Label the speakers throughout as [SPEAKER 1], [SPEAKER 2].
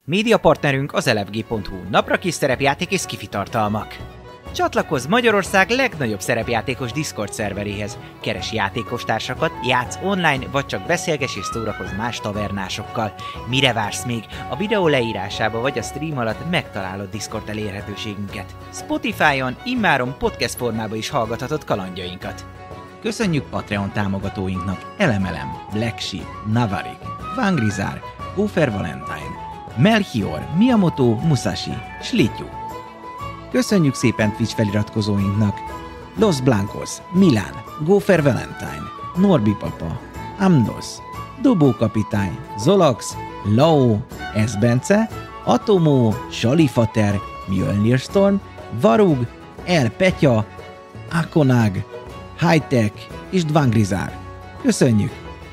[SPEAKER 1] Médiapartnerünk az elefg.hu, napra kis szerepjáték és sci-fi tartalmak. Csatlakozz Magyarország legnagyobb szerepjátékos Discord szerveréhez. Keres játékostársakat, játsz online, vagy csak beszélges és szórakozz más tavernásokkal. Mire vársz még? A videó leírásába vagy a stream alatt megtalálod Discord elérhetőségünket. Spotify-on immáron podcast formában is hallgathatod kalandjainkat. Köszönjük Patreon támogatóinknak: Elemelem, Black Sheep, Navarik, Vangrizár, Gófer Valentine, Melchior, Miyamoto Musashi, Slityu. Köszönjük szépen Twitch feliratkozóinknak: Los Blancos, Milán, Gófer Valentine, Norbi Papa, Amnos, Dobó Kapitány, Zolax, Lao, Esbence, Atomó, Salifater, Mjölnir Storm, Varug, El Petya, Akonag, Hightech és Dvangrizár. Köszönjük!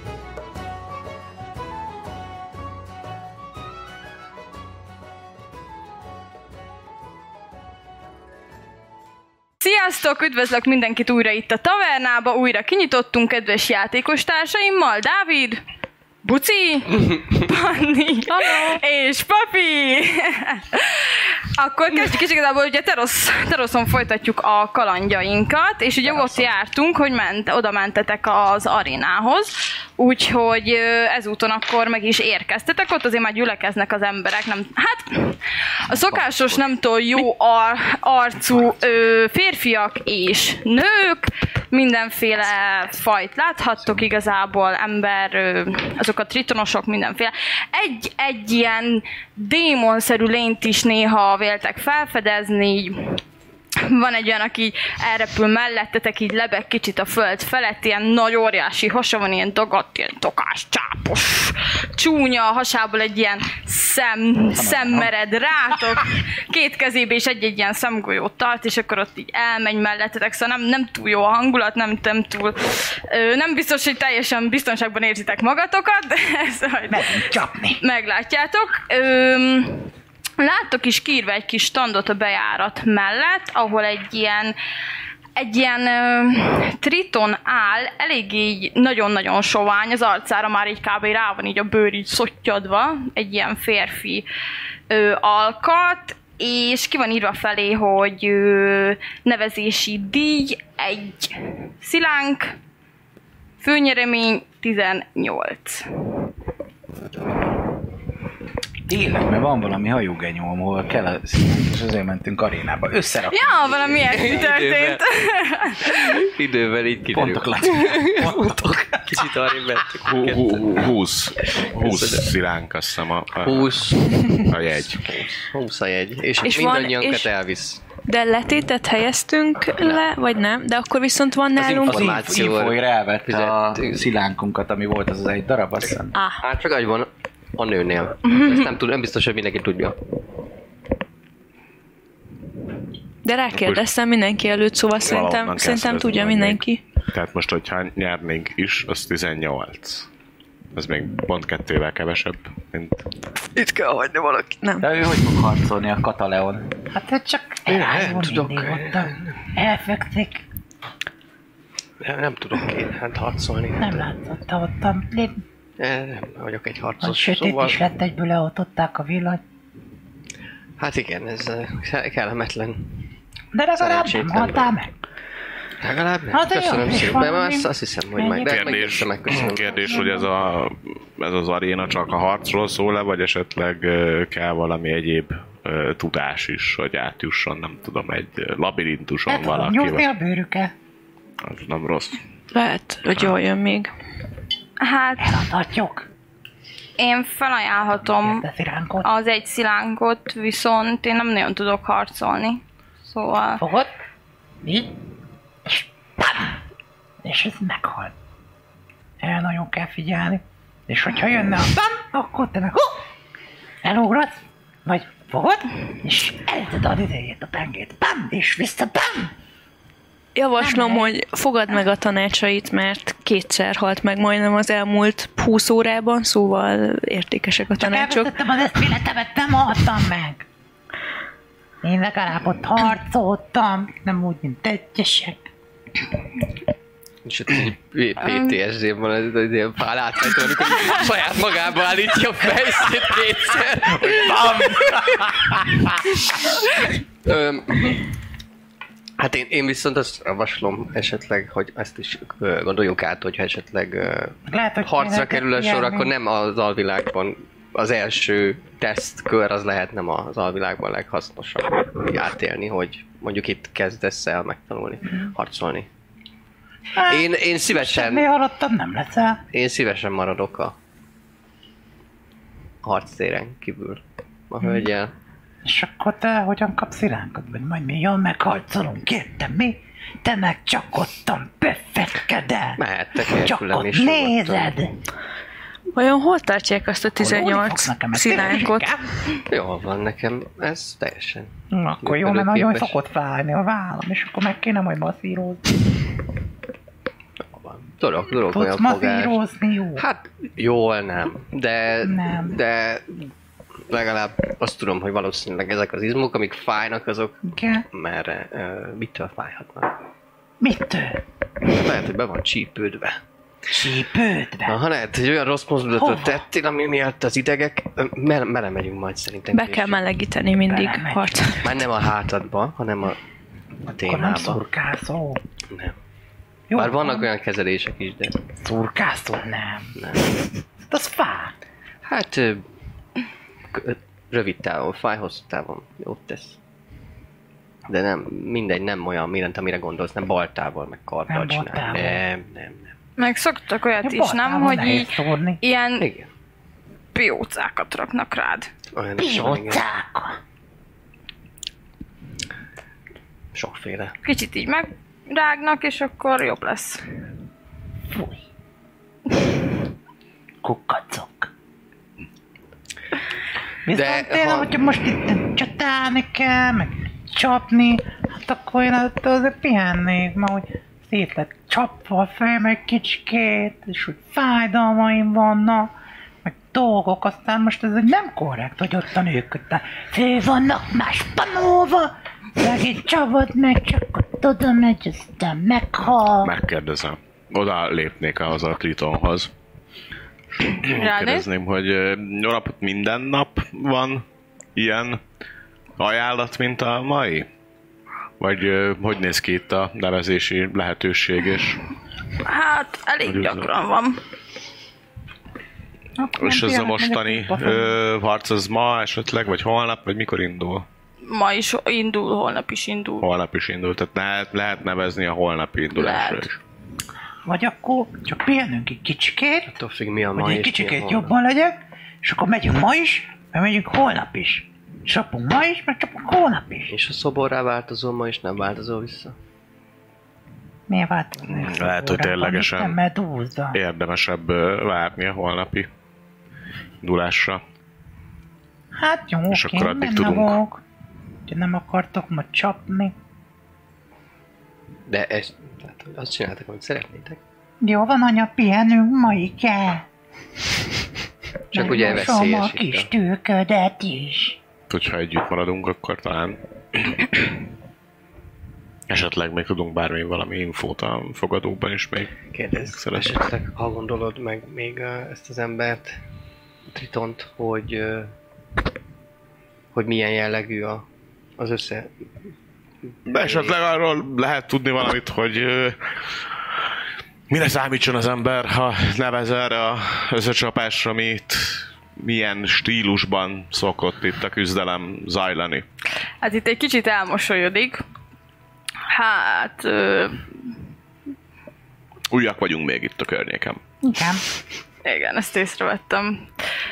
[SPEAKER 2] Sziasztok! Üdvözlök mindenkit újra itt a tavernába, újra kinyitottunk kedves játékostársaimmal, Dávid, Buci, Panni és Papi! Akkor kezdjük is igazából, ugye Teroszon folytatjuk a kalandjainkat, és ugye ott jártunk, hogy oda mentetek az arénához, úgyhogy ezúton akkor meg is érkeztetek, ott azért már gyülekeznek az emberek, a szokásos nem túl jó arcú férfiak és nők, mindenféle fajt láthattok igazából, azok a tritonosok, mindenféle. Egy ilyen démonszerű lényt is néha véltek felfedezni, van egy olyan, aki elrepül mellettetek, így lebeg kicsit a föld felett, ilyen nagy óriási hasa van, ilyen dagadt, ilyen tokás, csápos, csúnya, a hasából egy ilyen szem mered rátok, két kezébe is egy ilyen szemgolyót tart, és akkor ott így elmegy mellettetek, szóval nem túl jó a hangulat, nem túl, nem biztos, hogy teljesen biztonságban érzitek magatokat, de ezt
[SPEAKER 1] Megyünk csapni.
[SPEAKER 2] Meglátjátok. Láttok is kiírva egy kis standot a bejárat mellett, ahol egy ilyen triton áll, elég így nagyon-nagyon sovány, az arcára már így kb. Rá van így a bőr így szottyadva, egy ilyen férfi alkat, és ki van írva felé, hogy nevezési díj, egy szilánk, főnyeremény 18.
[SPEAKER 3] Tényleg, mert van valami hajógenyóm, hol kell a színünk, és azért mentünk arénába. Összerakunk.
[SPEAKER 2] Ja, valami ilyesmi történt.
[SPEAKER 4] Idővel így kiderül.
[SPEAKER 3] Pontok.
[SPEAKER 4] Kicsit arrébb mentünk.
[SPEAKER 5] 20 szilánk, azt hiszem a
[SPEAKER 4] 20
[SPEAKER 5] jegy.
[SPEAKER 4] 20 a jegy. És
[SPEAKER 6] van,
[SPEAKER 4] mindannyiunkat
[SPEAKER 6] és
[SPEAKER 4] elvisz.
[SPEAKER 6] De letétet helyeztünk le, vagy nem? De akkor viszont van nálunk...
[SPEAKER 3] Az infóira elvette a szilánkunkat, ami volt az egy darab, azt hiszem.
[SPEAKER 4] Hát csak egy van a nőnél. Ezt nem biztos, hogy mindenki tudja.
[SPEAKER 6] De rákérdeztem mindenki előtt, szóval szerintem tudja mindenki.
[SPEAKER 5] Tehát most, hogyha nyernénk is, az 18. Ez még pont 2-vel kevesebb, mint...
[SPEAKER 4] Itt kell hagyni valaki.
[SPEAKER 6] Nem.
[SPEAKER 3] De ő hogy fog harcolni a Kataleon? Hát ő csak
[SPEAKER 4] nem tudok.
[SPEAKER 3] Elfekszik.
[SPEAKER 4] Nem tudok én harcolni.
[SPEAKER 3] Nem látszott ottan.
[SPEAKER 4] Nem vagyok egy
[SPEAKER 3] A
[SPEAKER 4] harcos.
[SPEAKER 3] sötét is lett, egyből leoltották a villany.
[SPEAKER 4] Hát igen, ez kellemetlen.
[SPEAKER 3] De legalább nem haltál meg.
[SPEAKER 4] Legalább nem.
[SPEAKER 3] Hát
[SPEAKER 4] Köszönöm
[SPEAKER 3] jó,
[SPEAKER 4] szépen,
[SPEAKER 3] és
[SPEAKER 4] mert azt hiszem, hogy majd
[SPEAKER 5] Kérdés, hogy ez az aréna csak a harcról szól-e, vagy esetleg kell valami egyéb tudás is, hogy átjusson, nem tudom, egy labirintuson valaki.
[SPEAKER 3] Nyújtni a bőrüke.
[SPEAKER 5] Az nem rossz.
[SPEAKER 6] Lehet, hogy jól jön még.
[SPEAKER 2] Hát,
[SPEAKER 3] Eladhatjuk.
[SPEAKER 2] én felajánlhatom az egy szilánkot, viszont én nem nagyon tudok harcolni. Szóval...
[SPEAKER 3] Fogod? Így? És pam! És ez meghal. Erre nagyon kell figyelni. És hogyha jönne a pam, akkor te meg elugratsz, vagy fogod, és elütöd az idejét, a pengét, pam, és vissza, pam!
[SPEAKER 6] Javaslom, hogy fogad meg a tanácsait, mert 2-szer halt meg majdnem az elmúlt 20 órában, szóval értékesek a tanácsok.
[SPEAKER 3] Elvesztettem az eszméletemet, nem haltam meg. Én legalább ott harcoltam, nem úgy, mint egyesek.
[SPEAKER 4] És ott egy PTSD-ben van ez az ilyen pál átfejtő, amikor saját magába állítja a fejszét kétszer. Hát én viszont azt javaslom esetleg, hogy ezt is gondoljuk át, hogyha esetleg
[SPEAKER 3] Lehet, hogy
[SPEAKER 4] harcra kerül a sor, akkor nem az alvilágban az első tesztkör az lehet nem az alvilágban leghasznosabb átélni, hogy mondjuk itt kezdesz el megtanulni, harcolni. Én szívesen...
[SPEAKER 3] Semmi halottabb nem leszel.
[SPEAKER 4] Én szívesen maradok a harctéren kívül a hölgyel.
[SPEAKER 3] És akkor te hogyan kapsz iránkat? Vagy majd mi jól megharcolunk, értem mi? Te meg csak ottan pöffetkedel.
[SPEAKER 4] Mehettek
[SPEAKER 3] Csak
[SPEAKER 4] nélkülem
[SPEAKER 3] ott
[SPEAKER 4] is.
[SPEAKER 3] nézed.
[SPEAKER 6] Vajon hol tartják azt a 18 szilánkot?
[SPEAKER 4] Jól van nekem, ez teljesen.
[SPEAKER 3] Akkor jó, mert nagyon
[SPEAKER 4] működőképes.
[SPEAKER 3] szokott fájni a vállam, és akkor meg kéne majd masszírozni.
[SPEAKER 4] Jól van. Tudok
[SPEAKER 3] Tudsz
[SPEAKER 4] olyan fogást.
[SPEAKER 3] masszírozni, jó?
[SPEAKER 4] Hát jól nem,
[SPEAKER 3] Nem.
[SPEAKER 4] de legalább azt tudom, hogy valószínűleg ezek az izmok, amik fájnak, azok
[SPEAKER 3] Igen?
[SPEAKER 4] merre, mitől fájhatnak.
[SPEAKER 3] Mitől?
[SPEAKER 4] Lehet, hogy be van csípődve.
[SPEAKER 3] Csípődve?
[SPEAKER 4] Ha lehet, hogy olyan rossz mozdulatot
[SPEAKER 3] Hova?
[SPEAKER 4] tettél, ami miatt az idegek, megyünk majd szerintem.
[SPEAKER 6] Be kell melegíteni mindig
[SPEAKER 3] Belemegy.
[SPEAKER 6] harc.
[SPEAKER 4] Már nem a hátadba, hanem a
[SPEAKER 3] Akkor nem
[SPEAKER 4] témába.
[SPEAKER 3] szurkászol.
[SPEAKER 4] Nem.
[SPEAKER 3] Jó,
[SPEAKER 4] Bár vannak olyan kezelések is, de
[SPEAKER 3] szurkászol? Nem.
[SPEAKER 4] nem.
[SPEAKER 3] Az fáj.
[SPEAKER 4] Hát rövid távon, fáj, hosszú távon jót tesz. De nem, mindegy, nem olyan mindent, amire gondolsz, nem baltával, meg karddal
[SPEAKER 3] Nem
[SPEAKER 4] csinálni.
[SPEAKER 3] baltával.
[SPEAKER 4] Nem.
[SPEAKER 2] Meg szoktak olyat is, nem?
[SPEAKER 3] baltával
[SPEAKER 2] Hogy
[SPEAKER 3] nehéz
[SPEAKER 2] így
[SPEAKER 3] szórni.
[SPEAKER 2] ilyen
[SPEAKER 4] Igen.
[SPEAKER 2] piócákat raknak rád.
[SPEAKER 4] Olyan is van, igen.
[SPEAKER 3] Piócáka.
[SPEAKER 4] Sokféle.
[SPEAKER 2] Kicsit így megrágnak, és akkor jobb lesz.
[SPEAKER 3] Fúj. Kukacok. Viszont tényleg, hogyha most itt csatálni kell, meg csapni, hát akkor én azért pihennék, mert hogy szét lett csapva a fejem egy kicsikét, és hogy fájdalmaim vannak, meg dolgok, aztán most ez egy nem korrekt, hogy ott a nők után fő vannak más panolva, megint csapod meg, csak ott oda megy, aztán meghal.
[SPEAKER 5] Megkérdezem. Oda lépnék ahhoz a Tritonhoz.
[SPEAKER 2] Ránéz?
[SPEAKER 5] Kérdezném, hogy jó napot, minden nap van ilyen ajánlat, mint a mai? Vagy hogy néz ki itt a nevezési lehetőség, és
[SPEAKER 2] Hát, elég
[SPEAKER 5] Hogy
[SPEAKER 2] gyakran van.
[SPEAKER 5] és ez a mostani harc az ma esetleg, vagy holnap, vagy mikor indul?
[SPEAKER 2] Ma is indul, holnap is indul.
[SPEAKER 5] Holnap is indul, tehát lehet nevezni a holnapi indulásra
[SPEAKER 2] Lehet.
[SPEAKER 5] is.
[SPEAKER 3] Vagy akkor csak pihenünk egy kicsikét,
[SPEAKER 4] Attól függ, mi a
[SPEAKER 3] hogy
[SPEAKER 4] ma
[SPEAKER 3] egy
[SPEAKER 4] és mi a
[SPEAKER 3] kicsikét
[SPEAKER 4] holnap.
[SPEAKER 3] jobban legyek, és akkor megyünk ma is, meg megyünk holnap is. Csapunk ma is, meg csapunk holnap is.
[SPEAKER 4] És a szoborrá változol ma, és nem változol vissza?
[SPEAKER 3] Miért változni?
[SPEAKER 5] Lehet, hogy ténylegesen
[SPEAKER 3] Nem medúza.
[SPEAKER 5] érdemesebb várni a holnapi indulásra.
[SPEAKER 3] Hát jó,
[SPEAKER 5] És
[SPEAKER 3] oké,
[SPEAKER 5] akkor addig
[SPEAKER 3] benne
[SPEAKER 5] tudunk.
[SPEAKER 3] vagyok. Ha nem akartok ma csapni.
[SPEAKER 4] De ezt, tehát, azt csináltak, amit szeretnétek.
[SPEAKER 3] Jó van, anya, pihenünk ma kell.
[SPEAKER 4] Csak ugye
[SPEAKER 3] a
[SPEAKER 4] veszélyes
[SPEAKER 3] kis
[SPEAKER 4] itt.
[SPEAKER 3] tűködet is.
[SPEAKER 5] Hogyha együtt maradunk, akkor talán esetleg még tudunk valami infót a fogadóban is még.
[SPEAKER 4] Kérdezz,
[SPEAKER 5] Szeretem.
[SPEAKER 4] esetleg, ha gondolod meg még ezt az embert, Tritont, hogy milyen jellegű az össze...
[SPEAKER 5] De esetleg arról lehet tudni valamit, hogy mire számítson az ember, ha nevez erre az összecsapásra, amit milyen stílusban szokott itt a küzdelem zajlani.
[SPEAKER 2] Hát itt egy kicsit elmosolyodik. Hát...
[SPEAKER 5] Újak vagyunk még itt a környéken.
[SPEAKER 3] Igen.
[SPEAKER 2] igen, ezt észrevettem.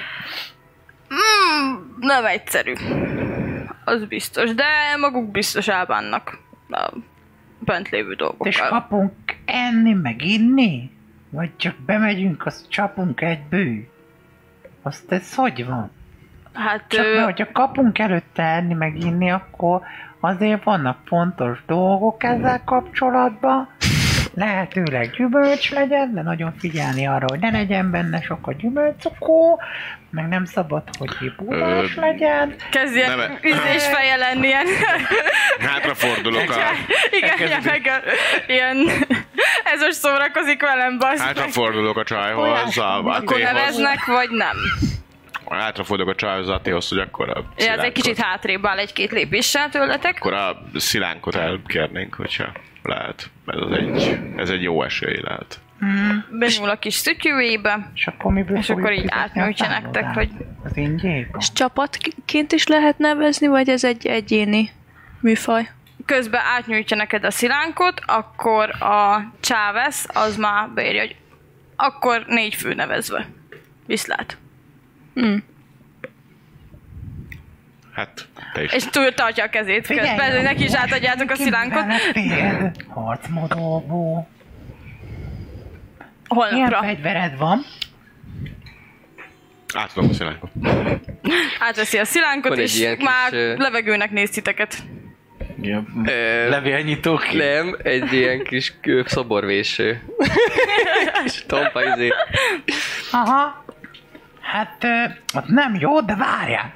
[SPEAKER 2] Nem egyszerű. Az biztos, de maguk biztos elbánnak a bent lévő
[SPEAKER 3] És
[SPEAKER 2] dolgokkal.
[SPEAKER 3] kapunk enni, meg inni? Vagy csak bemegyünk, azt csapunk egy bű? Azt ez hogy van?
[SPEAKER 2] Hát...
[SPEAKER 3] Csak mert, hogyha kapunk előtte enni, meg inni, akkor azért vannak fontos dolgok ezzel kapcsolatban. Lehetőleg gyümölcs legyen, de nagyon figyelni arra, hogy ne legyen benne sok a gyümölcscukó, meg nem szabad, hogy búrás legyen.
[SPEAKER 2] Kezd ilyen
[SPEAKER 5] nem-
[SPEAKER 2] üzésfeje lenni, ilyen...
[SPEAKER 5] Hátrafordulok a...
[SPEAKER 2] igen, ilyen Ez most szórakozik velem, bassz.
[SPEAKER 5] Hátrafordulok a csajhoz,
[SPEAKER 2] Akkor neveznek, vagy nem?
[SPEAKER 5] Hátrafordulok a csajhoz, Attéhoz, hogy akkor a
[SPEAKER 2] Ja, ez egy kicsit hátrébb áll egy-két lépéssel tőletek.
[SPEAKER 5] Akkor a szilánkot elkérnénk, hogyha lehet. Ez egy jó esély lehet.
[SPEAKER 2] Benyúl a kis szütyűjébe,
[SPEAKER 3] És akkor miből
[SPEAKER 2] és akkor
[SPEAKER 3] fogjuk
[SPEAKER 2] így
[SPEAKER 3] fizetni a
[SPEAKER 2] átnyújtja nektek,
[SPEAKER 3] szállodást?
[SPEAKER 2] hogy
[SPEAKER 3] Az ingyékon?
[SPEAKER 6] És csapatként is lehet nevezni, vagy ez egy egyéni műfaj?
[SPEAKER 2] közben átnyújtja neked a szilánkot, akkor a Chávez az már beírja, hogy akkor 4 fő nevezve. Viszlát.
[SPEAKER 5] Hát, te is.
[SPEAKER 2] És túl tartja a kezét közben, hogy neki is átadjátok a szilánkot.
[SPEAKER 3] Harcmodóból. Milyen
[SPEAKER 2] Holnapra.
[SPEAKER 3] fegyvered van?
[SPEAKER 5] Átadom a szilánkot.
[SPEAKER 2] Átveszi a szilánkot,
[SPEAKER 4] Van egy
[SPEAKER 2] és
[SPEAKER 4] ilyen kis,
[SPEAKER 2] már levegőnek néz titeket.
[SPEAKER 7] Ja, levélnyitó ki.
[SPEAKER 4] Nem, egy ilyen kis szoborvéső. Kis tompa izé.
[SPEAKER 3] Aha. Hát, az nem jó, de várjál.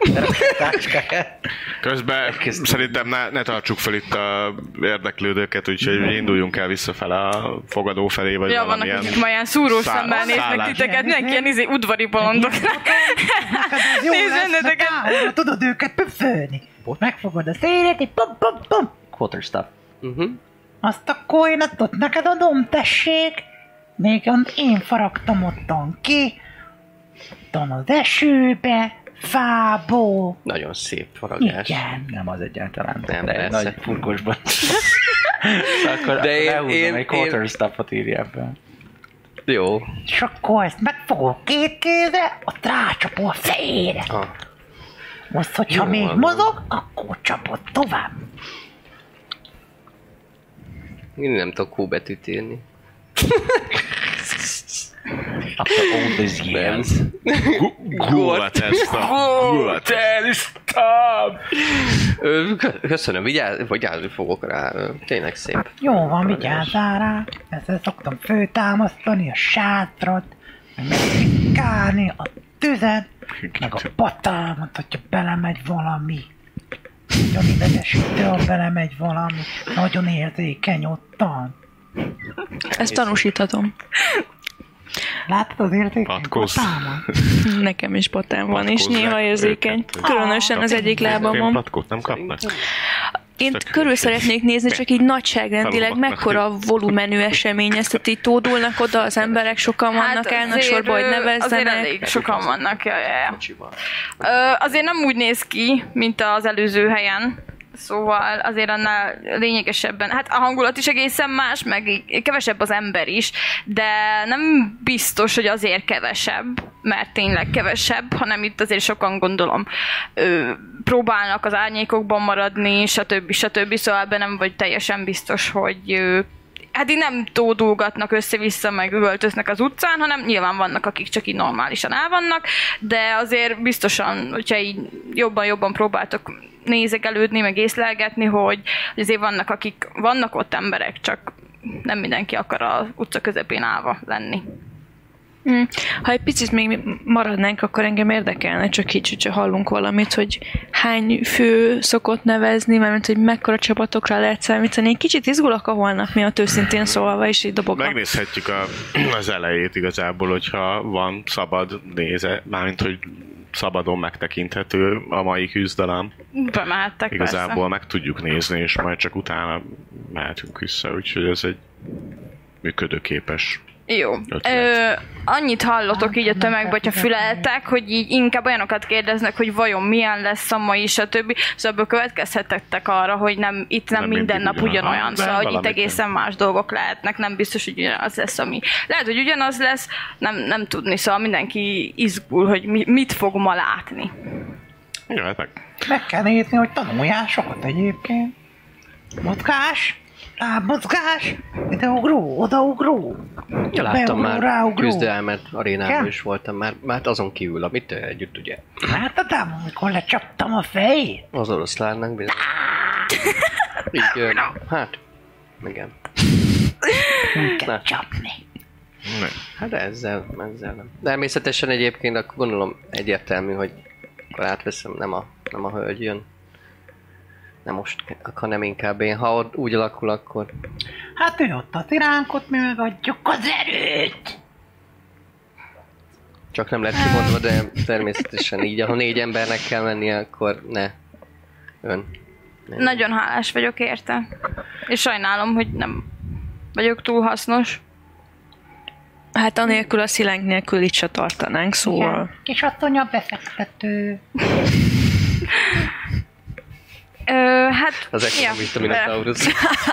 [SPEAKER 5] Közben szerintem ne tartsuk fel itt a érdeklődőket, úgyhogy induljunk el visszafele a fogadó felé, vagy
[SPEAKER 2] Ja, vannak,
[SPEAKER 5] valamilyen
[SPEAKER 2] akik már ilyen szúrós szemmel néznek
[SPEAKER 5] szállás.
[SPEAKER 2] titeket, mindenki ilyen udvari bolondok.
[SPEAKER 3] Jó
[SPEAKER 2] Nézd
[SPEAKER 3] lesz,
[SPEAKER 2] benneteket.
[SPEAKER 3] mert tudod őket pöfölni. Megfogod a szélet, és pum pum pum.
[SPEAKER 7] Quarterstaff.
[SPEAKER 3] Azt a coinatot neked adom, tessék. Még én faragtam ottan ki. Ottan az esőbe, fából.
[SPEAKER 4] Nagyon szép faragás.
[SPEAKER 3] Igen.
[SPEAKER 7] Nem az egyáltalán.
[SPEAKER 4] Nem,
[SPEAKER 7] de egy
[SPEAKER 4] persze.
[SPEAKER 7] nagy furkosban. Akkor
[SPEAKER 4] De én-
[SPEAKER 7] lehúzom, egy quarterstaffot írja ebben.
[SPEAKER 4] Jó.
[SPEAKER 3] És akkor ezt megfogom 2 kézre, ott rácsapol a fejére.
[SPEAKER 4] Ah.
[SPEAKER 3] Most, hogyha
[SPEAKER 4] Jó
[SPEAKER 3] még
[SPEAKER 4] van.
[SPEAKER 3] mozog, akkor csapod tovább.
[SPEAKER 5] Hát
[SPEAKER 4] Én nem tudok Q betűt írni.
[SPEAKER 7] After all these years.
[SPEAKER 4] Köszönöm, vigyázni fogok rá. Tényleg szép.
[SPEAKER 3] Jó van, vigyázzál rá. Ezzel szoktam főtámasztani a sátrat, meg megfikálni a tüzet, meg a patámat, hogyha belemegy valami. Nagyon idegesítő, ha belemegy valami. Nagyon érzékeny ottan.
[SPEAKER 6] Ezt tanúsíthatom.
[SPEAKER 3] Látod az érzékeny
[SPEAKER 5] Patkóz.
[SPEAKER 3] patámat?
[SPEAKER 6] Nekem is patám van, és
[SPEAKER 5] Patkozzák
[SPEAKER 6] néha érzékeny.
[SPEAKER 5] őket.
[SPEAKER 6] Különösen az egyik lábamon.
[SPEAKER 5] Patkót nem kapnak?
[SPEAKER 6] Én
[SPEAKER 5] Tök
[SPEAKER 6] körül
[SPEAKER 5] hülyeség.
[SPEAKER 6] szeretnék nézni, csak így nagyságrendileg
[SPEAKER 5] Felolvasnak.
[SPEAKER 6] mekkora volumenű esemény ez, tehát így tódulnak oda az emberek, sokan vannak, állnak sorba, hogy
[SPEAKER 2] Azért
[SPEAKER 6] nevezzenek.
[SPEAKER 2] elég sokan vannak, ja. Azért nem úgy néz ki, mint az előző helyen. Szóval azért annál lényegesebben, hát a hangulat is egészen más, meg kevesebb az ember is, de nem biztos, hogy azért kevesebb, mert tényleg kevesebb, hanem itt azért sokan gondolom próbálnak az árnyékokban maradni, stb. Szóval ebben nem vagy teljesen biztos, hogy hát így nem tódulgatnak össze-vissza, meg üvöltöznek az utcán, hanem nyilván vannak, akik csak így normálisan el vannak, de azért biztosan, hogyha így jobban próbáltok nézegelődni, meg észlelgetni, hogy azért vannak ott emberek, csak nem mindenki akar az utca közepén állva lenni.
[SPEAKER 6] Ha egy picit még maradnánk, akkor engem érdekelne, csak így, hogyha hallunk valamit, hogy hány fő szokott nevezni, mert hogy mekkora csapatokra lehet számítani. Én kicsit izgulok a holnap miatt, őszintén szólva, és így dobok.
[SPEAKER 5] Megnézhetjük az elejét igazából, hogyha van szabad néze, mármint, hogy szabadon megtekinthető a mai küzdelem.
[SPEAKER 2] Bemehettek
[SPEAKER 5] Igazából meg tudjuk nézni, és majd csak utána mehetünk vissza, úgyhogy ez egy működőképes.
[SPEAKER 2] Jó. Annyit hallotok így a tömegbe, hogyha füleltek, hogy így inkább olyanokat kérdeznek, hogy vajon milyen lesz a mai, stb. Szóval ebből következhetettek arra, hogy itt nem minden nap
[SPEAKER 5] mindig ugyanaz.
[SPEAKER 2] ugyanolyan,
[SPEAKER 5] De
[SPEAKER 2] szóval hogy itt
[SPEAKER 5] valamit
[SPEAKER 2] egészen más dolgok lehetnek, nem biztos, hogy ugyanaz lesz, ami... Lehet, hogy ugyanaz lesz, nem tudni, szóval mindenki izgul, hogy mit fog ma látni.
[SPEAKER 5] Jó, hát meg.
[SPEAKER 3] Meg kell nézni, hogy tanuljál sokat egyébként. Mozgás, lábmozgás, ideugró, odaugró.
[SPEAKER 4] Ja, láttam
[SPEAKER 3] Beugró,
[SPEAKER 4] már
[SPEAKER 3] ráugró.
[SPEAKER 4] küzdelmet, arénában
[SPEAKER 3] Igen?
[SPEAKER 4] is voltam már azon kívül, amit együtt ugye.
[SPEAKER 3] Láttad ám, amikor lecsaptam a fejét?
[SPEAKER 4] Az oroszlánnak bizony. Így, hát, igen.
[SPEAKER 3] Úgy kell
[SPEAKER 4] Na.
[SPEAKER 3] csapni.
[SPEAKER 4] Hát ezzel nem. De természetesen egyébként akkor gondolom egyértelmű, hogy akkor átveszem, nem a hölgy jön. Nem most, hanem inkább én. Ha ott úgy alakul, akkor...
[SPEAKER 3] Hát ő ott az iránkot, mi megadjuk az erőt.
[SPEAKER 4] Csak nem lett kimondva, de természetesen így. Ha 4 embernek kell mennie, akkor ne. Ön.
[SPEAKER 2] Nagyon hálás vagyok érte. És sajnálom, hogy nem vagyok túl hasznos.
[SPEAKER 6] Hát anélkül a szilánk nélkül itt se tartanánk, szóval...
[SPEAKER 3] Igen. Kisasszony a befektető.
[SPEAKER 2] Hát...
[SPEAKER 4] Az ekonomista Minotaurus.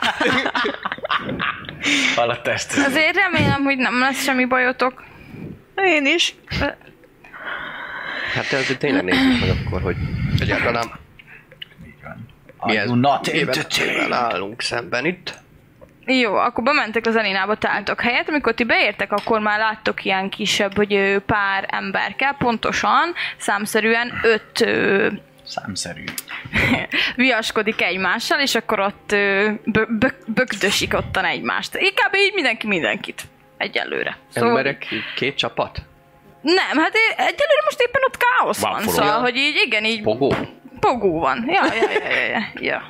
[SPEAKER 7] Alatt ezt.
[SPEAKER 2] Azért remélem, hogy nem lesz semmi bajotok.
[SPEAKER 6] Én is.
[SPEAKER 4] Hát te azért tényleg nézzük meg akkor, hogy egyáltalán
[SPEAKER 7] Are you not entertained?
[SPEAKER 4] mivel állunk szemben itt.
[SPEAKER 2] Jó, akkor bementek az arénába, találtok helyet. Amikor ti beértek, akkor már láttok ilyen kisebb, hogy pár ember kell, pontosan, számszerűen 5
[SPEAKER 7] Számszerű.
[SPEAKER 2] viaskodik egymással, és akkor ott bögdösik ottan egymást. Inkább így mindenkit egyelőre.
[SPEAKER 4] Emberek, 2 csapat?
[SPEAKER 2] Nem, hát egyelőre most éppen ott káosz van,
[SPEAKER 5] Vámforog.
[SPEAKER 2] szóval, hogy így igen, így
[SPEAKER 4] Pogó?
[SPEAKER 2] pogó van. Ja.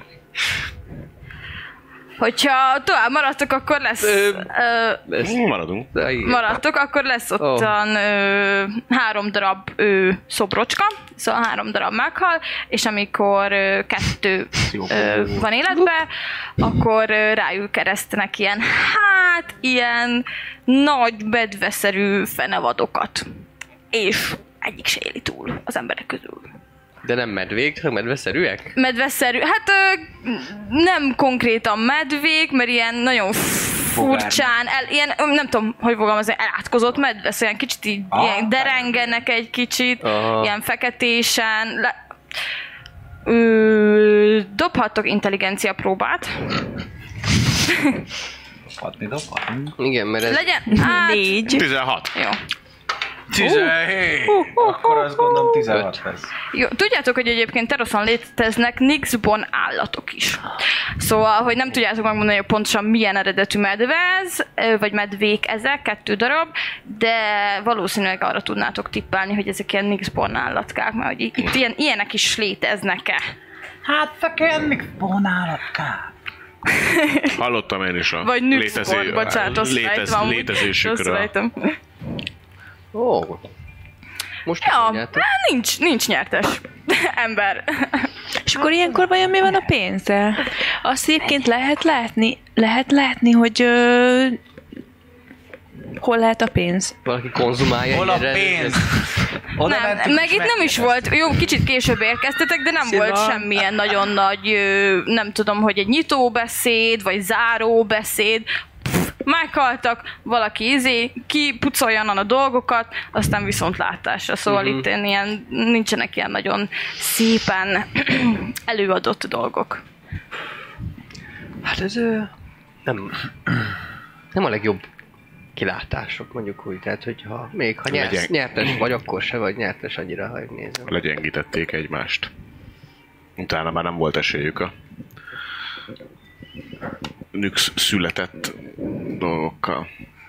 [SPEAKER 2] Hogyha tovább maradtok, akkor lesz...
[SPEAKER 5] Maradunk.
[SPEAKER 2] maradtok, akkor lesz ottan 3 darab szobrocska, szóval 3 darab meghal, és amikor 2 van életben, akkor rájuk keresztenek ilyen nagy bedveszerű fenevadokat. És egyik se éli túl az emberek közül.
[SPEAKER 4] De nem medvék, csak medveszerűek?
[SPEAKER 2] Medveszerű, hát nem konkrétan medvék, mert ilyen nagyon furcsán, ilyen, nem tudom, hogy fogalmazni, elátkozott medve, szóval ilyen kicsit így, ilyen derengenek egy kicsit, ilyen feketésen. Dobhattok intelligencia próbát.
[SPEAKER 7] Dobhatni.
[SPEAKER 4] Igen, mert ez...
[SPEAKER 2] Legyen, hát,
[SPEAKER 6] 4.
[SPEAKER 5] 16.
[SPEAKER 2] jó.
[SPEAKER 7] 17! Akkor azt gondolom 16 lesz.
[SPEAKER 2] Jó, tudjátok, hogy egyébként Teroszon léteznek Nixbon állatok is. Szóval, hogy nem tudjátok megmondani, hogy pontosan milyen eredetű medve ez, vagy medvék ezek, 2 darab, de valószínűleg arra tudnátok tippelni, hogy ezek ilyen Nixbon állatkák, mert hogy itt ilyenek is léteznek-e.
[SPEAKER 3] Hát fekennek állatkák.
[SPEAKER 5] Hallottam én is a
[SPEAKER 2] Vagy Nixbon, bocsánat, azt rejtem.
[SPEAKER 5] létezésükről.
[SPEAKER 4] Ó. Most is
[SPEAKER 2] Ja,
[SPEAKER 4] mondjátok.
[SPEAKER 2] nincs nyertes ember.
[SPEAKER 6] És akkor ilyenkor vajon mi van a pénzzel? Azt egyébként lehet látni, hogy hol lehet a pénz?
[SPEAKER 4] Valaki konzumálja.
[SPEAKER 7] Hol a
[SPEAKER 4] ilyen
[SPEAKER 7] pénz? Oda
[SPEAKER 2] Nem,
[SPEAKER 7] mentünk,
[SPEAKER 2] meg
[SPEAKER 7] és
[SPEAKER 2] itt nem is
[SPEAKER 7] megkérdeztük.
[SPEAKER 2] volt, jó, kicsit később érkeztetek, de nem
[SPEAKER 4] Szilva.
[SPEAKER 2] volt semmilyen nagyon nagy, nem tudom, hogy egy nyitóbeszéd, vagy záróbeszéd. Meghaltak, valaki kipucolja a dolgokat, aztán viszontlátásra. Szóval itt ilyen, nincsenek ilyen nagyon szépen előadott dolgok.
[SPEAKER 4] Hát ez nem a legjobb kilátások, mondjuk úgy. Tehát, hogyha még ha nyertes vagy, akkor se vagy nyertes annyira, ha nézem.
[SPEAKER 5] Legyengítették egymást. Utána már nem volt esélyük a nüx született dolgokkal.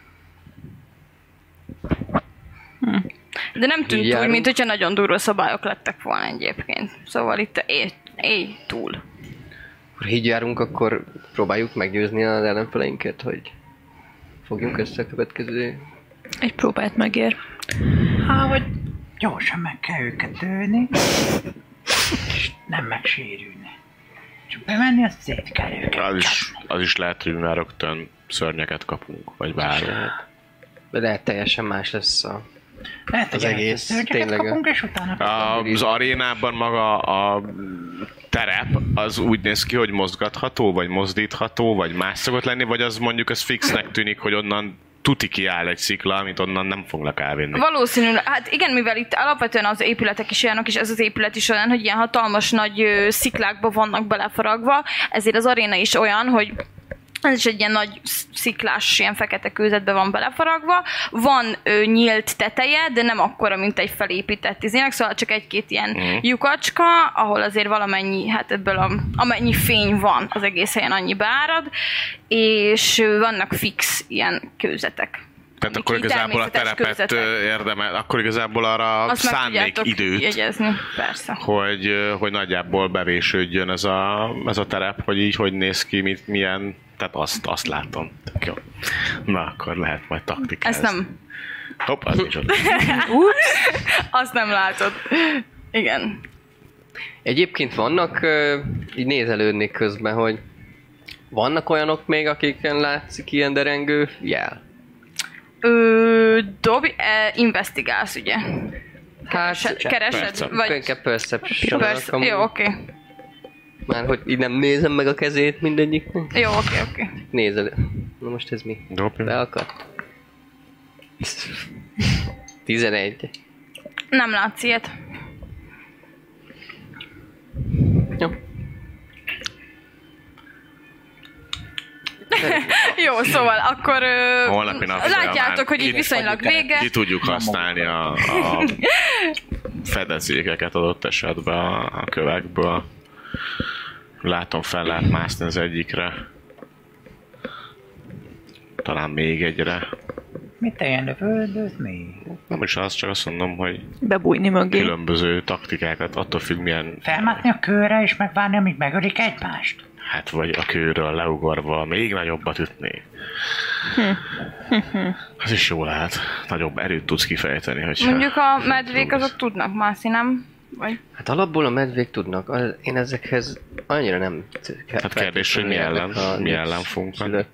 [SPEAKER 2] De nem tűnt úgy,
[SPEAKER 4] járunk.
[SPEAKER 2] mint hogyha nagyon durva szabályok lettek volna egyébként. Szóval itt éj túl.
[SPEAKER 4] Ha így járunk, akkor próbáljuk meggyőzni az ellenfeleinket, hogy fogjunk össze a következő...
[SPEAKER 6] Egy próbát megér.
[SPEAKER 3] Hát, hogy gyorsan meg kell őket ölni, és nem megsérülni. Csak bemenni, azt szét kell őket.
[SPEAKER 5] Az is lehet, hogy már rögtön szörnyeket kapunk, vagy bármi.
[SPEAKER 4] De lehet teljesen más lesz
[SPEAKER 3] Lehet, hogy
[SPEAKER 4] az egész,
[SPEAKER 3] szörnyeket
[SPEAKER 4] tényleg.
[SPEAKER 3] kapunk, és utána...
[SPEAKER 5] Az arénában maga a terep az úgy néz ki, hogy mozgatható, vagy mozdítható, vagy más szokott lenni, vagy az mondjuk az fixnek tűnik, hogy onnan tuti kiáll egy szikla, amit onnan nem fognak elvinni.
[SPEAKER 2] Valószínűleg, hát igen, mivel itt alapvetően az épületek is olyanok, és ez az épület is olyan, hogy ilyen hatalmas nagy sziklákba vannak belefaragva, ezért az aréna is olyan, hogy ez is egy ilyen nagy sziklás, ilyen fekete kőzetbe van belefaragva. Van nyílt teteje, de nem akkora, mint egy felépített izének, szóval csak egy-két ilyen lyukacska, ahol azért valamennyi, hát ebből amennyi fény van, az egész helyen annyi beárad, és vannak fix ilyen kőzetek.
[SPEAKER 5] Tehát akkor igazából a terepet érdemel, akkor igazából arra
[SPEAKER 2] azt
[SPEAKER 5] szánnék időt,
[SPEAKER 2] jegyezni, persze.
[SPEAKER 5] hogy nagyjából bevésődjön ez a terep, hogy így hogy néz ki, milyen, tehát azt látom. Tök jó. Na, akkor lehet majd taktikázni.
[SPEAKER 2] Ezt nem.
[SPEAKER 5] Hopp, az is ott.
[SPEAKER 2] Azt nem látod. Igen.
[SPEAKER 4] Egyébként vannak, így nézelődnék közben, hogy vannak olyanok még, akiken látszik ilyen derengő jel?
[SPEAKER 2] Dobj, investigálsz, ugye?
[SPEAKER 4] Hát,
[SPEAKER 2] Keresed? Vagy...
[SPEAKER 4] Inkább perception.
[SPEAKER 2] Jó, oké.
[SPEAKER 4] Már hogy így nem nézem meg a kezét mindegyiknek.
[SPEAKER 2] Jó, oké.
[SPEAKER 4] Nézel. Na most ez mi?
[SPEAKER 5] Dobj.
[SPEAKER 4] Beakadt. 11.
[SPEAKER 2] Nem látsz ilyet.
[SPEAKER 4] Jó.
[SPEAKER 2] Jó, szóval akkor
[SPEAKER 5] Holnapi nap
[SPEAKER 2] látjátok, hogy így viszonylag vége.
[SPEAKER 5] Ki tudjuk használni a fedezékeket adott esetben a kövekből. Látom, fel lehet mászni az egyikre. Talán még egyre.
[SPEAKER 3] Mit ilyen lövöldözni?
[SPEAKER 5] Nem is az, csak azt mondom, hogy
[SPEAKER 6] Bebújni mögé.
[SPEAKER 5] különböző taktikákat, attól függ milyen...
[SPEAKER 3] Felmászni a kőre és megvárni, amíg megölik egymást?
[SPEAKER 5] Hát vagy a kőről leugorva még nagyobbat ütni. Ez is jó lehet. Nagyobb erőt tudsz kifejteni, hogyha...
[SPEAKER 2] Mondjuk a medvék azok tudnak mászni, nem? Vagy...
[SPEAKER 4] Hát alapból a medvék tudnak. Én ezekhez annyira nem...
[SPEAKER 5] Hát kérdés, hogy mi ellen fogunk menni.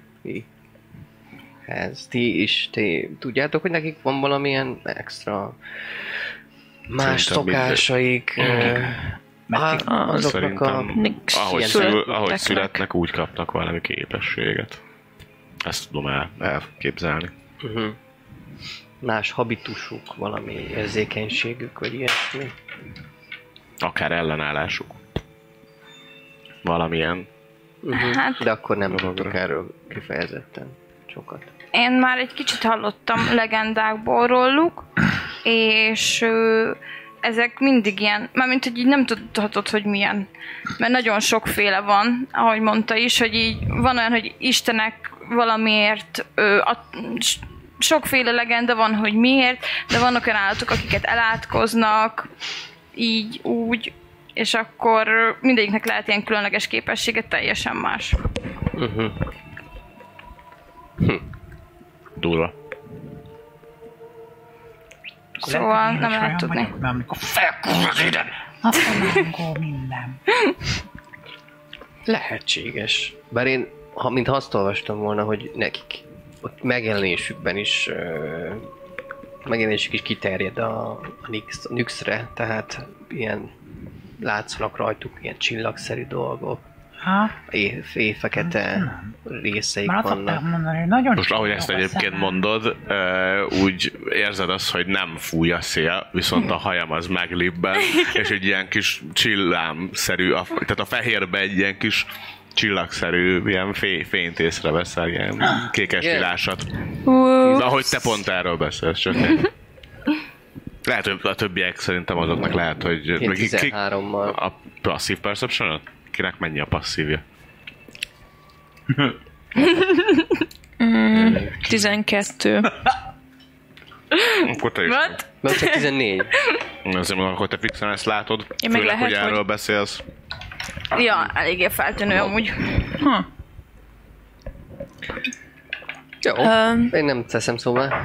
[SPEAKER 4] Ti tudjátok, hogy nekik van valamilyen extra más szokásaik? Azoknak a...
[SPEAKER 5] Ahogy születnek, úgy kapnak valami képességet. Ezt tudom elképzelni.
[SPEAKER 4] Más habitusuk, valami érzékenységük, vagy ilyesmi.
[SPEAKER 5] Akár ellenállásuk. Valamilyen.
[SPEAKER 2] Hát...
[SPEAKER 4] De akkor nem tudok erről kifejezetten sokat.
[SPEAKER 2] Én már egy kicsit hallottam legendákból róluk, és ezek mindig ilyen, mármint, hogy így nem tudhatod, hogy milyen. Mert nagyon sokféle van, ahogy mondta is, hogy így van olyan, hogy istenek valamiért, sokféle legenda van, hogy miért, de vannak olyan állatok, akiket elátkoznak, így, úgy, és akkor mindegyiknek lehet ilyen különleges képessége, teljesen más.
[SPEAKER 5] Durva.
[SPEAKER 2] Szóval nem lehet tudni.
[SPEAKER 3] Mert amikor felkúrod ide, akkor minden.
[SPEAKER 4] Lehetséges. Bár én, mintha azt olvastam volna, hogy nekik ott megjelenésük is kiterjed a Nyxre, tehát ilyen látszanak rajtuk ilyen csillagszerű dolgok. Fekete részeik vannak.
[SPEAKER 5] Most ahogy ezt egyébként mondod, úgy érzed azt, hogy nem fúj a szél, viszont a hajam az meglibben, és egy ilyen kis csillámszerű, tehát a fehérbe egy ilyen kis csillagszerű ilyen fényt észreveszel, ilyen kékes vilásat. Ahogy te pont erről beszélsz, csak lehet, hogy a többiek szerintem azoknak lehet, hogy...
[SPEAKER 4] 13-mal.
[SPEAKER 5] A passive perception-ot? Kinek mennyi a passzívja?
[SPEAKER 6] 12.
[SPEAKER 5] Akkor te is.
[SPEAKER 4] Mert csak 14.
[SPEAKER 5] Azért mondom, akkor te fixen ezt látod.
[SPEAKER 6] Én meg
[SPEAKER 5] főleg,
[SPEAKER 6] lehet,
[SPEAKER 5] hogy erről
[SPEAKER 6] hogy...
[SPEAKER 5] beszélsz.
[SPEAKER 2] Ja, eléggé feltűnő amúgy.
[SPEAKER 4] Jó, én nem teszem szóval.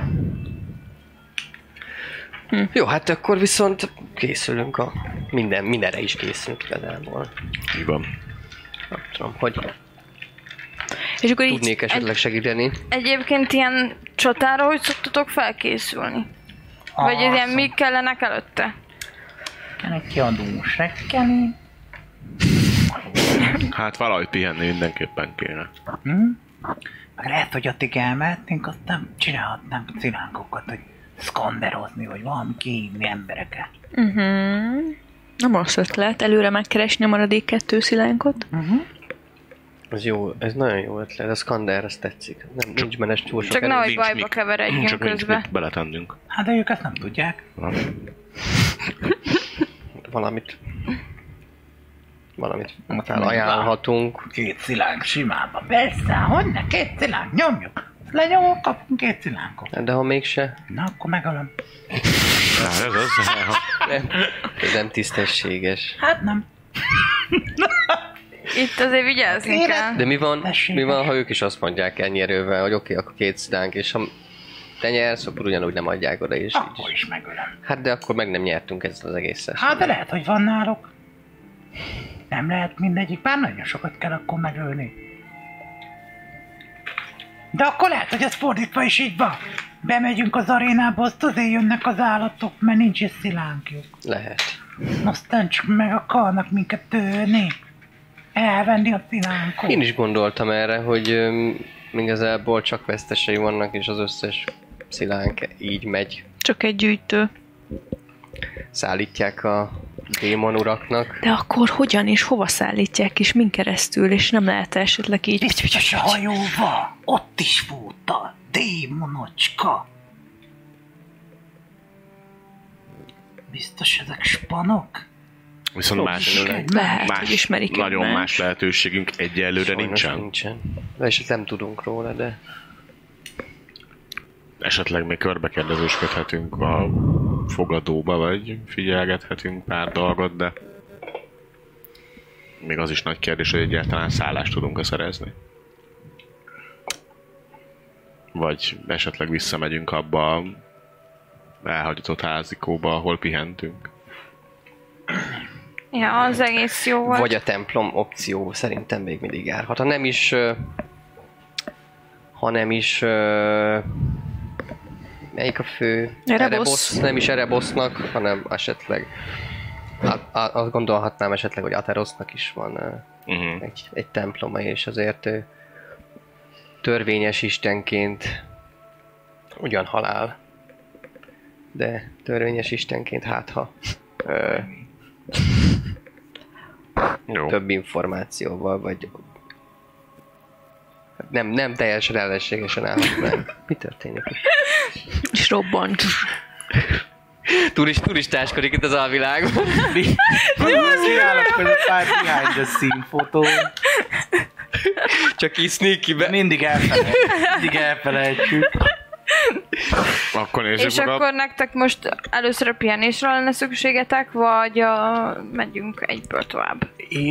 [SPEAKER 4] Jó, hát akkor viszont készülünk mindenre is készülünk igazából.
[SPEAKER 5] Így van.
[SPEAKER 4] Nem tudom, hogy
[SPEAKER 6] És akkor
[SPEAKER 4] tudnék esetleg segíteni.
[SPEAKER 2] Egyébként ilyen csatára hogy szoktatok felkészülni? Vagy ilyen mi kellenek előtte?
[SPEAKER 3] Kell egy kiadós reggeli.
[SPEAKER 5] Hát valahogy pihenni mindenképpen kéne.
[SPEAKER 3] Meg lehet, hogy addig elmehetnénk, aztán csinálhatnánk szilánkokat, hogy szkanderozni, vagy valami kihívni embereket.
[SPEAKER 6] Nem rossz ötlet, előre megkeresni a maradék 2 szilánkot.
[SPEAKER 4] Ez jó, ez nagyon jó ötlet, a Skander, ez tetszik. Nincs benne túl sok
[SPEAKER 2] Csak
[SPEAKER 4] erő.
[SPEAKER 2] nehogy bajba keveredjünk
[SPEAKER 5] Csak nincs
[SPEAKER 2] közben.
[SPEAKER 5] mit beletennünk.
[SPEAKER 3] Hát de ők ezt nem tudják.
[SPEAKER 4] Valamit felajánlhatunk.
[SPEAKER 3] 2 szilánk simába. Persze, hogy ne 2 szilánk, nyomjuk. lenyomok, kapunk 2 szilánkot.
[SPEAKER 4] De ha mégse,
[SPEAKER 3] Na, akkor megölöm.
[SPEAKER 4] ez nem tisztességes.
[SPEAKER 3] Hát nem.
[SPEAKER 2] Itt azért vigyázni kell.
[SPEAKER 4] De mi van,
[SPEAKER 3] Tessék.
[SPEAKER 4] ha ők is azt mondják ennyi erővel, hogy oké, akkor 2 szidánk, és ha te nyersz, akkor ugyanúgy nem adják oda, és így
[SPEAKER 3] Akkor is megölöm.
[SPEAKER 4] Hát de akkor meg nem nyertünk ezzel az egésszel.
[SPEAKER 3] Hát de lehet, hogy van náluk. Nem lehet mindegyik, bár nagyon sokat kell akkor megölni. De akkor lehet, hogy ez fordítva is így van. Bemegyünk az arénába, azt azért jönnek az állatok, mert nincs is szilánkjuk.
[SPEAKER 4] Lehet.
[SPEAKER 3] Aztán csak meg akarnak minket tölni. Elvenni a szilánkot.
[SPEAKER 4] Én is gondoltam erre, hogy igazából csak vesztesei vannak, és az összes szilánk így megy.
[SPEAKER 6] Csak egy gyűjtő.
[SPEAKER 4] Szállítják a démon uraknak.
[SPEAKER 6] De akkor hogyan és hova szállítják is, min keresztül, és nem lehet esetleg így...
[SPEAKER 3] Biztos a hajóval. Ott is volt a démonocska. Biztos ezek spanok?
[SPEAKER 5] Viszont más,
[SPEAKER 6] Lehet, hogy ismerik
[SPEAKER 5] nagyon
[SPEAKER 6] egymást.
[SPEAKER 5] más lehetőségünk egyelőre
[SPEAKER 4] Sajnos
[SPEAKER 5] nincsen.
[SPEAKER 4] De és nem tudunk róla, de...
[SPEAKER 5] Esetleg még körbekérdezősködhetünk a fogadóba, vagy figyelgethetünk pár dolgot, de még az is nagy kérdés, hogy egyáltalán szállást tudunk-e szerezni. Vagy esetleg visszamegyünk abba a elhagyatott házikóba, ahol pihentünk.
[SPEAKER 2] Ja, az egész jó volt.
[SPEAKER 4] Vagy a templom opció szerintem még mindig járhat. Ha nem is melyik a fő?
[SPEAKER 6] Erebos.
[SPEAKER 4] Nem is Erebosznak, hanem esetleg azt gondolhatnám esetleg, hogy Aterosnak is van egy temploma, és azért törvényes istenként ugyan halál, de törvényes istenként
[SPEAKER 5] Jó.
[SPEAKER 4] több információval, vagy nem teljesen ellenségesen állhatnánk. Mi történik?
[SPEAKER 6] És robbant.
[SPEAKER 4] Turistáskodik itt az alvilágban.
[SPEAKER 7] Csinálok között pár behind the scene fotó.
[SPEAKER 4] Csak így sneaky-be.
[SPEAKER 7] Mindig elfelejtjük.
[SPEAKER 5] Akkor nézzük
[SPEAKER 2] És
[SPEAKER 5] meg
[SPEAKER 2] akkor nektek most először a pihenésre lenne szükségetek, vagy megyünk egyből tovább?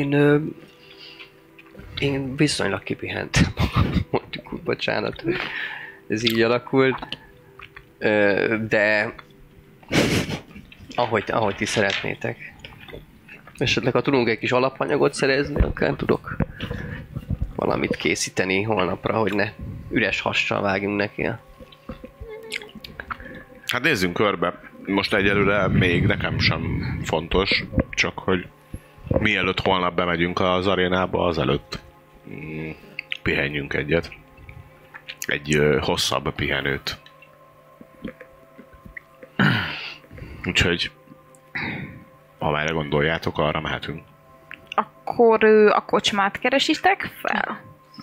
[SPEAKER 4] Én viszonylag kipihentem magam, mondjuk úgy, bocsánat, hogy ez így alakult. De ahogy ti szeretnétek. Esetleg ha tudunk egy kis alapanyagot szerezni, akkor tudok valamit készíteni holnapra, hogy ne üres hassal vágjunk neki.
[SPEAKER 5] Hát nézzünk körbe. Most egyelőre még nekem sem fontos, csak hogy mielőtt holnap bemegyünk az arénába, azelőtt pihenjünk egyet. Egy hosszabb pihenőt. Úgyhogy ha már gondoljátok, arra mehetünk.
[SPEAKER 2] Akkor a kocsmát keresitek fel?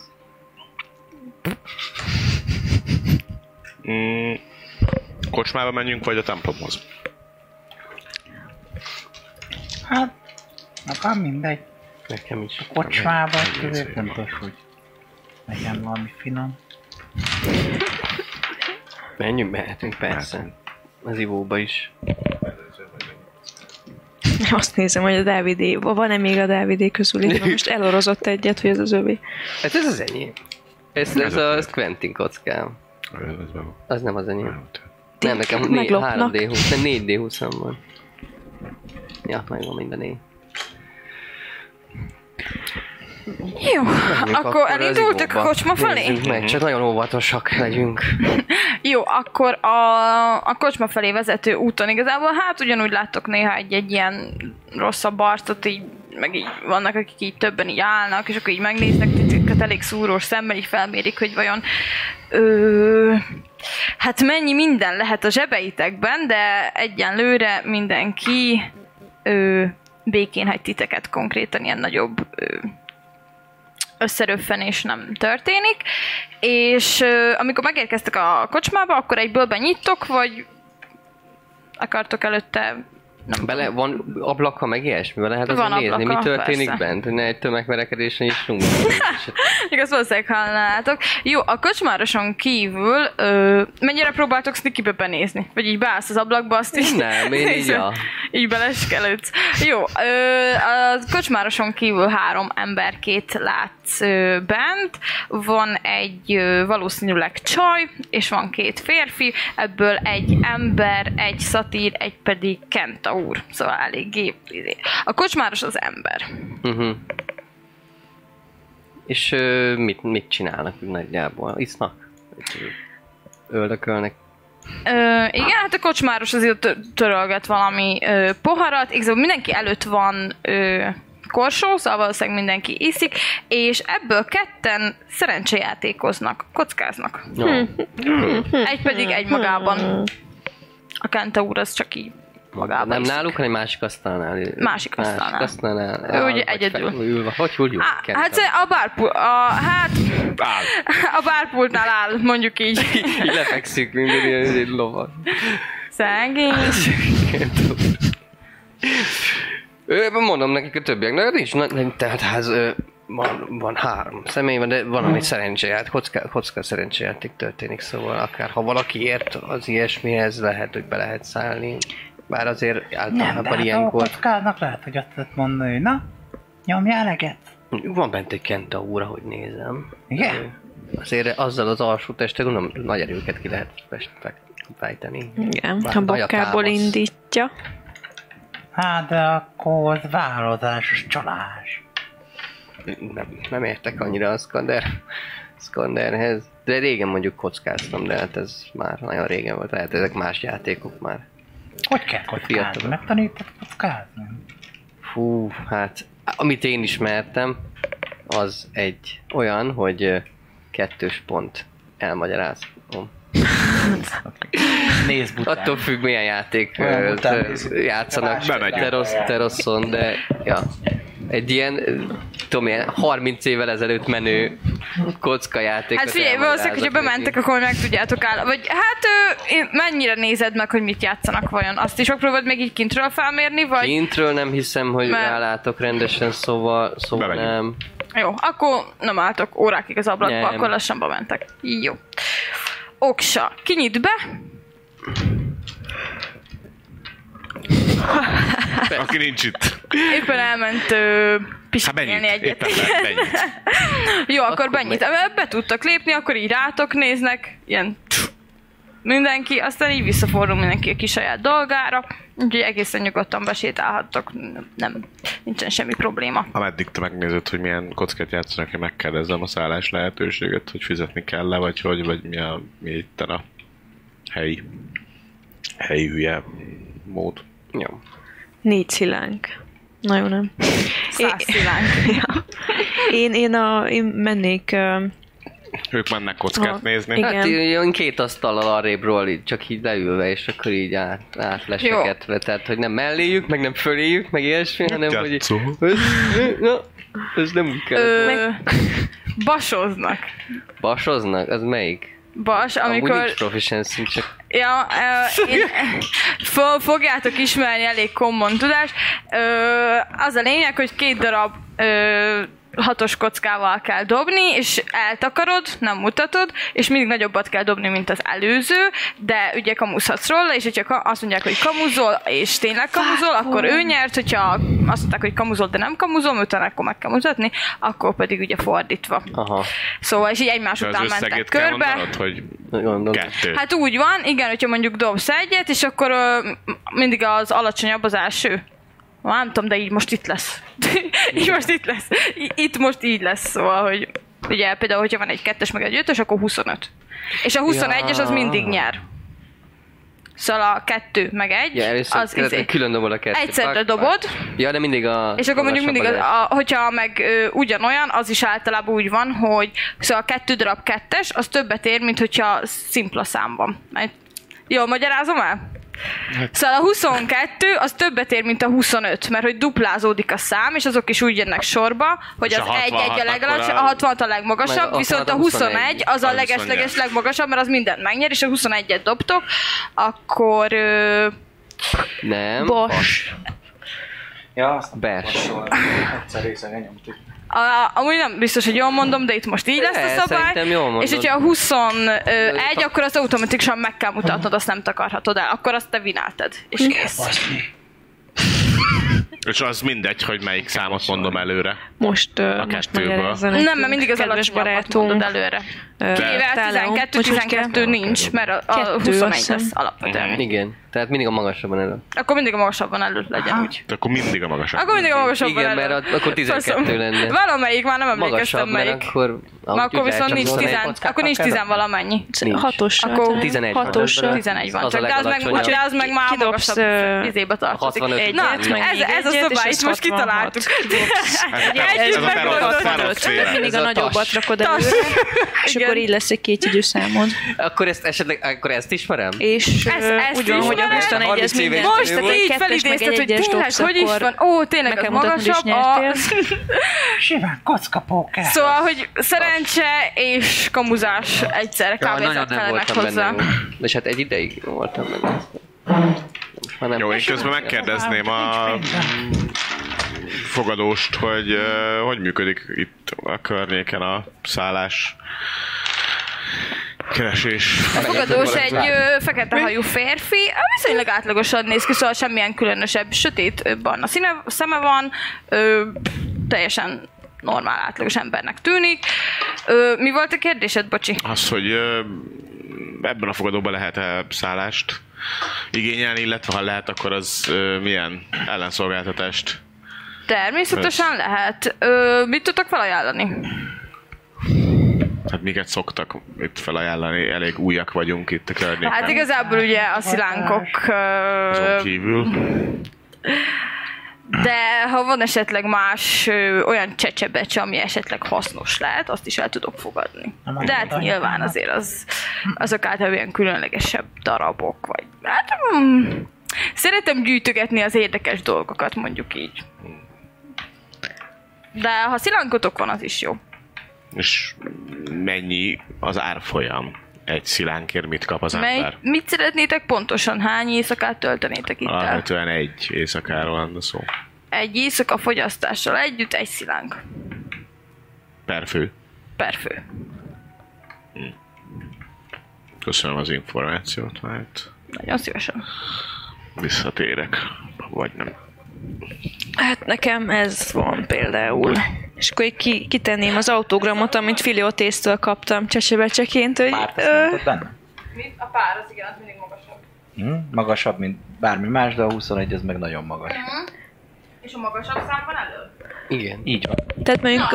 [SPEAKER 5] Kocsmába menjünk, vagy a templomhoz?
[SPEAKER 3] Hát, nekem mindegy.
[SPEAKER 4] Nekem is.
[SPEAKER 3] Kocsmába, azért fontos, hogy legyen valami finom.
[SPEAKER 4] Mehetünk persze. Az ivóba is.
[SPEAKER 6] Azt nézem, hogy a Dávidé, van-e még a Dávidé közül itt? Most elorozott egyet, hogy ez az övé.
[SPEAKER 4] Hát ez az enyém. Ez Quentin kockám. Az nem az enyém. Nem, nekem
[SPEAKER 6] meglopnak.
[SPEAKER 4] 3D20, nem 4D20 van. Ja, megvan minden én.
[SPEAKER 2] Jó, akkor elindultak a kocsma felé?
[SPEAKER 4] Nézzük meg, csak nagyon óvatosak legyünk.
[SPEAKER 2] Jó, akkor a kocsma felé vezető úton igazából hát ugyanúgy láttok néha egy ilyen rosszabb arcot, így, meg így vannak, akik így többen így állnak, és akkor így megnéznek titeket elég szúrós szemmel, így felmérik, hogy vajon hát mennyi minden lehet a zsebeitekben, de egyenlőre mindenki békén hagy titeket, konkrétan ilyen nagyobb összeröffenés nem történik, és amikor megérkeztek a kocsmába, akkor egyből benyittok, vagy akartok előtte
[SPEAKER 4] Bele van ablaka, meg ilyesmi? Lehet
[SPEAKER 2] Van
[SPEAKER 4] azért nézni, mi
[SPEAKER 2] ablaka,
[SPEAKER 4] történik
[SPEAKER 2] persze.
[SPEAKER 4] bent? Ne egy tömegverekedésen is rung.
[SPEAKER 2] Igaz, valószínűleg hallnátok. Jó, a kocsmároson kívül mennyire próbáltok sneakybe benézni? Vagy így beállsz az ablakba, azt is...
[SPEAKER 4] Nem, én így, ja.
[SPEAKER 2] Így beleskelődsz. Jó, a kocsmároson kívül 3 emberkét látsz bent. Van egy valószínűleg csaj, és van 2 férfi. Ebből egy ember, egy szatír, egy pedig kentaur. Szóval eléggé... A kocsmáros az ember.
[SPEAKER 4] Uh-huh. És mit csinálnak nagyjából? Isznak? Öldökölnek?
[SPEAKER 2] Igen, hát a kocsmáros azért törölget valami poharat, igazából mindenki előtt van korsó, szóval valószínűleg mindenki iszik, és ebből 2 szerencsejátékoznak, kockáznak.
[SPEAKER 4] No.
[SPEAKER 2] Egy pedig egymagában. A kentaur az csak így magában
[SPEAKER 4] Nem
[SPEAKER 2] iszik.
[SPEAKER 4] náluk, hanem másik asztalnál.
[SPEAKER 2] Másik asztalnál. Ő ugye egyedül.
[SPEAKER 4] Ülve. Hogy húgyjuk?
[SPEAKER 2] Hát a bárpultnál áll, mondjuk így.
[SPEAKER 4] Így lefekszik minden ilyen lovat.
[SPEAKER 2] Szegény.
[SPEAKER 4] Mondom nekik a többieknek, nincs, tehát van 3 személy, de van, ami kocka szerencsejáték történik, szóval akár ha valaki ért az ilyesmihez, lehet, hogy be lehet szállni. Bár azért
[SPEAKER 3] Nem, de
[SPEAKER 4] általában
[SPEAKER 3] hát
[SPEAKER 4] ilyenkor...
[SPEAKER 3] kockáznak lehet, hogy azt lehet mondani, hogy na, nyomjál eleget.
[SPEAKER 4] Van bent egy kentaur, ahogy nézem.
[SPEAKER 3] Igen?
[SPEAKER 4] Azért azzal az alsó testet, gondolom, nagy erőket ki lehet fejteni.
[SPEAKER 6] Igen,
[SPEAKER 4] Bár
[SPEAKER 6] a
[SPEAKER 4] nagy
[SPEAKER 6] bokából
[SPEAKER 4] támasz.
[SPEAKER 6] indítja.
[SPEAKER 3] Hát de akkor az vállalkozás, csalás.
[SPEAKER 4] Nem értek annyira a Skanderhez. De régen mondjuk kockáztam, de hát ez már nagyon régen volt. Lehet, ezek más játékok már.
[SPEAKER 3] Hogy kell kockázni?
[SPEAKER 4] Fiatalok.
[SPEAKER 3] Megtanítod kockázni?
[SPEAKER 4] Fú, hát amit én ismertem, az egy olyan, hogy 2 pont elmagyarázom.
[SPEAKER 3] Nézd bután.
[SPEAKER 4] Attól függ, milyen játék
[SPEAKER 3] Olyan után nézzük.
[SPEAKER 4] játszanak
[SPEAKER 5] Bemegyünk.
[SPEAKER 4] Teroszon, de ja. Egy ilyen, tudom ilyen 30 évvel ezelőtt menő kocka játék.
[SPEAKER 2] Hát figyelj, valószínűleg, hogyha bementek, akkor meg tudjátok áll. Vagy hát mennyire nézed meg, hogy mit játszanak vajon? Azt is megpróbálod még így kintről felmérni, vagy...
[SPEAKER 4] Kintről nem hiszem, hogy rálátok rendesen, szóval
[SPEAKER 5] Bemegyünk.
[SPEAKER 4] nem.
[SPEAKER 2] Jó, akkor nem álltok órákig az ablakba,
[SPEAKER 4] Nem.
[SPEAKER 2] akkor lassan bementek. Jó. Oksa, kinyit be?
[SPEAKER 5] Aki nincs itt.
[SPEAKER 2] Éppen elment
[SPEAKER 5] Hát
[SPEAKER 2] pisikélni
[SPEAKER 5] mennyit?
[SPEAKER 2] egyet.
[SPEAKER 5] Éppen mennyit.
[SPEAKER 2] Jó, akkor benyit. Be tudtak lépni, akkor így rátok néznek, ilyen mindenki, aztán így visszafordul mindenki a kis saját dolgára, úgyhogy egészen nyugodtan besétálhattok, nem, nincsen semmi probléma.
[SPEAKER 5] Ameddig te megnézed, hogy milyen kockát játszanak, én megkérdezem a szállás lehetőséget, hogy fizetni kell-e, vagy hogy, vagy mi itten a helyi hülye mód.
[SPEAKER 4] Jó.
[SPEAKER 6] 4 szilánk. Na jó, nem.
[SPEAKER 2] 100 szilánk.
[SPEAKER 6] Én mennék...
[SPEAKER 5] Ők mennek kockát nézni.
[SPEAKER 6] Igen.
[SPEAKER 4] Hát jön 2 asztallal arrébről, így csak így leülve, és akkor így átleseketve, tehát hogy nem melléjük, meg nem föléjük, meg ilyesmi, hanem hogy így,
[SPEAKER 5] Játszó.
[SPEAKER 4] ez nem úgy kell.
[SPEAKER 2] Basoznak.
[SPEAKER 4] Basoznak? Az melyik?
[SPEAKER 2] Bas,
[SPEAKER 4] Amúgy
[SPEAKER 2] amikor...
[SPEAKER 4] nincs proficiency, csak
[SPEAKER 2] Ja, fogjátok ismerni elég common tudás. Az a lényeg, hogy 2 darab 6-os kockával kell dobni, és eltakarod, nem mutatod, és mindig nagyobbat kell dobni, mint az előző, de ugye kamuzhatsz róla, és hogyha azt mondják, hogy kamuzol, és tényleg kamuzol, akkor ő nyert, hogyha azt mondták, hogy kamuzol, de nem kamuzol, utána akkor meg kell mutatni, akkor pedig ugye fordítva.
[SPEAKER 4] aha,
[SPEAKER 2] Szóval, és így egymás
[SPEAKER 5] Az
[SPEAKER 2] után mentek
[SPEAKER 5] összegét kell
[SPEAKER 2] körbe.
[SPEAKER 5] mondanod, hogy
[SPEAKER 4] gondolom.
[SPEAKER 5] 2.
[SPEAKER 2] Hát úgy van, igen, hogyha mondjuk dobsz egyet, és akkor mindig az alacsonyabb az első. Nem tudom, de így most itt lesz. Így most itt lesz. Itt most így lesz, szóval, hogy ugye például, hogyha van egy 2-es meg egy 5-ös, akkor 25. És a 21-es az mindig nyer. Szóval a 2 meg 1,
[SPEAKER 4] Ja, először
[SPEAKER 2] az
[SPEAKER 4] külön dobod a 2.
[SPEAKER 2] egyszerre dobod,
[SPEAKER 4] Ja, de mindig a...
[SPEAKER 2] és akkor mondjuk mindig,
[SPEAKER 4] magasabb
[SPEAKER 2] hogyha meg ugyanolyan, az is általában úgy van, hogy szóval a 2 darab 2-es, az többet ér, mint hogyha szimpla szám van. Jól magyarázom el? Szóval a 22 az többet ér, mint a 25, mert hogy duplázódik a szám, és azok is úgy jönnek sorba, hogy
[SPEAKER 5] És
[SPEAKER 2] az
[SPEAKER 5] a
[SPEAKER 2] 1-1 a legalacsonyabb,
[SPEAKER 5] akkor
[SPEAKER 2] a 60 a legmagasabb,
[SPEAKER 4] Meg
[SPEAKER 2] viszont a
[SPEAKER 4] 21
[SPEAKER 2] 21 az a
[SPEAKER 5] az
[SPEAKER 2] legesleges
[SPEAKER 5] 28.
[SPEAKER 2] legmagasabb, mert az mindent megnyer, és a 21-et dobtok, akkor
[SPEAKER 4] Nem.
[SPEAKER 6] Bas.
[SPEAKER 7] Ja, azt
[SPEAKER 4] Bers.
[SPEAKER 7] egyszer részegen nyomtuk.
[SPEAKER 2] Amúgy nem biztos, hogy jól mondom, de itt most így lesz a szabály.
[SPEAKER 4] Szerintem jól mondod.
[SPEAKER 2] És hogyha a 21, akkor azt automatikusan meg kell mutatnod, azt nem takarhatod el. Akkor azt te vinálted. És kész.
[SPEAKER 5] És az mindegy, hogy melyik számot mondom előre.
[SPEAKER 6] Most
[SPEAKER 5] kettőből.
[SPEAKER 6] magyarázzanak.
[SPEAKER 2] Nem, mert mindig az
[SPEAKER 6] Kedves
[SPEAKER 2] alacsonyabbat mondod előre. Kivéve 12 nincs, mert a 21 lesz alapvetően.
[SPEAKER 4] Igen, tehát mindig a magasabban elő.
[SPEAKER 2] Akkor mindig a magasabban elő legyen úgy.
[SPEAKER 5] De akkor mindig a magasabb.
[SPEAKER 2] Akkor mindig a magasabban
[SPEAKER 4] Igen,
[SPEAKER 2] elő.
[SPEAKER 4] mert akkor 12 lenne.
[SPEAKER 2] Valamelyik, már nem emlékeztem
[SPEAKER 4] Magasabb,
[SPEAKER 2] melyik.
[SPEAKER 4] mert akkor...
[SPEAKER 2] Már akkor viszont nincs 10, akkor nincs 10 valamennyi.
[SPEAKER 4] Nincs.
[SPEAKER 6] 6-os.
[SPEAKER 2] Akkor
[SPEAKER 4] 11 van.
[SPEAKER 2] 11 van.
[SPEAKER 4] Az a
[SPEAKER 2] Csak de az meg már
[SPEAKER 6] Kidobsz,
[SPEAKER 2] magasabb izébe tartozik.
[SPEAKER 4] 65.
[SPEAKER 2] Na, ez a szabály, itt most kitaláltuk. Együtt
[SPEAKER 5] Ez a
[SPEAKER 2] megoldottuk.
[SPEAKER 5] felosztás.
[SPEAKER 6] Mindig a
[SPEAKER 4] Ez a
[SPEAKER 6] nagyobbat
[SPEAKER 4] tas.
[SPEAKER 6] rakod előre, és
[SPEAKER 2] Igen.
[SPEAKER 6] akkor így lesz egy kétjegyű számod.
[SPEAKER 4] Akkor ezt esetleg, akkor ezt ismerem?
[SPEAKER 6] És
[SPEAKER 2] Ezt
[SPEAKER 6] úgy van, hogy a
[SPEAKER 2] ismered?
[SPEAKER 6] 21 ez
[SPEAKER 4] 30
[SPEAKER 6] minden.
[SPEAKER 4] éves
[SPEAKER 2] Most
[SPEAKER 4] Ő volt.
[SPEAKER 2] így
[SPEAKER 6] Kettes, meg
[SPEAKER 2] felidézted, hogy
[SPEAKER 6] egyes
[SPEAKER 2] tényleg,
[SPEAKER 6] dobsz,
[SPEAKER 2] hogy is
[SPEAKER 6] akkor
[SPEAKER 2] van. Ó, tényleg
[SPEAKER 6] meg
[SPEAKER 2] az
[SPEAKER 6] kell mutatnod, is
[SPEAKER 2] magasabb.
[SPEAKER 6] nyertél.
[SPEAKER 3] Simán kockapóker.
[SPEAKER 2] Szóval, hogy szerencse és kamuzás egyszerre
[SPEAKER 4] Nagyon
[SPEAKER 2] kávézat
[SPEAKER 4] nem
[SPEAKER 2] kellenek
[SPEAKER 4] voltam
[SPEAKER 2] hozzá.
[SPEAKER 4] benne. És hát egy ideig voltam benne. Most már nem.
[SPEAKER 5] Jó, én közben megkérdezném a fogadóst, hogy működik itt a környéken a szállás keresés.
[SPEAKER 2] A fogadós egy fekete hajú férfi, viszonylag átlagosan néz ki, szóval semmilyen különösebb, sötét barna szeme van, teljesen normál, átlagos embernek tűnik. Mi volt a kérdésed, bocsi?
[SPEAKER 5] Az, hogy ebben a fogadóban lehet-e szállást igényelni, illetve ha lehet, akkor az milyen ellenszolgáltatást?
[SPEAKER 2] Természetesen lehet. Mit tudtok felajánlani?
[SPEAKER 5] Hát miket szoktak itt felajánlani? Elég újak vagyunk itt a környéken.
[SPEAKER 2] Hát igazából ugye a szilánkok...
[SPEAKER 5] Azon kívül.
[SPEAKER 2] De ha van esetleg más olyan csecsebecse, ami esetleg hasznos lehet, azt is el tudok fogadni. De hát nyilván azért azok általában ilyen különlegesebb darabok, vagy hát szeretem gyűjtögetni az érdekes dolgokat, mondjuk így. De ha szilánkotok van, az is jó.
[SPEAKER 5] És mennyi az árfolyam? Egy szilánkért mit kap az ember?
[SPEAKER 2] Mit szeretnétek pontosan? Hány éjszakát töltenétek itt el?
[SPEAKER 5] Alapvetően egy éjszakáról lenne szó.
[SPEAKER 2] Egy éjszaka fogyasztással együtt egy szilánk.
[SPEAKER 5] Per fő.
[SPEAKER 2] Per fő.
[SPEAKER 5] Köszönöm az információt, mert
[SPEAKER 2] Nagyon szívesen.
[SPEAKER 5] visszatérek. Vagy nem.
[SPEAKER 6] Hát nekem ez van például. És akkor kitenném az autogramot, amit Filiotésztől kaptam csecsebecseként, hogy...
[SPEAKER 7] Párt azt mondtad benne?
[SPEAKER 2] A pár, az igen, az mindig magasabb.
[SPEAKER 7] Magasabb, mint bármi más, de a 21 az meg nagyon magas.
[SPEAKER 2] És a magasabb szám van elő?
[SPEAKER 4] Igen.
[SPEAKER 7] Így van.
[SPEAKER 6] Tehát mondjuk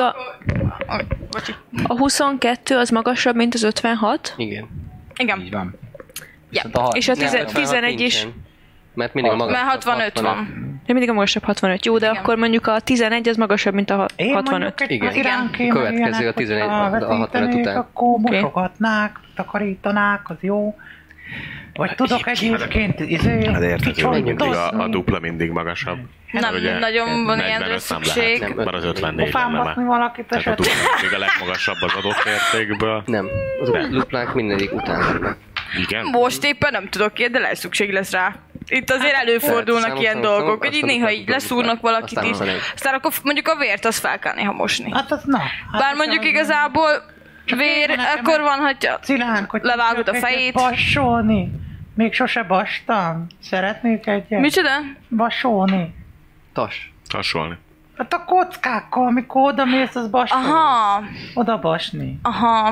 [SPEAKER 6] a 22 az magasabb, mint az 56,
[SPEAKER 4] Igen.
[SPEAKER 2] Igen.
[SPEAKER 7] Így van.
[SPEAKER 2] Ja.
[SPEAKER 7] Viszont a
[SPEAKER 6] és a
[SPEAKER 4] 56
[SPEAKER 6] 11 is,
[SPEAKER 4] nincsen. Mert mindig a magasabb.
[SPEAKER 2] Mert 65 van.
[SPEAKER 6] de mindig a magasabb 65. Jó, de
[SPEAKER 2] Igen.
[SPEAKER 6] akkor mondjuk a 11 az magasabb, mint a
[SPEAKER 3] Én
[SPEAKER 6] 65.
[SPEAKER 3] mondjuk egy
[SPEAKER 4] Igen.
[SPEAKER 3] iránkémet
[SPEAKER 4] Következő a
[SPEAKER 3] ilyenek,
[SPEAKER 4] 11,
[SPEAKER 3] hogyha
[SPEAKER 4] a 65
[SPEAKER 3] vetítenék,
[SPEAKER 4] után.
[SPEAKER 3] Akkor
[SPEAKER 6] Oké.
[SPEAKER 3] mosogatnák, takarítanák, az jó. Vagy tudok egyébként
[SPEAKER 5] Hát érthető, hogy mindig a
[SPEAKER 3] kicsoldozni.
[SPEAKER 5] dupla mindig magasabb.
[SPEAKER 2] Nem
[SPEAKER 5] Ugye
[SPEAKER 2] nagyon van ilyenre
[SPEAKER 5] 45 nem
[SPEAKER 2] szükség.
[SPEAKER 5] lehet, mert az 54 lenne
[SPEAKER 3] Pofámbatni
[SPEAKER 5] már.
[SPEAKER 3] valakit
[SPEAKER 5] Tehát a
[SPEAKER 3] esetleg.
[SPEAKER 5] dupla mindig a legmagasabb az adott értékből.
[SPEAKER 4] Nem. Az duplák mindegyik után vannak.
[SPEAKER 5] Igen?
[SPEAKER 2] Most éppen nem tudok ilyet, de lesz szükség lesz rá. Itt azért előfordulnak
[SPEAKER 4] számos,
[SPEAKER 2] ilyen
[SPEAKER 4] számos,
[SPEAKER 2] dolgok, hogy így
[SPEAKER 4] aztán
[SPEAKER 2] néha
[SPEAKER 4] utána
[SPEAKER 2] így leszúrnak valakit
[SPEAKER 4] aztán
[SPEAKER 2] is.
[SPEAKER 4] 21.
[SPEAKER 2] Aztán akkor mondjuk a vért azt fel kell néha mosni.
[SPEAKER 3] Hát az na. Hát
[SPEAKER 2] Bár
[SPEAKER 3] az
[SPEAKER 2] mondjuk
[SPEAKER 3] az-
[SPEAKER 2] igazából vér,
[SPEAKER 3] nekem
[SPEAKER 2] akkor van, hogy
[SPEAKER 3] Cilánk, hogy
[SPEAKER 2] levágod a
[SPEAKER 3] tudjak egyet
[SPEAKER 2] fejét.
[SPEAKER 3] Bassolni. Még sose bastam. Szeretnék egyet?
[SPEAKER 2] Micsoda?
[SPEAKER 3] Basolni.
[SPEAKER 4] Tas.
[SPEAKER 5] Hasonlni.
[SPEAKER 3] Hát a kockákkal, amikor oda mész, az basolni.
[SPEAKER 2] Aha,
[SPEAKER 3] Oda basni.
[SPEAKER 2] aha.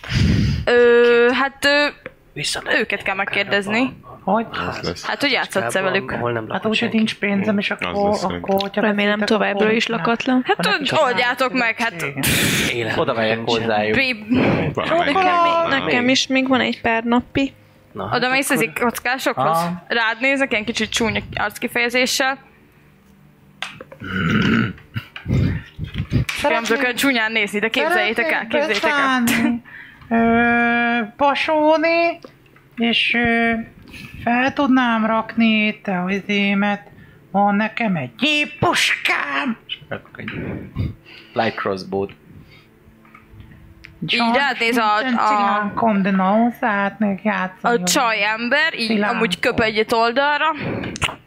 [SPEAKER 2] Hát őket kell megkérdezni.
[SPEAKER 3] Hogy?
[SPEAKER 5] Ez lesz.
[SPEAKER 2] Hát, hogy játszhatsz-e velük?
[SPEAKER 4] Ahol nem
[SPEAKER 3] Hát
[SPEAKER 4] lakott
[SPEAKER 3] úgy, hogy
[SPEAKER 4] senki.
[SPEAKER 3] nincs pénzem, és
[SPEAKER 5] Az
[SPEAKER 3] akkor,
[SPEAKER 5] lesz szerintem.
[SPEAKER 3] hogyha
[SPEAKER 6] Remélem
[SPEAKER 3] veszitek,
[SPEAKER 6] továbbra
[SPEAKER 3] akkor
[SPEAKER 6] is
[SPEAKER 3] nem.
[SPEAKER 6] lakatlan.
[SPEAKER 2] Hát
[SPEAKER 3] Van egy
[SPEAKER 2] tudj,
[SPEAKER 3] kis
[SPEAKER 2] oldjátok meg, hát
[SPEAKER 3] lehetőségem.
[SPEAKER 7] Oda megyek hozzájuk.
[SPEAKER 5] Valamelyik.
[SPEAKER 6] Nekem is még van egy pár napi.
[SPEAKER 4] Na, hát
[SPEAKER 2] oda mész
[SPEAKER 4] akkor-
[SPEAKER 2] ezek kockásokhoz?
[SPEAKER 7] Aha.
[SPEAKER 2] Rád nézek, ilyen kicsit csúnya arckifejezéssel. Nem tudok olyan csúnyán nézni, de képzeljétek el, képzeljétek el.
[SPEAKER 3] Beszállni, basolni, és fel tudnám rakni itt a vizémet. Van nekem egy géppuskám.
[SPEAKER 7] És rakok egy light crossbow-t.
[SPEAKER 2] Így rád néz a
[SPEAKER 3] Cilánkom, de na, szeretnék játszani.
[SPEAKER 2] csajember, így
[SPEAKER 3] Szilárd.
[SPEAKER 2] amúgy köp egyet oldalra,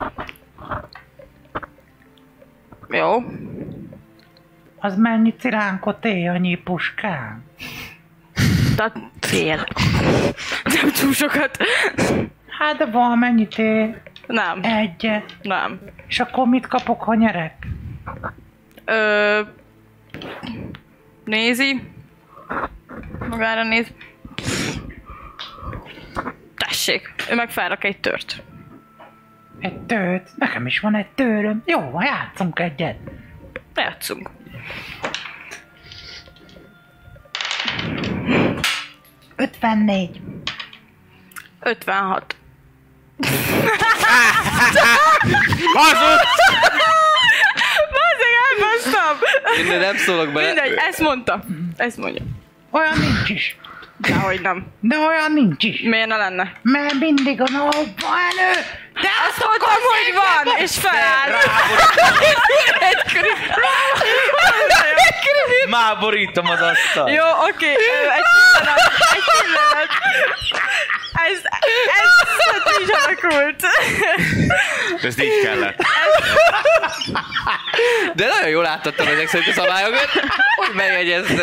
[SPEAKER 2] Jó.
[SPEAKER 3] Az mennyi ciránkot éj annyi puskán?
[SPEAKER 2] Tehát fél. Nem túl sokat.
[SPEAKER 3] Hát de van mennyit éj?
[SPEAKER 2] Nem.
[SPEAKER 3] Egyet.
[SPEAKER 2] Nem.
[SPEAKER 3] És akkor mit kapok, ha nyerek?
[SPEAKER 2] Nézi. Magára néz. Tessék, ő meg felrak egy tört.
[SPEAKER 3] Egy tőt? Nekem is van egy tőröm. Jó, van, játszunk egyet.
[SPEAKER 2] Játszunk.
[SPEAKER 3] $54.
[SPEAKER 2] 56.
[SPEAKER 5] Hazudsz!
[SPEAKER 2] Bazzeg, elbasztam!
[SPEAKER 4] Én nem szólok bele.
[SPEAKER 2] Mindegy, ezt mondta. Ezt mondja.
[SPEAKER 3] Olyan nincs is.
[SPEAKER 2] Dehogy nem.
[SPEAKER 3] De olyan nincs is.
[SPEAKER 2] Miért ne lenne?
[SPEAKER 3] Mert mindig a napban elő. De
[SPEAKER 2] Azt mondtam, hogy van, és feláll. Egy
[SPEAKER 7] Már borítom az asztalt.
[SPEAKER 2] Jó, oké, egy pillanat. Ez így alakult.
[SPEAKER 5] Ez így kellett.
[SPEAKER 4] De nagyon jól átadtam ezek szerint a szabályokat, hogy megjegyezte.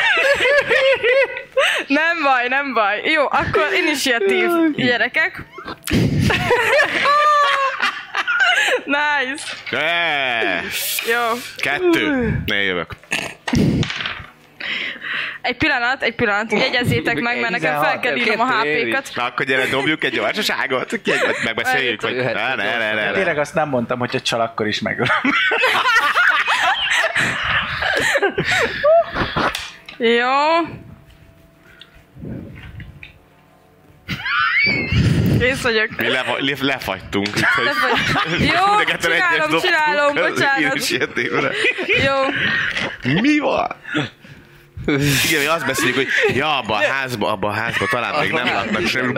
[SPEAKER 2] Nem baj. Jó, akkor initiatív, gyerekek. Nice. Jó.
[SPEAKER 5] 2. Ne jövök.
[SPEAKER 2] Egy pillanat, jegyezzétek meg, mert nekem fel kell írnom a HP-kat.
[SPEAKER 5] Na akkor gyere, dobjuk egy gyorsaságot. Megbeszéljük, vagy... Ne.
[SPEAKER 7] Tényleg azt nem mondtam, hogy csal, akkor is megölöm.
[SPEAKER 2] Jó. Kész vagyok.
[SPEAKER 5] Mi lefagytunk.
[SPEAKER 2] Jó, csinálom, bocsánat. Jó.
[SPEAKER 5] Mi van? Igen, mi azt beszéljük, hogy ja, abban a házban talán még nem laknak semmi.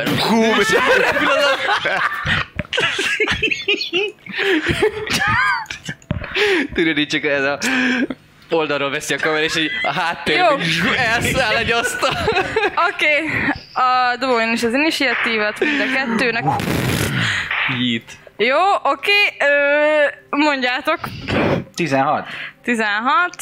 [SPEAKER 4] Tudod, így csak ez a oldalról veszi a kamera, és így a háttérben elszáll egy asztal.
[SPEAKER 2] Oké, dobom is az initiatívet mind a kettőnek.
[SPEAKER 4] Jít.
[SPEAKER 2] Jó, oké, mondjátok.
[SPEAKER 7] 16.
[SPEAKER 2] 16.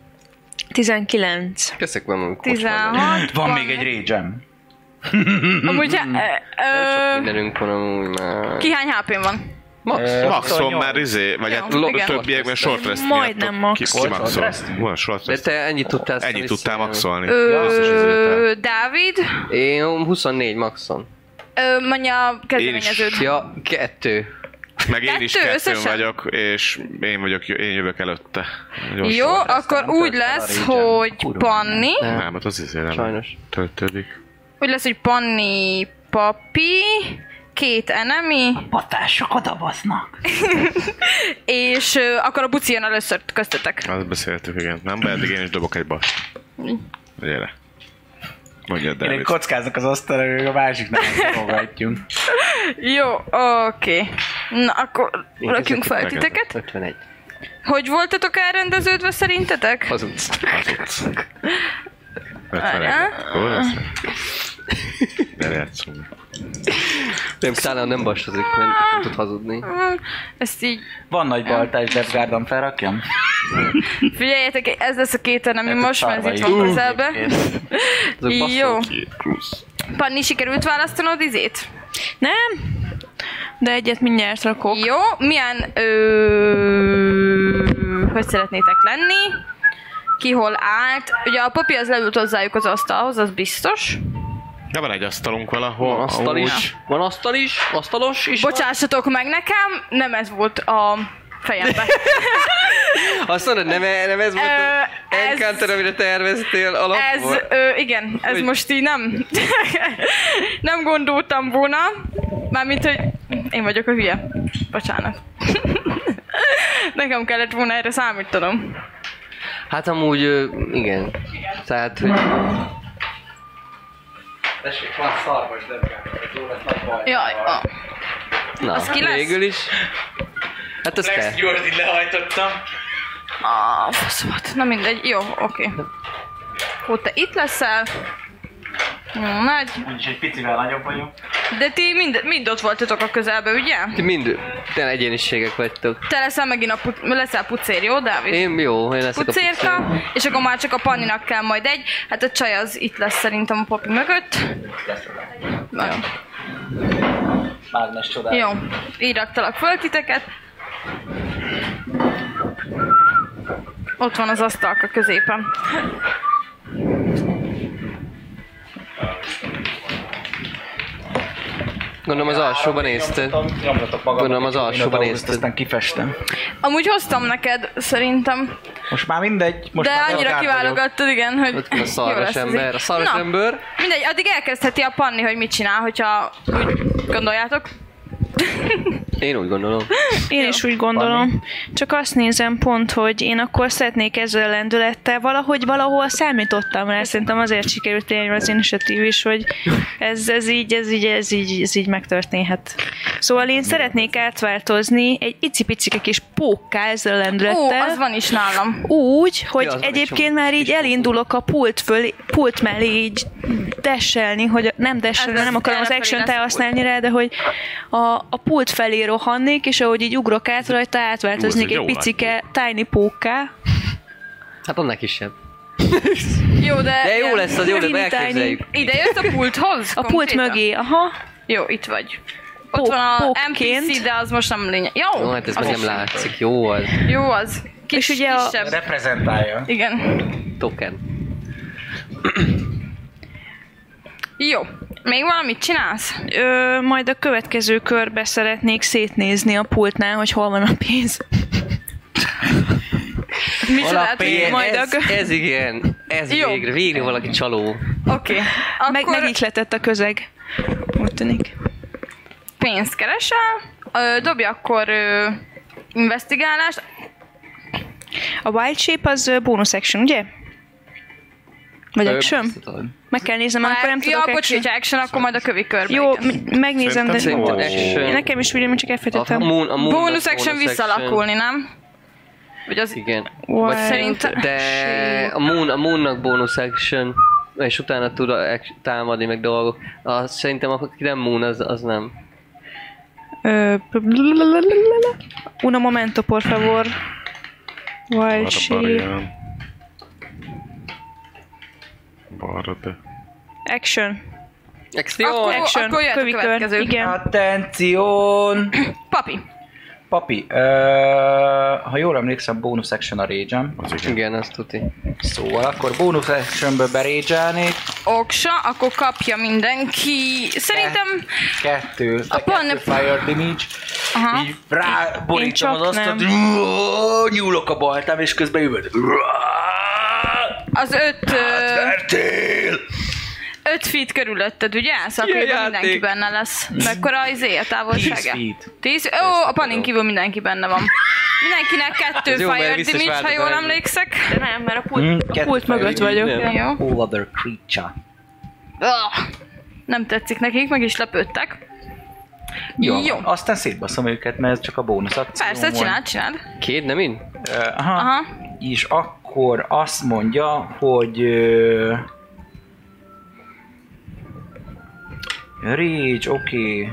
[SPEAKER 6] 19.
[SPEAKER 4] Köszönjük, van
[SPEAKER 2] 16.
[SPEAKER 7] Van még egy rage-em.
[SPEAKER 2] Amúgy,
[SPEAKER 4] Sok mindenünk van amúgy már.
[SPEAKER 2] ki hány HP-n van?
[SPEAKER 5] Maxon már vagy hát
[SPEAKER 2] igen.
[SPEAKER 5] többiekben short rest
[SPEAKER 6] Majdnem max.
[SPEAKER 5] Ki maxol? Van short
[SPEAKER 4] De
[SPEAKER 5] rest.
[SPEAKER 4] te ennyit tudtál
[SPEAKER 5] Ennyit tudtál maxolni.
[SPEAKER 2] Dávid?
[SPEAKER 4] Én 24 maxon.
[SPEAKER 2] Mondja a kezdeményeződ.
[SPEAKER 4] Ja, 2.
[SPEAKER 5] Meg én is 2
[SPEAKER 2] összesen?
[SPEAKER 5] vagyok, és én jövök előtte.
[SPEAKER 2] Jó, akkor úgy lesz, hogy Panni.
[SPEAKER 5] Nem, hát az izé nem
[SPEAKER 4] Sajnos.
[SPEAKER 5] töltődik.
[SPEAKER 2] Úgy lesz, hogy Panni, Papi, 2 enemy,
[SPEAKER 3] Patások odabasznak.
[SPEAKER 2] és akkor a buci jön először köztetek.
[SPEAKER 5] Azt beszéltük, igen. Nem baj, eddig én is dobok egy bast. Gyere. Mondjad,
[SPEAKER 7] Én
[SPEAKER 5] David.
[SPEAKER 7] kockáznak az asztalra, hogy a másiknál próbálhatjunk.
[SPEAKER 2] Jó, oké. Na, akkor rakjunk fel titeket.
[SPEAKER 4] 51.
[SPEAKER 2] Hogy voltatok elrendeződve szerintetek?
[SPEAKER 4] Hazudsz.
[SPEAKER 5] 51. Hol lesz? Ne játszunk.
[SPEAKER 4] Nem, talán nem bastozik, mert nem tud hazudni.
[SPEAKER 2] Ezt így...
[SPEAKER 7] Van nagy baltás, Death Guardon felrakjam?
[SPEAKER 2] Figyeljetek, ez lesz a 2 enemy
[SPEAKER 7] Hát,
[SPEAKER 2] most, mert ez itt
[SPEAKER 7] szarva
[SPEAKER 2] van
[SPEAKER 7] is.
[SPEAKER 2] közelbe. Jó.
[SPEAKER 5] 2 plusz.
[SPEAKER 2] Panni, sikerült választanod izét?
[SPEAKER 6] Nem? De egyet mindjárt rakok.
[SPEAKER 2] Jó, milyen hogy szeretnétek lenni? Ki hol állt? Ugye a Papi az leült hozzájuk az asztalhoz, az biztos.
[SPEAKER 5] De van egy asztalunk valahol.
[SPEAKER 4] Van asztal
[SPEAKER 5] amúgy.
[SPEAKER 4] is. Van asztal is. Asztalos is.
[SPEAKER 2] Bocsássatok meg nekem, nem ez volt a fejembe.
[SPEAKER 4] Azt mondod, nem ez volt az
[SPEAKER 2] ez-
[SPEAKER 4] Encounter, amire terveztél alapból?
[SPEAKER 2] Igen, ez
[SPEAKER 4] Hogy-
[SPEAKER 2] most így nem... nem gondoltam volna. Mármint, hogy én vagyok a hülye. Bocsánat. Nekem kellett volna erre számítanom.
[SPEAKER 4] Hát amúgy, igen. Tehát, hogy... Tessék, van szarvas,
[SPEAKER 2] Jaj,
[SPEAKER 4] Na,
[SPEAKER 2] Az ki lesz?
[SPEAKER 4] végül is. Hát az te.
[SPEAKER 7] Jordi lehajtottam.
[SPEAKER 2] faszomat. Na mindegy, jó, oké. Ó, te itt leszel. Jó, nagy.
[SPEAKER 7] Úgyis egy picivel nagyobb vagyok.
[SPEAKER 2] De ti mind ott voltatok a közelben, ugye?
[SPEAKER 4] Ti mind egyéniségek vagytok.
[SPEAKER 2] Te leszel megint leszel pucér, jó, Dávid?
[SPEAKER 4] Én leszek
[SPEAKER 2] Pucérka,
[SPEAKER 4] a pucér.
[SPEAKER 2] és akkor már csak a Panninak kell majd egy. Hát a csaj az itt lesz szerintem a Poppy mögött. Nagyon.
[SPEAKER 7] Mágnes csodál.
[SPEAKER 2] Jó, így raktalak föl titeket. Ott van az asztalka középen.
[SPEAKER 4] Gondolom az alsóban nézted. Gondolom az alsóban nézted.
[SPEAKER 7] Aztán kifestem.
[SPEAKER 2] Amúgy hoztam neked, szerintem.
[SPEAKER 7] Most már mindegy. Most
[SPEAKER 2] De
[SPEAKER 7] már
[SPEAKER 2] annyira
[SPEAKER 7] akár
[SPEAKER 2] kiválogattad, igen, hogy
[SPEAKER 4] Ott van a
[SPEAKER 2] jó
[SPEAKER 4] szarvas
[SPEAKER 2] lesz ez
[SPEAKER 4] ember.
[SPEAKER 2] így.
[SPEAKER 4] A szarvas
[SPEAKER 2] Na,
[SPEAKER 4] ember.
[SPEAKER 2] mindegy, addig elkezdheti a Panni, hogy mit csinál, hogyha úgy gondoljátok.
[SPEAKER 4] Én úgy gondolom.
[SPEAKER 6] Én is úgy gondolom. Csak azt nézem pont, hogy én akkor szeretnék ezzel a lendülettel valahol számítottam rá. Szerintem azért sikerült élni az initiatív is, hogy ez így megtörténhet. Szóval én szeretnék átváltozni egy icipicike kis pókká ezzel a
[SPEAKER 2] Ó,
[SPEAKER 6] lendülettel.
[SPEAKER 2] az van is nálam.
[SPEAKER 6] Úgy, hogy
[SPEAKER 4] Ja, az van
[SPEAKER 6] egyébként
[SPEAKER 4] egy
[SPEAKER 6] már így elindulok a pult mellé így desselni, hogy nem desselni,
[SPEAKER 2] Ez
[SPEAKER 6] nem akarom az
[SPEAKER 2] errefelé
[SPEAKER 6] action-t
[SPEAKER 2] lesz a
[SPEAKER 6] használni rá, de hogy a pult felé rohannék, és ahogy így ugrok át rajta, átváltoznék
[SPEAKER 5] Ú, ez
[SPEAKER 6] egy
[SPEAKER 5] egy jó
[SPEAKER 6] picike tiny pókká.
[SPEAKER 4] Hát annál kisebb.
[SPEAKER 2] Jó, de
[SPEAKER 4] De jó lesz az, jó, de
[SPEAKER 6] Mini
[SPEAKER 4] elképzeljük.
[SPEAKER 2] ide jössz a pulthoz?
[SPEAKER 6] A pult mögé, aha.
[SPEAKER 2] Jó, itt vagy. Ott van a
[SPEAKER 6] pókként.
[SPEAKER 2] NPC, de az most nem lényeg. Jó,
[SPEAKER 4] Jó, hát ez
[SPEAKER 2] az
[SPEAKER 4] meg
[SPEAKER 2] is
[SPEAKER 4] nem látszik. Jó az.
[SPEAKER 2] Jó az.
[SPEAKER 6] És ugye a-
[SPEAKER 2] kisebb.
[SPEAKER 7] Reprezentálja.
[SPEAKER 2] Igen.
[SPEAKER 4] Token.
[SPEAKER 2] Jó. Még valamit csinálsz?
[SPEAKER 6] Majd a következő körbe szeretnék szétnézni a pultnál, hogy hol van a pénz.
[SPEAKER 2] Micsodát?
[SPEAKER 7] pénz?
[SPEAKER 6] Majd
[SPEAKER 4] Ez igen. Ez
[SPEAKER 2] Jó.
[SPEAKER 4] végre valaki csaló.
[SPEAKER 2] Oké. Akkor
[SPEAKER 6] Megihletett a közeg. Úgy tűnik.
[SPEAKER 2] pénzt keresel. Dobj akkor investigálást.
[SPEAKER 6] A wild shape az bonus action, ugye? Vagy action? Meg kell néznem, akkor nem
[SPEAKER 2] Ja,
[SPEAKER 6] tudok
[SPEAKER 2] bocs,
[SPEAKER 6] action.
[SPEAKER 2] hogy action, akkor majd a kövi körbe.
[SPEAKER 6] Jó,
[SPEAKER 2] igen.
[SPEAKER 6] megnézem, de
[SPEAKER 4] Szerintem action.
[SPEAKER 6] nekem is úgy, csak
[SPEAKER 4] A
[SPEAKER 6] elfejtettem.
[SPEAKER 4] moon
[SPEAKER 2] Bonus action visszalakulni, nem? Vagy az...
[SPEAKER 4] Igen.
[SPEAKER 6] Wild
[SPEAKER 2] szerintem-
[SPEAKER 4] De a moonnak bonus action, és utána tud támadni meg dolgok. Szerintem aki nem moon, az nem.
[SPEAKER 6] Una momento, por favor. Wild shape.
[SPEAKER 5] Balra, de...
[SPEAKER 6] Action.
[SPEAKER 4] Action!
[SPEAKER 6] Action.
[SPEAKER 2] akkor jöhet a
[SPEAKER 6] Kövi kör.
[SPEAKER 2] következő.
[SPEAKER 6] Igen.
[SPEAKER 7] Attention!
[SPEAKER 2] Papi.
[SPEAKER 7] Papi, ha jól emlékszem, bonus action a rage-em.
[SPEAKER 5] Az igen.
[SPEAKER 4] Igen, azt tuti.
[SPEAKER 7] Szóval akkor bonus actionből berage-elnék.
[SPEAKER 2] Oksa, akkor kapja mindenki. Szerintem...
[SPEAKER 7] Kettő
[SPEAKER 2] Panne-
[SPEAKER 7] fire damage.
[SPEAKER 2] Aha.
[SPEAKER 7] Így ráborítom
[SPEAKER 6] Én
[SPEAKER 7] az
[SPEAKER 6] csak
[SPEAKER 7] asztalt,
[SPEAKER 6] nem.
[SPEAKER 7] így nyúlok a baltám, és közben jövök.
[SPEAKER 2] Az
[SPEAKER 7] 5
[SPEAKER 2] 5 feet körülötted, ugye? Szóval
[SPEAKER 4] Ilyen
[SPEAKER 2] akkor
[SPEAKER 4] játék.
[SPEAKER 2] mindenki benne lesz. Mekkora az a
[SPEAKER 7] 10
[SPEAKER 2] távolsága?
[SPEAKER 7] feet.
[SPEAKER 2] 10? Ó, a panin kívül mindenki benne van. Mindenkinek 2
[SPEAKER 4] Ez jó, mert
[SPEAKER 2] fire
[SPEAKER 4] vissza is
[SPEAKER 2] damage, ha
[SPEAKER 4] váltok
[SPEAKER 2] jól
[SPEAKER 4] el.
[SPEAKER 2] emlékszek.
[SPEAKER 6] De nem, mert a
[SPEAKER 7] Kettő
[SPEAKER 6] pult mögött
[SPEAKER 7] fire
[SPEAKER 6] vagyok.
[SPEAKER 4] damage.
[SPEAKER 2] Jó.
[SPEAKER 7] All other creature.
[SPEAKER 2] Nem tetszik nekik, meg is lepődtek.
[SPEAKER 7] Jó.
[SPEAKER 2] Jó.
[SPEAKER 7] Aztán szétbaszom őket, mert ez csak a bónusz akció
[SPEAKER 2] Persze,
[SPEAKER 7] volt.
[SPEAKER 2] csináld.
[SPEAKER 4] Két, nem én?
[SPEAKER 7] Aha.
[SPEAKER 2] Aha.
[SPEAKER 7] És akkor azt mondja, hogy... Rage, oké.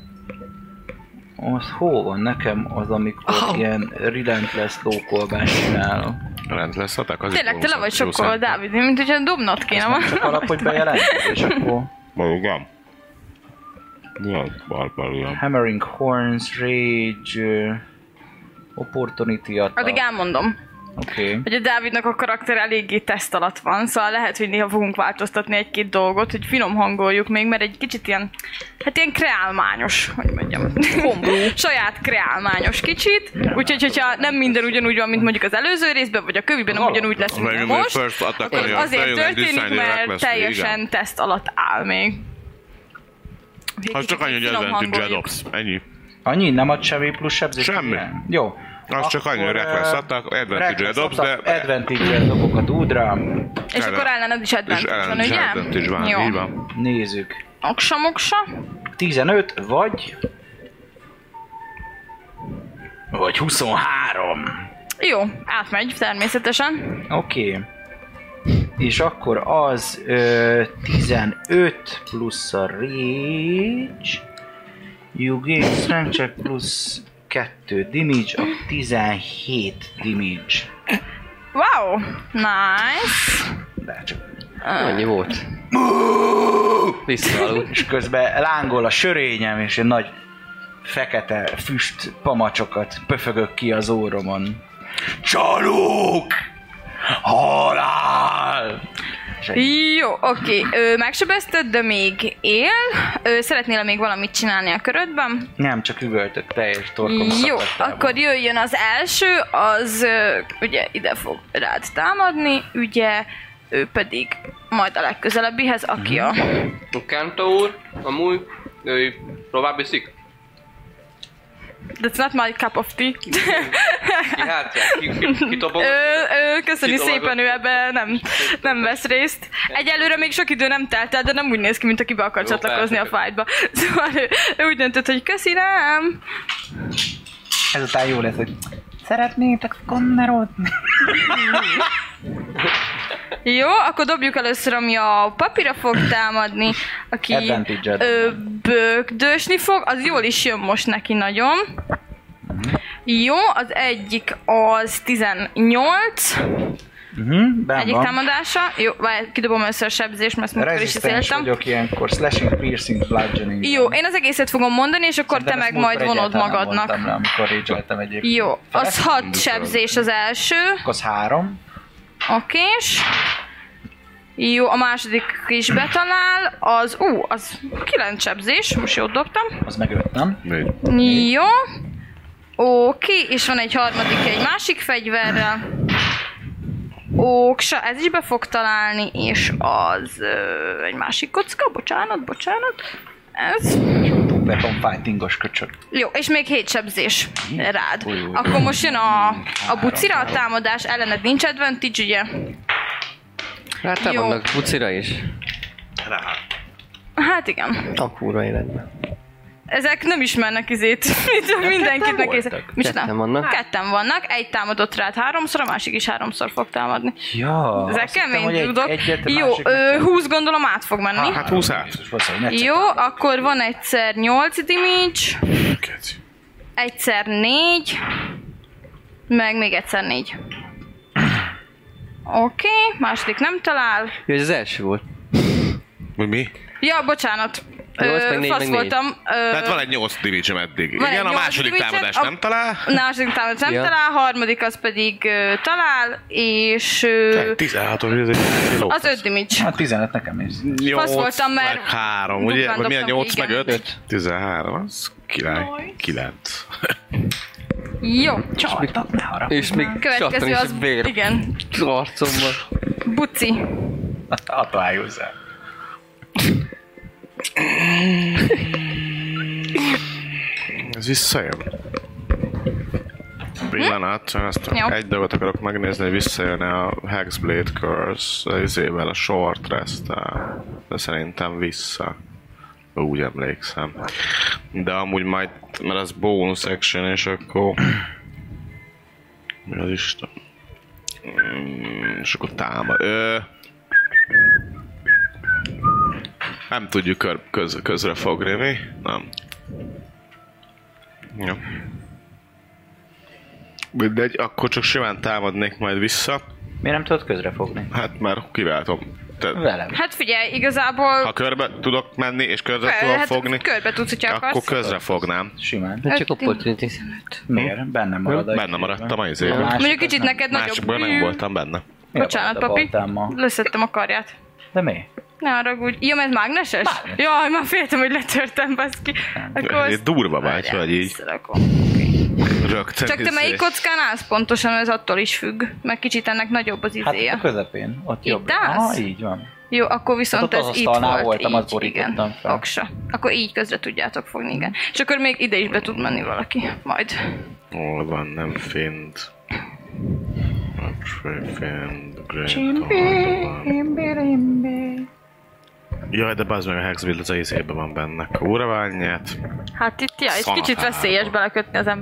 [SPEAKER 7] Az hol van nekem az, amikor ilyen relentless lókolbást csinálok?
[SPEAKER 5] Rend lesz attack, az
[SPEAKER 2] Tényleg, te le vagy sokkal, Dávid, mint hogyha dobnod kéne.
[SPEAKER 7] Nem csak alap, hogy bejelented, és akkor...
[SPEAKER 5] Valóban. Ja, barbarian.
[SPEAKER 7] Hammering Horns, Rage... Opportunity attack.
[SPEAKER 2] Addig elmondom,
[SPEAKER 7] Oké.
[SPEAKER 2] hogy a Dávidnak a karakter eléggé teszt alatt van, szóval lehet, hogy néha fogunk változtatni egy-két dolgot, hogy finom hangoljuk még, mert egy kicsit ilyen, hát ilyen kreálmányos, hogy mondjam, saját kreálmányos kicsit, úgyhogy hogyha nem minden ugyanúgy van, mint mondjuk az előző részben, vagy a köviben nem ugyanúgy lesz, mint
[SPEAKER 5] Megint
[SPEAKER 2] most,
[SPEAKER 5] first attack,
[SPEAKER 2] akkor
[SPEAKER 5] ami
[SPEAKER 2] azért
[SPEAKER 5] feljön egy
[SPEAKER 2] történik,
[SPEAKER 5] disadvantage
[SPEAKER 2] mert
[SPEAKER 5] lesz,
[SPEAKER 2] teljesen
[SPEAKER 5] igen.
[SPEAKER 2] teszt alatt áll még.
[SPEAKER 5] Az csak annyi, hogy
[SPEAKER 2] Finom
[SPEAKER 5] advantage
[SPEAKER 2] hangoljuk.
[SPEAKER 5] dobsz. Ennyi.
[SPEAKER 7] Annyi? Nem ad semmi plusz sebzést?
[SPEAKER 5] Semmi.
[SPEAKER 7] Igen. Jó.
[SPEAKER 5] Az csak annyi, hogy reckless attack, advantage dobsz, de...
[SPEAKER 7] Advantage-el dobok a dúdra.
[SPEAKER 2] És akkor ellened is
[SPEAKER 5] És
[SPEAKER 2] advantage van,
[SPEAKER 5] ellen is
[SPEAKER 2] ugye?
[SPEAKER 5] advantage van,
[SPEAKER 2] Jó.
[SPEAKER 5] így van.
[SPEAKER 7] Nézzük.
[SPEAKER 2] Oksa-moksa.
[SPEAKER 7] 15 vagy... Vagy 23.
[SPEAKER 2] Jó, átmegy természetesen.
[SPEAKER 7] Oké. És akkor az 15 plusz a rage. You gain strength check plusz 2 damage, a 17 damage.
[SPEAKER 2] Wow! Nice!
[SPEAKER 7] De csak.
[SPEAKER 4] Annyi volt. Visszaalud.
[SPEAKER 7] És közben lángol a sörényem, és egy nagy fekete füst pamacsokat pöfögök ki az óromon. Csalók! Halál!
[SPEAKER 2] Jó, oké. Megsebezted, de még él. Szeretnél még valamit csinálni a körödben?
[SPEAKER 7] Nem, csak üvöltök, teljes torkom
[SPEAKER 2] Jó,
[SPEAKER 7] szakadtában.
[SPEAKER 2] akkor jöjjön az első, az ugye ide fog rád támadni, ugye ő pedig majd a legközelebbihez, aki a...
[SPEAKER 4] Kento úr, amúgy, ő tovább viszik?
[SPEAKER 2] That's not my cup of tea.
[SPEAKER 4] Ki hátját? Ki tobog?
[SPEAKER 2] Köszöni szépen, ő ebben nem vesz részt. Egyelőre még sok idő nem telt el, de nem úgy néz ki, mint aki be akar
[SPEAKER 4] Jó,
[SPEAKER 2] csatlakozni
[SPEAKER 4] persze.
[SPEAKER 2] a fightba. Szóval ő úgy döntött, hogy köszi, nem.
[SPEAKER 7] Ezután jó lesz, hogy szeretnétek konnerodni?
[SPEAKER 2] Jó, akkor dobjuk először, ami a papírra fog támadni, aki
[SPEAKER 7] Advantage-ed.
[SPEAKER 2] bögdösni fog, az jól is jön most neki nagyon. Jó, az egyik az 18,
[SPEAKER 7] Ben
[SPEAKER 2] egyik
[SPEAKER 7] van.
[SPEAKER 2] támadása. Jó, várj, kidobom először a sebzést, mert ezt múltkor is
[SPEAKER 7] Resistens
[SPEAKER 2] izéltem.
[SPEAKER 7] vagyok ilyenkor, slashing, piercing, bludgeoning.
[SPEAKER 2] Jó, én az egészet fogom mondani, és akkor te meg majd vonod magadnak.
[SPEAKER 7] Nem le, amikor rage-eltem egyébként.
[SPEAKER 2] Jó, az 6 sebzés az első.
[SPEAKER 7] Akkor az 3.
[SPEAKER 2] Okés. Jó, a második is betalál, az 9 sebzés, most jót dobtam.
[SPEAKER 7] Az meg 5, nem?
[SPEAKER 2] Jó. Oké, és van egy harmadik, egy másik fegyverrel. Oksa, ez is be fog találni, és az egy másik kocka, bocsánat. Ez.
[SPEAKER 7] Weapon fightingos köcsög.
[SPEAKER 2] Jó, és még 7 sebzés rád. Akkor most jön a bucira a támadás, ellened nincs advantage, ugye?
[SPEAKER 4] Rátámadnak bucira is.
[SPEAKER 2] Hát igen.
[SPEAKER 4] A kurva életben.
[SPEAKER 2] Ezek nem ismernek mindenkit meg észre.
[SPEAKER 4] Ketten vannak.
[SPEAKER 2] Ketten vannak, egy támadott rád 3-szor, a másik is 3-szor fog támadni.
[SPEAKER 7] Ja,
[SPEAKER 2] Ezek
[SPEAKER 7] azt hittem,
[SPEAKER 2] kemény
[SPEAKER 7] hogy
[SPEAKER 2] tudok.
[SPEAKER 7] egyet, a
[SPEAKER 2] Jó,
[SPEAKER 7] másik meg
[SPEAKER 2] 20 gondolom át fog menni.
[SPEAKER 5] Hát 20 át.
[SPEAKER 2] Jó, akkor van egyszer 8 damage, egyszer 4, meg még egyszer 4. Oké, második nem talál.
[SPEAKER 4] Jó, ez az első volt.
[SPEAKER 5] Mi?
[SPEAKER 2] Ja, bocsánat.
[SPEAKER 4] 8 meg 4
[SPEAKER 2] fasz
[SPEAKER 4] meg 4.
[SPEAKER 2] voltam.
[SPEAKER 5] Tehát van egy 8 division eddig.
[SPEAKER 2] Van
[SPEAKER 5] Igen,
[SPEAKER 2] egy
[SPEAKER 5] a
[SPEAKER 2] 8
[SPEAKER 5] második
[SPEAKER 2] division,
[SPEAKER 5] támadás
[SPEAKER 2] a-
[SPEAKER 5] nem talál.
[SPEAKER 2] Második támadás nem
[SPEAKER 4] Ja.
[SPEAKER 2] talál, harmadik az pedig talál, és
[SPEAKER 5] 16-os, ez egy ló.
[SPEAKER 2] az 5 damage.
[SPEAKER 7] Hát 15 nekem is.
[SPEAKER 5] 8
[SPEAKER 2] voltam, mert
[SPEAKER 5] meg 3, ugye?
[SPEAKER 2] durván
[SPEAKER 5] Vagy milyen
[SPEAKER 2] dobtam,
[SPEAKER 5] 8 meg
[SPEAKER 2] igen.
[SPEAKER 5] 5? 13, az király. 9.
[SPEAKER 2] Jó,
[SPEAKER 7] Csaltak, ne haragudj.
[SPEAKER 4] És még
[SPEAKER 2] következő
[SPEAKER 4] csattan is
[SPEAKER 2] az,
[SPEAKER 4] vér
[SPEAKER 2] igen,
[SPEAKER 4] arcomban.
[SPEAKER 2] buci.
[SPEAKER 7] Atályozzál.
[SPEAKER 5] Ez visszajön. Pillanat, ezt
[SPEAKER 2] Jó.
[SPEAKER 5] egy dolgot akarok megnézni, hogy visszajön a Hexblade Curse izével, a short rest-tel. De szerintem vissza. Úgy emlékszem. De amúgy majd, mert az bonus action, és akkor... Mi az Isten? És akkor támad. Nem tudjuk közre fogni, mi? Nem. Jó. Mindegy, akkor csak simán támadnék majd vissza.
[SPEAKER 7] Miért nem tudod közrefogni?
[SPEAKER 5] Hát már kiváltom.
[SPEAKER 7] Velem.
[SPEAKER 2] Hát figyelj, igazából
[SPEAKER 5] Ha körbe tudok menni és közre tudom fogni,
[SPEAKER 2] körbe tudsz, hogyha
[SPEAKER 5] akkor
[SPEAKER 2] akarsz.
[SPEAKER 5] közre fognám.
[SPEAKER 7] Simán.
[SPEAKER 4] De csak
[SPEAKER 2] Öt-
[SPEAKER 4] opportunity.
[SPEAKER 7] Miért? Benne marad a
[SPEAKER 5] Benne maradtam a izében.
[SPEAKER 2] Mondjuk kicsit neked nagyobb.
[SPEAKER 5] Másikban nem voltam benne.
[SPEAKER 2] Bocsánat, papi. Leszettem a karját.
[SPEAKER 7] De mi?
[SPEAKER 2] Ne haragudj. Jó, ez mágneses? Jaj, már féltem, hogy letörtem, baszki. Akkor
[SPEAKER 5] Ez durva vagy, hogy így
[SPEAKER 2] összerakom.
[SPEAKER 5] rögtön.
[SPEAKER 2] Csak te melyik kockán állsz pontosan, ez attól is függ. Mert kicsit ennek nagyobb az
[SPEAKER 7] Hát
[SPEAKER 2] izéje.
[SPEAKER 7] a közepén, ott
[SPEAKER 2] Itt
[SPEAKER 7] jobbra.
[SPEAKER 2] állsz?
[SPEAKER 7] Így van.
[SPEAKER 2] Jó, akkor viszont
[SPEAKER 7] Hát ott
[SPEAKER 2] ez
[SPEAKER 7] az
[SPEAKER 2] itt
[SPEAKER 7] asztalnál
[SPEAKER 2] volt,
[SPEAKER 7] voltam,
[SPEAKER 2] így,
[SPEAKER 7] azt borítottam
[SPEAKER 2] igen,
[SPEAKER 7] fel.
[SPEAKER 2] oksa. Akkor így közre tudjátok fogni, igen. És akkor még ide is be tud menni valaki, majd.
[SPEAKER 5] Hol van, nem find. Jaj, de bazd meg a Hexblade az izében van benne. Kóraványát.
[SPEAKER 2] Hát itt, ja, egy
[SPEAKER 5] Szanatába.
[SPEAKER 2] kicsit veszélyes belekötni az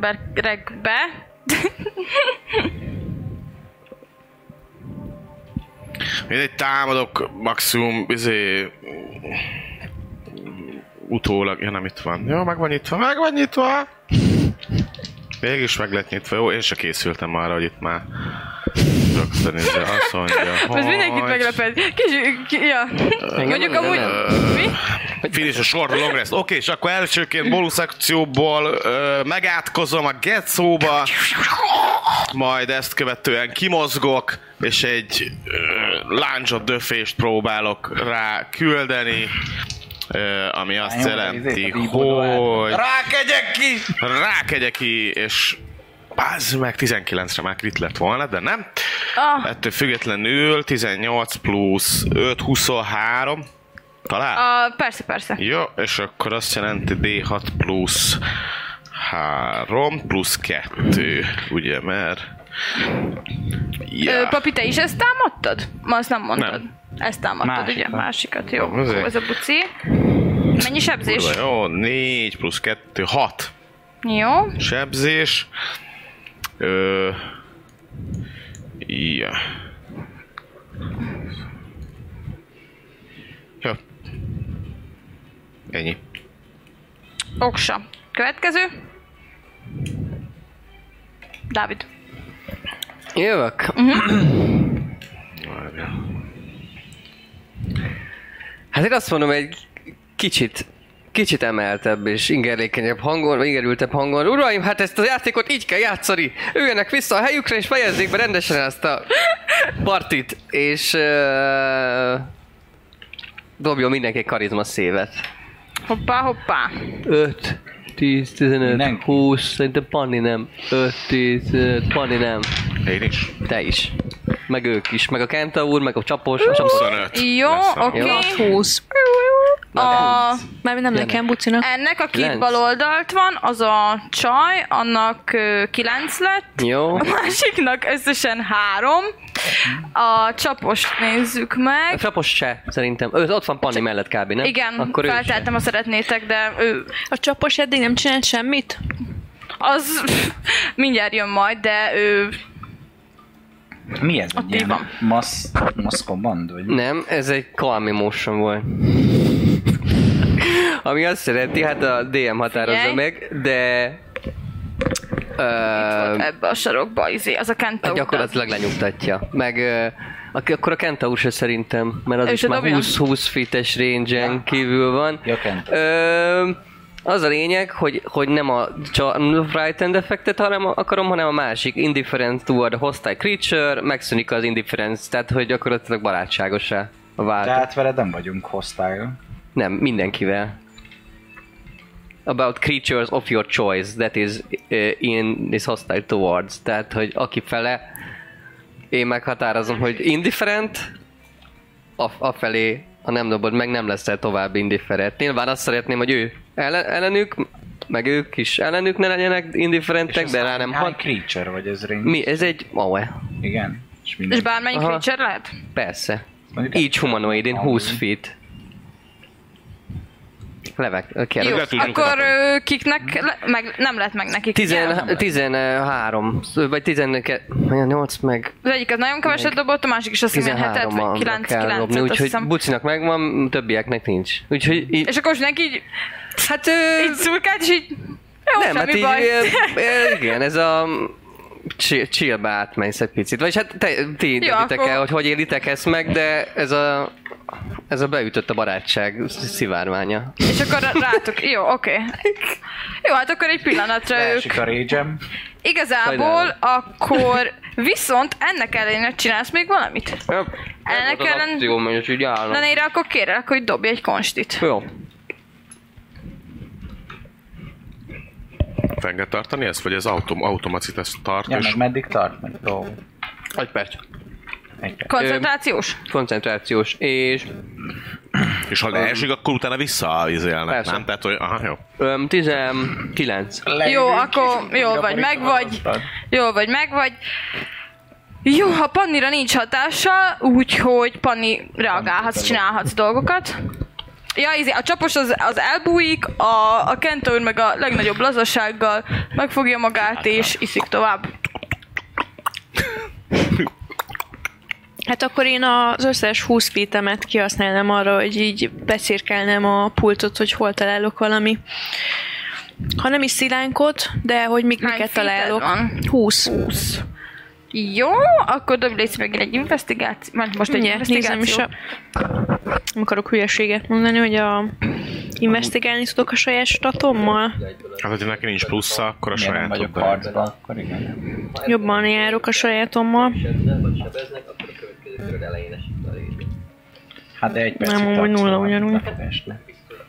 [SPEAKER 2] emberekbe.
[SPEAKER 5] Mindegy, támadok, maximum, utólag, ja nem itt van. Jó, meg van nyitva. Mégis meg lett nyitva. Jó, én se készültem arra, hogy itt már rögtön azt mondja,
[SPEAKER 2] hogy... Ez mindenkit megleped. Mondjuk amúgy... Mi?
[SPEAKER 5] Finish a short long rest. Oké, és akkor elsőként bónusz akcióból megátkozom a getszóba, majd ezt követően kimozgok, és egy lándzsot döfést próbálok rá küldeni, ami azt jelenti, hogy... Rákegyek ki, és bázz meg, 19-re már crit lett volna, de nem. Ettől függetlenül 18 plusz 5, 23. Talán?
[SPEAKER 2] Persze.
[SPEAKER 5] Jó, és akkor azt jelenti D6 plusz 3 plusz 2, ugye, mert...
[SPEAKER 2] Yeah. Papi, te is ezt támadtad? Ma azt nem mondtad.
[SPEAKER 5] Nem.
[SPEAKER 2] Ezt támadtad, ugye? Másikat. Jó, ez a buci. Mennyi sebzés?
[SPEAKER 5] Jó, 4 plusz 2, 6.
[SPEAKER 2] Jó.
[SPEAKER 5] Sebzés. Ja. Jó. Ennyi.
[SPEAKER 2] Oksa. Következő. Dávid.
[SPEAKER 4] Jövök. Hát én azt mondom, egy kicsit emeltebb és ingerültebb hangon. Uraim, hát ezt a játékot így kell játszani. Üljenek vissza a helyükre és fejezzék be rendesen ezt a partit. És dobjon mindenki egy karizma szévet.
[SPEAKER 2] Hoppá.
[SPEAKER 4] 5, 10, 15, 20, szerintem Panni nem. 5, 10, 15, Panni nem.
[SPEAKER 5] Én is.
[SPEAKER 4] Te is. Meg ők is. Meg a Kentaur, meg a Csapos.
[SPEAKER 5] 25.
[SPEAKER 2] Jó, oké.
[SPEAKER 6] 20. Már nem nekem, Bucinak.
[SPEAKER 2] Ennek, aki itt bal oldalt van, az a csaj, annak 9 lett.
[SPEAKER 4] Jó.
[SPEAKER 2] A másiknak összesen 3. A Csapost nézzük meg.
[SPEAKER 4] A Csapos se, szerintem. Ott van Panni mellett kb, nem?
[SPEAKER 2] Igen,
[SPEAKER 4] akkor
[SPEAKER 2] felteltem, ha szeretnétek, de ő...
[SPEAKER 6] A Csapos eddig nem csinált semmit?
[SPEAKER 2] Az mindjárt jön majd, de ő...
[SPEAKER 7] Mi ez?
[SPEAKER 2] Ott
[SPEAKER 7] Egy ilyen
[SPEAKER 2] van.
[SPEAKER 7] mass command? Vagy?
[SPEAKER 4] Nem, ez egy calm emotion volt. Ami azt jelenti, hát a DM határozza
[SPEAKER 2] Figyelj.
[SPEAKER 4] meg, de...
[SPEAKER 2] Itt volt ebbe a sarokba, az a Kentaur.
[SPEAKER 4] Gyakorlatilag lenyugtatja. Meg akkor a Kentaur se szerintem, mert az
[SPEAKER 2] Ő
[SPEAKER 4] is
[SPEAKER 2] se
[SPEAKER 4] már
[SPEAKER 2] dobja?
[SPEAKER 4] 20 feet-es range-en kívül van.
[SPEAKER 7] Ja,
[SPEAKER 4] Az a lényeg, hogy nem a frightened effektet akarom, hanem a másik indifference toward a hostile creature, megszűnik az indifference, tehát hogy gyakorlatilag barátságosá vált.
[SPEAKER 7] Tehát veled nem vagyunk hostile.
[SPEAKER 4] Nem, mindenkivel. About creatures of your choice that is in this hostile towards. Tehát, hogy aki fele én meghatározom, hogy indifferent, afelé, ha nem dobod meg, nem leszel tovább indifferent. Nyilván azt szeretném, hogy ő ellenük, meg ők is ellenük ne legyenek indifferentek, de rá nem hat.
[SPEAKER 7] Creature vagy ez range?
[SPEAKER 4] Mi? Ez egy AOE.
[SPEAKER 7] Igen.
[SPEAKER 2] És bármelyik creature lehet?
[SPEAKER 4] Persze.
[SPEAKER 7] Mondjuk
[SPEAKER 4] Each humanoid in 20 feet.
[SPEAKER 2] Jó, akkor kiknek nem lett meg nekik.
[SPEAKER 4] 13, vagy 18 meg...
[SPEAKER 2] Az egyik az nagyon keveset dobott, a másik is azt hiszem 7-et, vagy 9-et,
[SPEAKER 4] úgyhogy Bucinak megvan, többieknek nincs. Úgyhogy
[SPEAKER 2] és akkor most neki így...
[SPEAKER 4] Hát
[SPEAKER 2] így szurkált, és így... Jó,
[SPEAKER 4] nem,
[SPEAKER 2] semmi
[SPEAKER 4] hát
[SPEAKER 2] baj.
[SPEAKER 4] Igen, ez a... Chillbe átmensz egy picit. Vagyis hát ti döntitek el, hogy élitek ezt meg, de ez a beütött a barátság szivárványa.
[SPEAKER 2] És akkor rátok, jó, oké. Jó, hát akkor egy pillanatra
[SPEAKER 7] Leesik a rage-em.
[SPEAKER 2] Igazából akkor viszont ennek ellenére csinálsz még valamit? Ennek ellen... Lenére akkor kérlek, hogy dobj egy konstit.
[SPEAKER 4] Jó.
[SPEAKER 5] Fenn kell tartani ezt, vagy ez automacitas tart?
[SPEAKER 7] Ja,
[SPEAKER 5] és...
[SPEAKER 7] meg meddig tart? Meg
[SPEAKER 4] Egy perc.
[SPEAKER 2] Koncentrációs?
[SPEAKER 4] Koncentrációs, és
[SPEAKER 5] ha leesik, akkor utána visszaizélnek,
[SPEAKER 4] persze.
[SPEAKER 5] nem? Tehát, hogy aha, jó.
[SPEAKER 4] 19.
[SPEAKER 2] Jó, akkor jól vagy, megvagy. Jól vagy, megvagy. Jó, ha Pannira nincs hatása, úgyhogy Panni reagálhatsz, csinálhatsz dolgokat. Ja, a Csapos az elbújik, a Kentaur meg a legnagyobb lazasággal megfogja magát és iszik tovább.
[SPEAKER 6] Hát akkor én az összes 20 feet-emet kihasználnám arra, hogy így becirkálnám a pultot, hogy hol találok valami. Ha nem is szilánkot, de hogy miket találok.
[SPEAKER 2] Van?
[SPEAKER 6] 20.
[SPEAKER 2] Jó, akkor dobj légy meg egy investigáció. Most egy
[SPEAKER 6] Nézem is
[SPEAKER 2] investigáció.
[SPEAKER 6] nem akarok hülyeséget mondani, hogy investigálni tudok a saját statommal.
[SPEAKER 5] Hát, hogyha neki nincs plusza, akkor a
[SPEAKER 7] Miért nem vagyok
[SPEAKER 5] sajátoddal.
[SPEAKER 7] harcban, akkor igen.
[SPEAKER 6] Jobban járok a sajátommal.
[SPEAKER 7] Hát de egy percig
[SPEAKER 6] Nem, amúgy
[SPEAKER 7] tartsz
[SPEAKER 6] nulla
[SPEAKER 7] valami
[SPEAKER 6] ugyanúgy.
[SPEAKER 7] befedésnek.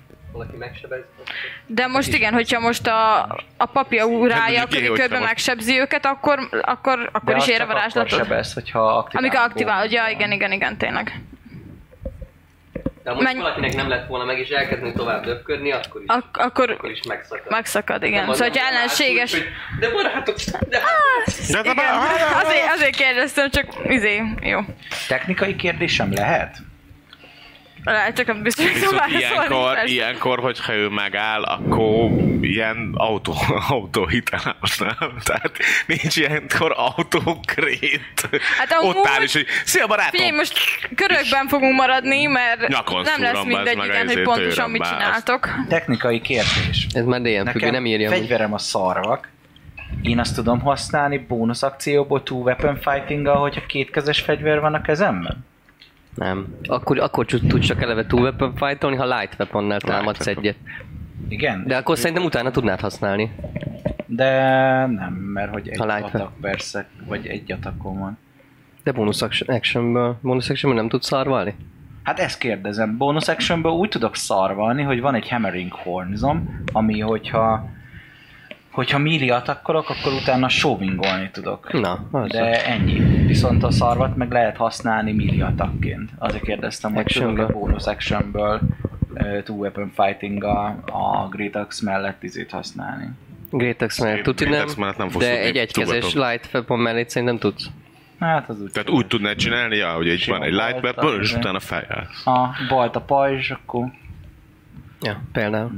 [SPEAKER 2] De most igen, hogyha most a papja úrája,
[SPEAKER 5] mondjuk
[SPEAKER 2] aki
[SPEAKER 5] hogyha
[SPEAKER 2] körbe
[SPEAKER 5] most-
[SPEAKER 2] megsebzi őket, akkor
[SPEAKER 7] De
[SPEAKER 2] is
[SPEAKER 7] az
[SPEAKER 2] ér a
[SPEAKER 7] csak akkor
[SPEAKER 2] varázslatot.
[SPEAKER 7] sebez, hogyha aktiválod.
[SPEAKER 2] Amikor aktiválod, ja, igen, tényleg.
[SPEAKER 8] De amúgy valakinek nem lett volna meg, és elkezdeni tovább döpködni, akkor is megszakad.
[SPEAKER 2] Megszakad, igen.
[SPEAKER 8] Nem az
[SPEAKER 2] Szóval, hogyha
[SPEAKER 8] nem
[SPEAKER 2] ellenséges...
[SPEAKER 8] hogy de barátok, de
[SPEAKER 2] Igen, azért kérdeztem, csak jó.
[SPEAKER 7] Technikai kérdésem lehet?
[SPEAKER 2] Lehet, csak nem biztos, hogy
[SPEAKER 5] Viszont
[SPEAKER 2] tovább
[SPEAKER 5] ilyenkor, hogyha ő megáll, akkor ilyen autóhitelás, nem? Tehát nincs ilyenkor autókrét.
[SPEAKER 2] Hát amúgy-
[SPEAKER 5] Ott áll is, hogy szia barátom!
[SPEAKER 2] Figyelj, most körökben fogunk maradni, mert
[SPEAKER 5] Nyakon
[SPEAKER 2] nem lesz
[SPEAKER 5] szúrom,
[SPEAKER 2] mindegy,
[SPEAKER 5] bazd meg,
[SPEAKER 2] igen, hogy
[SPEAKER 5] ezért
[SPEAKER 2] pontosan mit
[SPEAKER 5] tőlem
[SPEAKER 2] csináltok.
[SPEAKER 7] Technikai kérdés.
[SPEAKER 4] Ez már DM függő,
[SPEAKER 7] Nekem
[SPEAKER 4] nem írja. hogy-
[SPEAKER 7] fegyverem a szarvak. Én azt tudom használni bónusz akcióból two weapon fighting-gal, hogyha kétkezes fegyver van a kezemben?
[SPEAKER 4] Nem. Akkor tudsz csak eleve two weapon fightolni, ha light weaponnál támadsz
[SPEAKER 5] weapon.
[SPEAKER 4] egyet.
[SPEAKER 7] Igen?
[SPEAKER 4] De akkor szerintem utána tudnád használni.
[SPEAKER 7] De nem, mert hogy egy
[SPEAKER 4] Ha light
[SPEAKER 7] attack persze, vagy egy attakom van.
[SPEAKER 4] De bonus actionből nem tudsz szarvalni?
[SPEAKER 7] Hát ezt kérdezem, bonus actionből úgy tudok szarvalni, hogy van egy hammering hornzom, ami hogyha melee attackolok, akkor utána shovingolni tudok.
[SPEAKER 4] Na, az
[SPEAKER 7] De ennyi. Viszont a szarvat meg lehet használni melee attackként. Azért kérdeztem, hogy
[SPEAKER 4] Actionből.
[SPEAKER 7] tudok-e bonus actionből two weapon fighting a Great Axe mellett izét használni.
[SPEAKER 4] Great Axe mellett tudni
[SPEAKER 5] Great
[SPEAKER 4] nem,
[SPEAKER 5] Axe mellett nem fogsz
[SPEAKER 4] de
[SPEAKER 5] tudni
[SPEAKER 4] egy egykezes
[SPEAKER 5] tugatok.
[SPEAKER 4] light weapon mellett szerintem tudsz.
[SPEAKER 7] Hát az úgy.
[SPEAKER 5] Tehát úgy tudnád csinálni, ja, hogy egy
[SPEAKER 7] Sima
[SPEAKER 5] van egy light
[SPEAKER 7] balta,
[SPEAKER 5] weapon, és
[SPEAKER 7] igen.
[SPEAKER 5] utána feljársz.
[SPEAKER 7] Ha balt a pajzs, akkor...
[SPEAKER 4] Ja, például.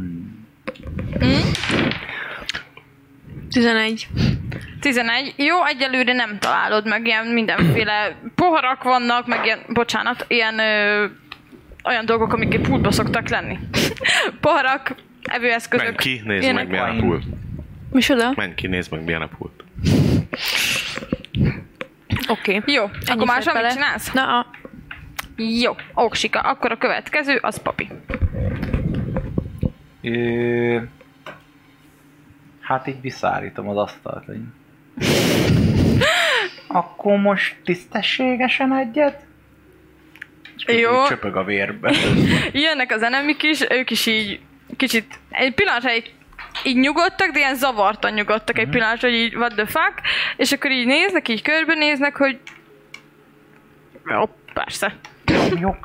[SPEAKER 6] 11.
[SPEAKER 2] 11. Jó, egyelőre nem találod meg, ilyen mindenféle poharak vannak, meg ilyen, olyan dolgok, amik egy pultba szoktak lenni. Poharak, evőeszközök.
[SPEAKER 5] Menj ki, nézd
[SPEAKER 2] ilyenek.
[SPEAKER 5] meg milyen a pult.
[SPEAKER 6] Micsoda?
[SPEAKER 5] Menj ki, nézd meg milyen a pult.
[SPEAKER 6] Oké.
[SPEAKER 2] Jó, akkor más, amit csinálsz?
[SPEAKER 6] Na,
[SPEAKER 2] Jó, oksika. Akkor a következő, az papi.
[SPEAKER 7] Hát így visszaállítom az asztalt. Hogy... Akkor most tisztességesen egyet? És közben
[SPEAKER 2] Jó.
[SPEAKER 7] így csöpög a vérbe.
[SPEAKER 2] Jönnek az enemik is, ők is így kicsit, egy pillanatra így nyugodtak, de ilyen zavartan nyugodtak egy pillanatra, hogy így what the fuck, és akkor így néznek, így körbenéznek, hogy jó, persze.
[SPEAKER 7] Jók.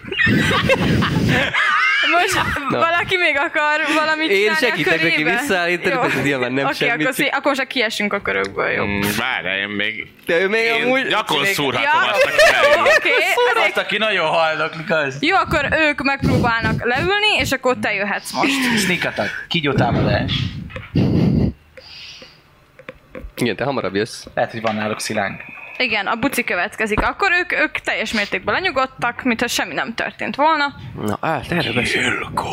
[SPEAKER 2] Most valaki még akar valamit
[SPEAKER 4] Én
[SPEAKER 2] csinálni
[SPEAKER 4] segítek
[SPEAKER 2] a
[SPEAKER 4] neki
[SPEAKER 2] körébe?
[SPEAKER 4] visszaállítani,
[SPEAKER 2] Jó.
[SPEAKER 4] persze nyilván nem
[SPEAKER 2] Oké,
[SPEAKER 4] semmit.
[SPEAKER 2] akkor most kiesünk a körökből, jó.
[SPEAKER 5] Várjál, én még...
[SPEAKER 4] De ő még
[SPEAKER 5] Én
[SPEAKER 4] amúgy...
[SPEAKER 5] nyakon
[SPEAKER 7] még-
[SPEAKER 5] szúrhatom
[SPEAKER 2] Ja.
[SPEAKER 5] azt, aki eljön.
[SPEAKER 2] Oké,
[SPEAKER 7] Azt, aki nagyon haldoklik, az.
[SPEAKER 2] jó, akkor ők megpróbálnak leülni, és akkor te jöhetsz most.
[SPEAKER 7] Sneak attack. Kígyótámadás.
[SPEAKER 4] Igen, te hamarabb jössz.
[SPEAKER 7] Lehet, hogy van náluk szilánk.
[SPEAKER 2] Igen, a buci következik. Akkor ők teljes mértékben lenyugodtak, mintha semmi nem történt volna.
[SPEAKER 4] Na, erről beszél.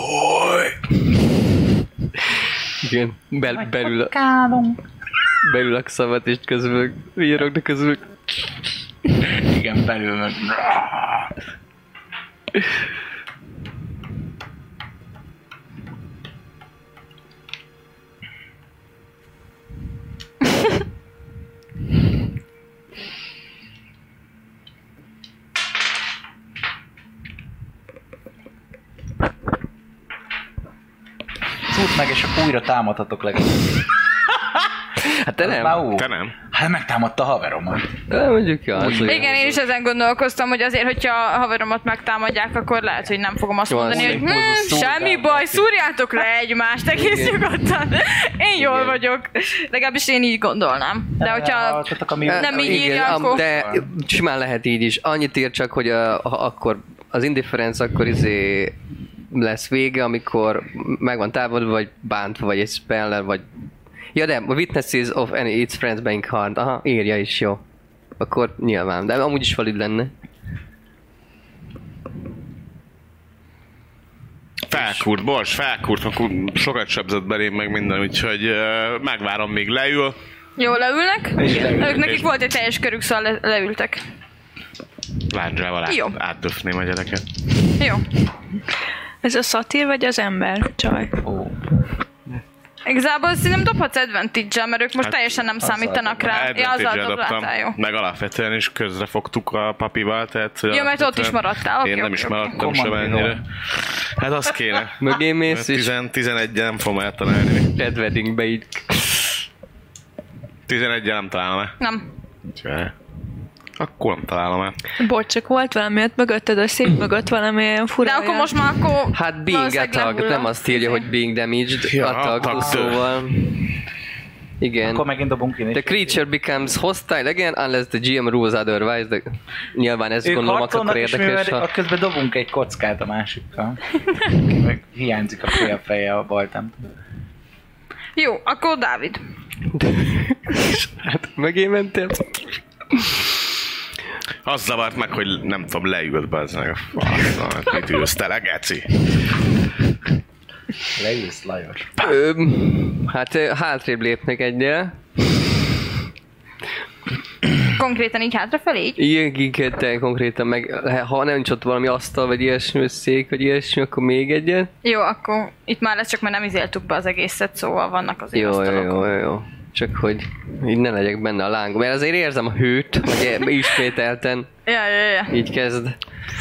[SPEAKER 4] Igen, belül a szavat, és közben írok, de közben...
[SPEAKER 7] Igen, belül meg. Szúrt meg, és akkor újra támadhatok legalább.
[SPEAKER 4] Hát te
[SPEAKER 7] Már
[SPEAKER 4] nem.
[SPEAKER 7] úgy.
[SPEAKER 5] Te nem?
[SPEAKER 7] Hát megtámadta a haveromat.
[SPEAKER 4] De mondjuk, ja, az
[SPEAKER 2] Igen, én is ezen gondolkoztam, hogy azért, hogyha a haveromat megtámadják, akkor lehet, hogy nem fogom azt
[SPEAKER 4] Jó,
[SPEAKER 2] mondani,
[SPEAKER 4] az
[SPEAKER 2] hogy
[SPEAKER 7] szúrgál
[SPEAKER 2] semmi baj, szúrjátok le egymást egész nyugodtan. Én jól
[SPEAKER 4] Igen.
[SPEAKER 2] vagyok. Legalábbis én így gondolnám. De hogyha nem így írja, akkor...
[SPEAKER 4] De simán lehet így is. Annyit ír csak, hogy akkor az indifference akkor lesz vége, amikor meg van távolodva, vagy bántva, vagy egy spell vagy... Ja de, a witnesses of any its friends being harmed. Aha, írja is, jó. Akkor nyilván, de amúgy is valid lenne.
[SPEAKER 5] Felkúrt, akkor sokat sebzett belém meg minden, úgyhogy megvárom, még leül.
[SPEAKER 2] Jó, leülnek. Ők nekik volt egy teljes körük, szóval leültek.
[SPEAKER 5] Lándzsával átdöfném a gyereket.
[SPEAKER 2] Jó.
[SPEAKER 6] Ez a szatír vagy az ember, csaj?
[SPEAKER 2] Igazából szerintem dobhatsz advantage-el, mert ők most teljesen nem számítanak rá. Ja, azzal dobáltál, jó.
[SPEAKER 5] Meg alapvetően is közre fogtuk a papival, tehát...
[SPEAKER 2] Ja, mert ott is maradtál.
[SPEAKER 5] Én nem is maradtam sem ennyire. Hát az kéne.
[SPEAKER 4] Mögé mész is.
[SPEAKER 5] 11 nem fogom eltalálni.
[SPEAKER 4] Red Weddingbe így.
[SPEAKER 5] 11 nem találom el.
[SPEAKER 2] Nem.
[SPEAKER 5] Akkor nem találom el.
[SPEAKER 6] Bocs, csak volt valami ott mögötted, a szék mögött valami olyan fura.
[SPEAKER 2] De akkor most már akkor...
[SPEAKER 4] Hát being attacked, nem azt írja, hogy being damaged, attacked, szóval... Igen.
[SPEAKER 7] Akkor megint dobunk én is.
[SPEAKER 4] The creature becomes hostile again unless the GM rules otherwise. Nyilván ez gondolom akkor érdekes.
[SPEAKER 7] A közben dobunk egy kockát a másikkal. Meg hiányzik a félfeje a baltem.
[SPEAKER 2] Jó, akkor Dávid.
[SPEAKER 4] Hát mögé mentél?
[SPEAKER 5] Az zavart meg, hogy nem tudom, leült be az meg a faszal. Mit ülsz te, geci?
[SPEAKER 7] Leülsz, Lajos.
[SPEAKER 4] Hát hátrébb lépnek egyel.
[SPEAKER 2] Konkrétan így hátrafelé?
[SPEAKER 4] Igen, konkrétan meg, ha nem nincs ott valami asztal, vagy ilyesmi, szék, vagy ilyesmi, akkor még egyet.
[SPEAKER 2] Jó, akkor itt már lesz, csak mert nem izéltük be az egészet, szóval vannak az asztalok.
[SPEAKER 4] Jó. Csak hogy így ne legyek benne a lángom, mert azért érzem a hőt, hogy ismételten
[SPEAKER 2] Ja.
[SPEAKER 4] így kezd.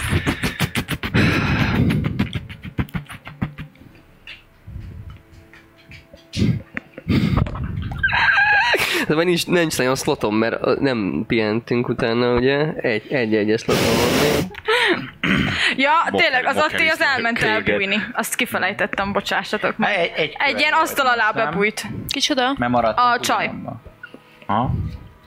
[SPEAKER 4] De vagy nincs nagyon slotom, mert nem pihentünk utána, ugye? Egy slotom van még.
[SPEAKER 2] Ja, tényleg, az Atti az elment elbújni. Azt kifelejtettem, bocsássatok meg. Egy ilyen asztal alá bebújt.
[SPEAKER 6] Kicsoda?
[SPEAKER 2] A csaj.
[SPEAKER 7] Aha.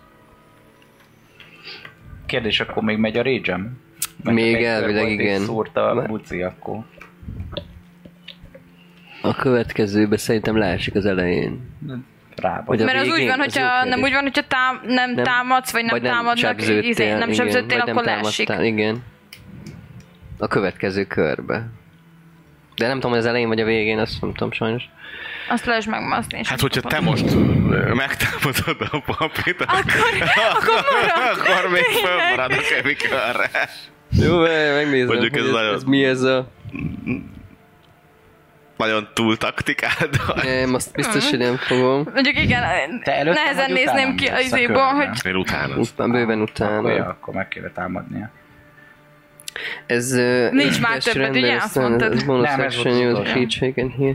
[SPEAKER 7] Kérdés, akkor még megy a rage-em?
[SPEAKER 4] Még elvileg igen.
[SPEAKER 7] Szúrta a buci, akkor.
[SPEAKER 4] A következőbe szerintem leesik az elején.
[SPEAKER 2] Mert az úgy van, hogyha nem úgy van, hogyha nem támadsz, vagy nem támadnak, nem sebződtél, akkor leesik.
[SPEAKER 4] Igen. A következő körbe. De nem tudom, hogy az elején vagy a végén, azt nem tudom sajnos.
[SPEAKER 2] Azt lehess megmászni.
[SPEAKER 5] Hát, hogyha te most megtámadod a papit, akkor még fölmarad a kemikörre.
[SPEAKER 4] Jó, megnézem,
[SPEAKER 5] mondjuk
[SPEAKER 4] ez mi ez a...
[SPEAKER 5] Nagyon túl taktikáld.
[SPEAKER 4] Nem, azt biztos, hogy nem fogom.
[SPEAKER 2] Mondjuk igen, nehezen nézném ki az izéból, hogy...
[SPEAKER 5] Én utána.
[SPEAKER 4] Bőven utána.
[SPEAKER 7] Akkor meg kéne támadnia.
[SPEAKER 4] Ez...
[SPEAKER 2] Nincs már többet, ugye? Azt mondtad.
[SPEAKER 4] Ez bonus action, use feature again here.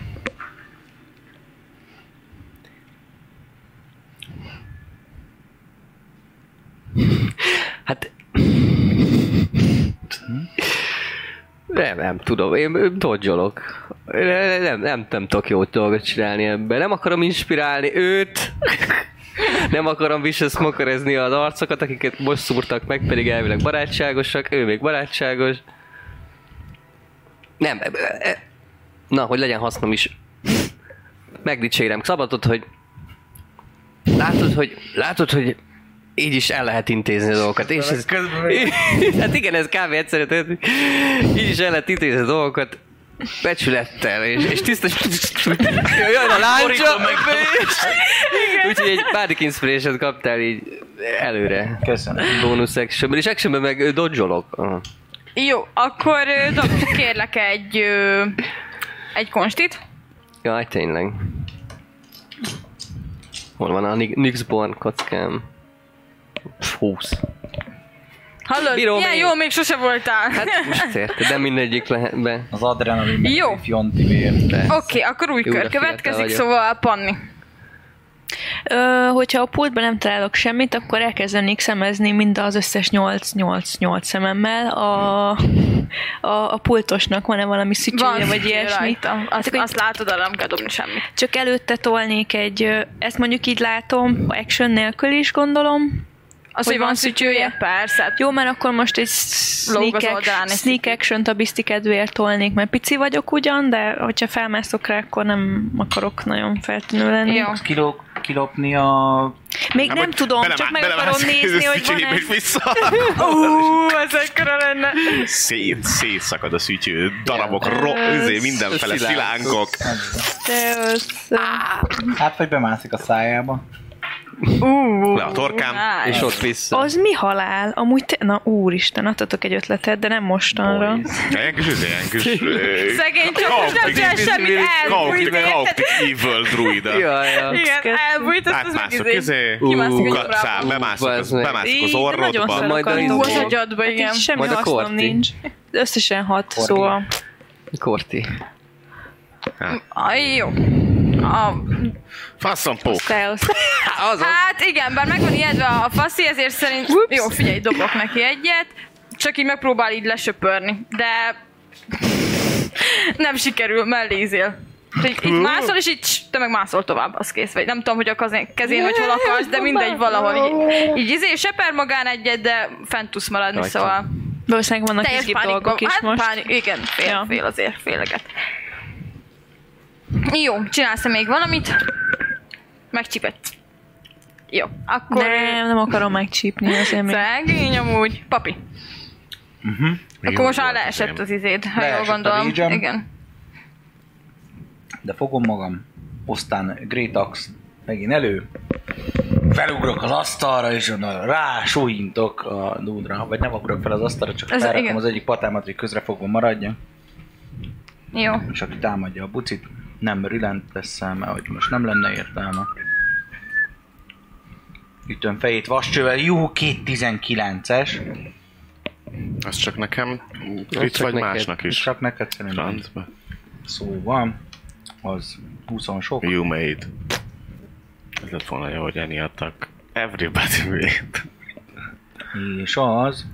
[SPEAKER 4] Hát... Nem tudom, én dodge-olok. Nem tudok jó dolgot csinálni ebben. Nem akarom inspirálni őt. Nem akarom vicious-smokerezni az arcokat, akiket most szúrtak meg, pedig elvileg barátságosak. Ő még barátságos. Nem. Na, hogy legyen hasznom is. Megdicsérem Szabatot, hogy látod, hogy így is el lehet intézni a dolgokat. És ez, hát igen, ez kb. Egyszerű, tehát így is el lehet intézni a dolgokat becsülettel, és tisztességgel. Jön a láncsa, úgyhogy egy Bardic Inspiration kaptál így előre.
[SPEAKER 7] Köszönöm.
[SPEAKER 4] Bonus actionben, és actionben meg dodge-olok.
[SPEAKER 2] Jó, akkor kérlek egy konstit.
[SPEAKER 4] Jaj, tényleg. Hol van a Nyxborn kockám? 20.
[SPEAKER 2] Hallod? Ilyen jó még sose voltál.
[SPEAKER 4] Hát most érted, de mindegyik lehet be.
[SPEAKER 7] Az adrenalin
[SPEAKER 2] jó.
[SPEAKER 7] Fjonti vér.
[SPEAKER 2] Oké, akkor új kör következik, szóval Panni.
[SPEAKER 6] Hogyha a pultban nem találok semmit, akkor elkezdenék szemezni mind az összes 8 szememmel. A pultosnak van-e valami szütyője, vagy ilyesmi?
[SPEAKER 2] Azt látod, arra nem kell dobni semmit.
[SPEAKER 6] Csak előtte tolnék ezt mondjuk így látom, action nélkül is gondolom.
[SPEAKER 2] Az, hogy van szütyője? Persze.
[SPEAKER 6] Jó, mert akkor most egy sneak action-t a bizti kedvéért tolnék, mert pici vagyok ugyan, de hogyha felmászok rá, akkor nem akarok nagyon feltűnő lenni.
[SPEAKER 7] Jó. Kilopni a...
[SPEAKER 6] Még nem tudom, csak meg akarom nézni, hogy van-e.
[SPEAKER 5] És vissza.
[SPEAKER 2] Ez ekkora lenne.
[SPEAKER 5] Szétszakad a szütyő, darabok, mindenfele szilánkok.
[SPEAKER 7] Hát, vagy bemászik a szájába.
[SPEAKER 5] Le a torkám.
[SPEAKER 4] És ott vissza.
[SPEAKER 6] Az mi halál? Amúgy na úristen, adtatok egy ötletet, de nem mostanra.
[SPEAKER 5] Ilyen kis
[SPEAKER 2] Szegény csapos nem csinál semmit, elbújt.
[SPEAKER 5] Chaotic Evil druid.
[SPEAKER 2] Igen, elbújt, azt az
[SPEAKER 5] Átmászok
[SPEAKER 2] megizé. Kimászik a
[SPEAKER 5] kukacá, bemászik az orrodba.
[SPEAKER 4] Majd
[SPEAKER 2] Az agyadba, igen.
[SPEAKER 6] Semmi
[SPEAKER 4] Majd a
[SPEAKER 6] hasznom
[SPEAKER 4] Korti.
[SPEAKER 6] nincs. Összesen 6, szóval.
[SPEAKER 4] Korti.
[SPEAKER 2] Jó.
[SPEAKER 5] Faszom pók.
[SPEAKER 2] Hát igen, bár meg van ijedve a faszi, ezért szerint... Jó, figyelj, dobok neki egyet. Csak így megpróbál így lesöpörni. De... nem sikerül, mellézél. Itt mászol, és így te meg mászol tovább, az kész. Vagy nem tudom, hogy a kezén vagy hol akarsz, de mindegy, valahol így seper magán egyet, de fent tudsz maradni, szóval...
[SPEAKER 6] Valószínűleg vannak
[SPEAKER 2] teljes
[SPEAKER 6] izgi
[SPEAKER 2] pánikban.
[SPEAKER 6] dolgok is most.
[SPEAKER 2] Igen, fél azért, féleget. Jó, csinálsz még valamit? Megcsípett. Jó, akkor...
[SPEAKER 6] Nem akarom megcsípni azért még.
[SPEAKER 2] Szegény amúgy. Papi. Akkor most már leesett az izéd, ha jól gondolom. Igen.
[SPEAKER 7] De fogom magam. Aztán Great Axe megint elő. Felugrok az asztalra, és onnan rá súlyintok a dúdra. Vagy nem ugrok fel az asztalra, csak felrakom az egyik patámat, hogy közrefogva maradjon.
[SPEAKER 2] Jó.
[SPEAKER 7] És aki támadja a bucit, nem relent teszem, mert hogy most nem lenne értelme. Ütöm fejét vascsővel, jó, 219-es.
[SPEAKER 5] Az csak nekem,
[SPEAKER 4] Az
[SPEAKER 5] itt
[SPEAKER 4] csak
[SPEAKER 5] vagy
[SPEAKER 4] neked.
[SPEAKER 5] másnak is.
[SPEAKER 7] Csak neked szerintem.
[SPEAKER 5] Francba.
[SPEAKER 7] Szóval, az 20 sok.
[SPEAKER 5] You made. Ez lett volna jó, hogy eniadtak. Everybody made.
[SPEAKER 7] És az...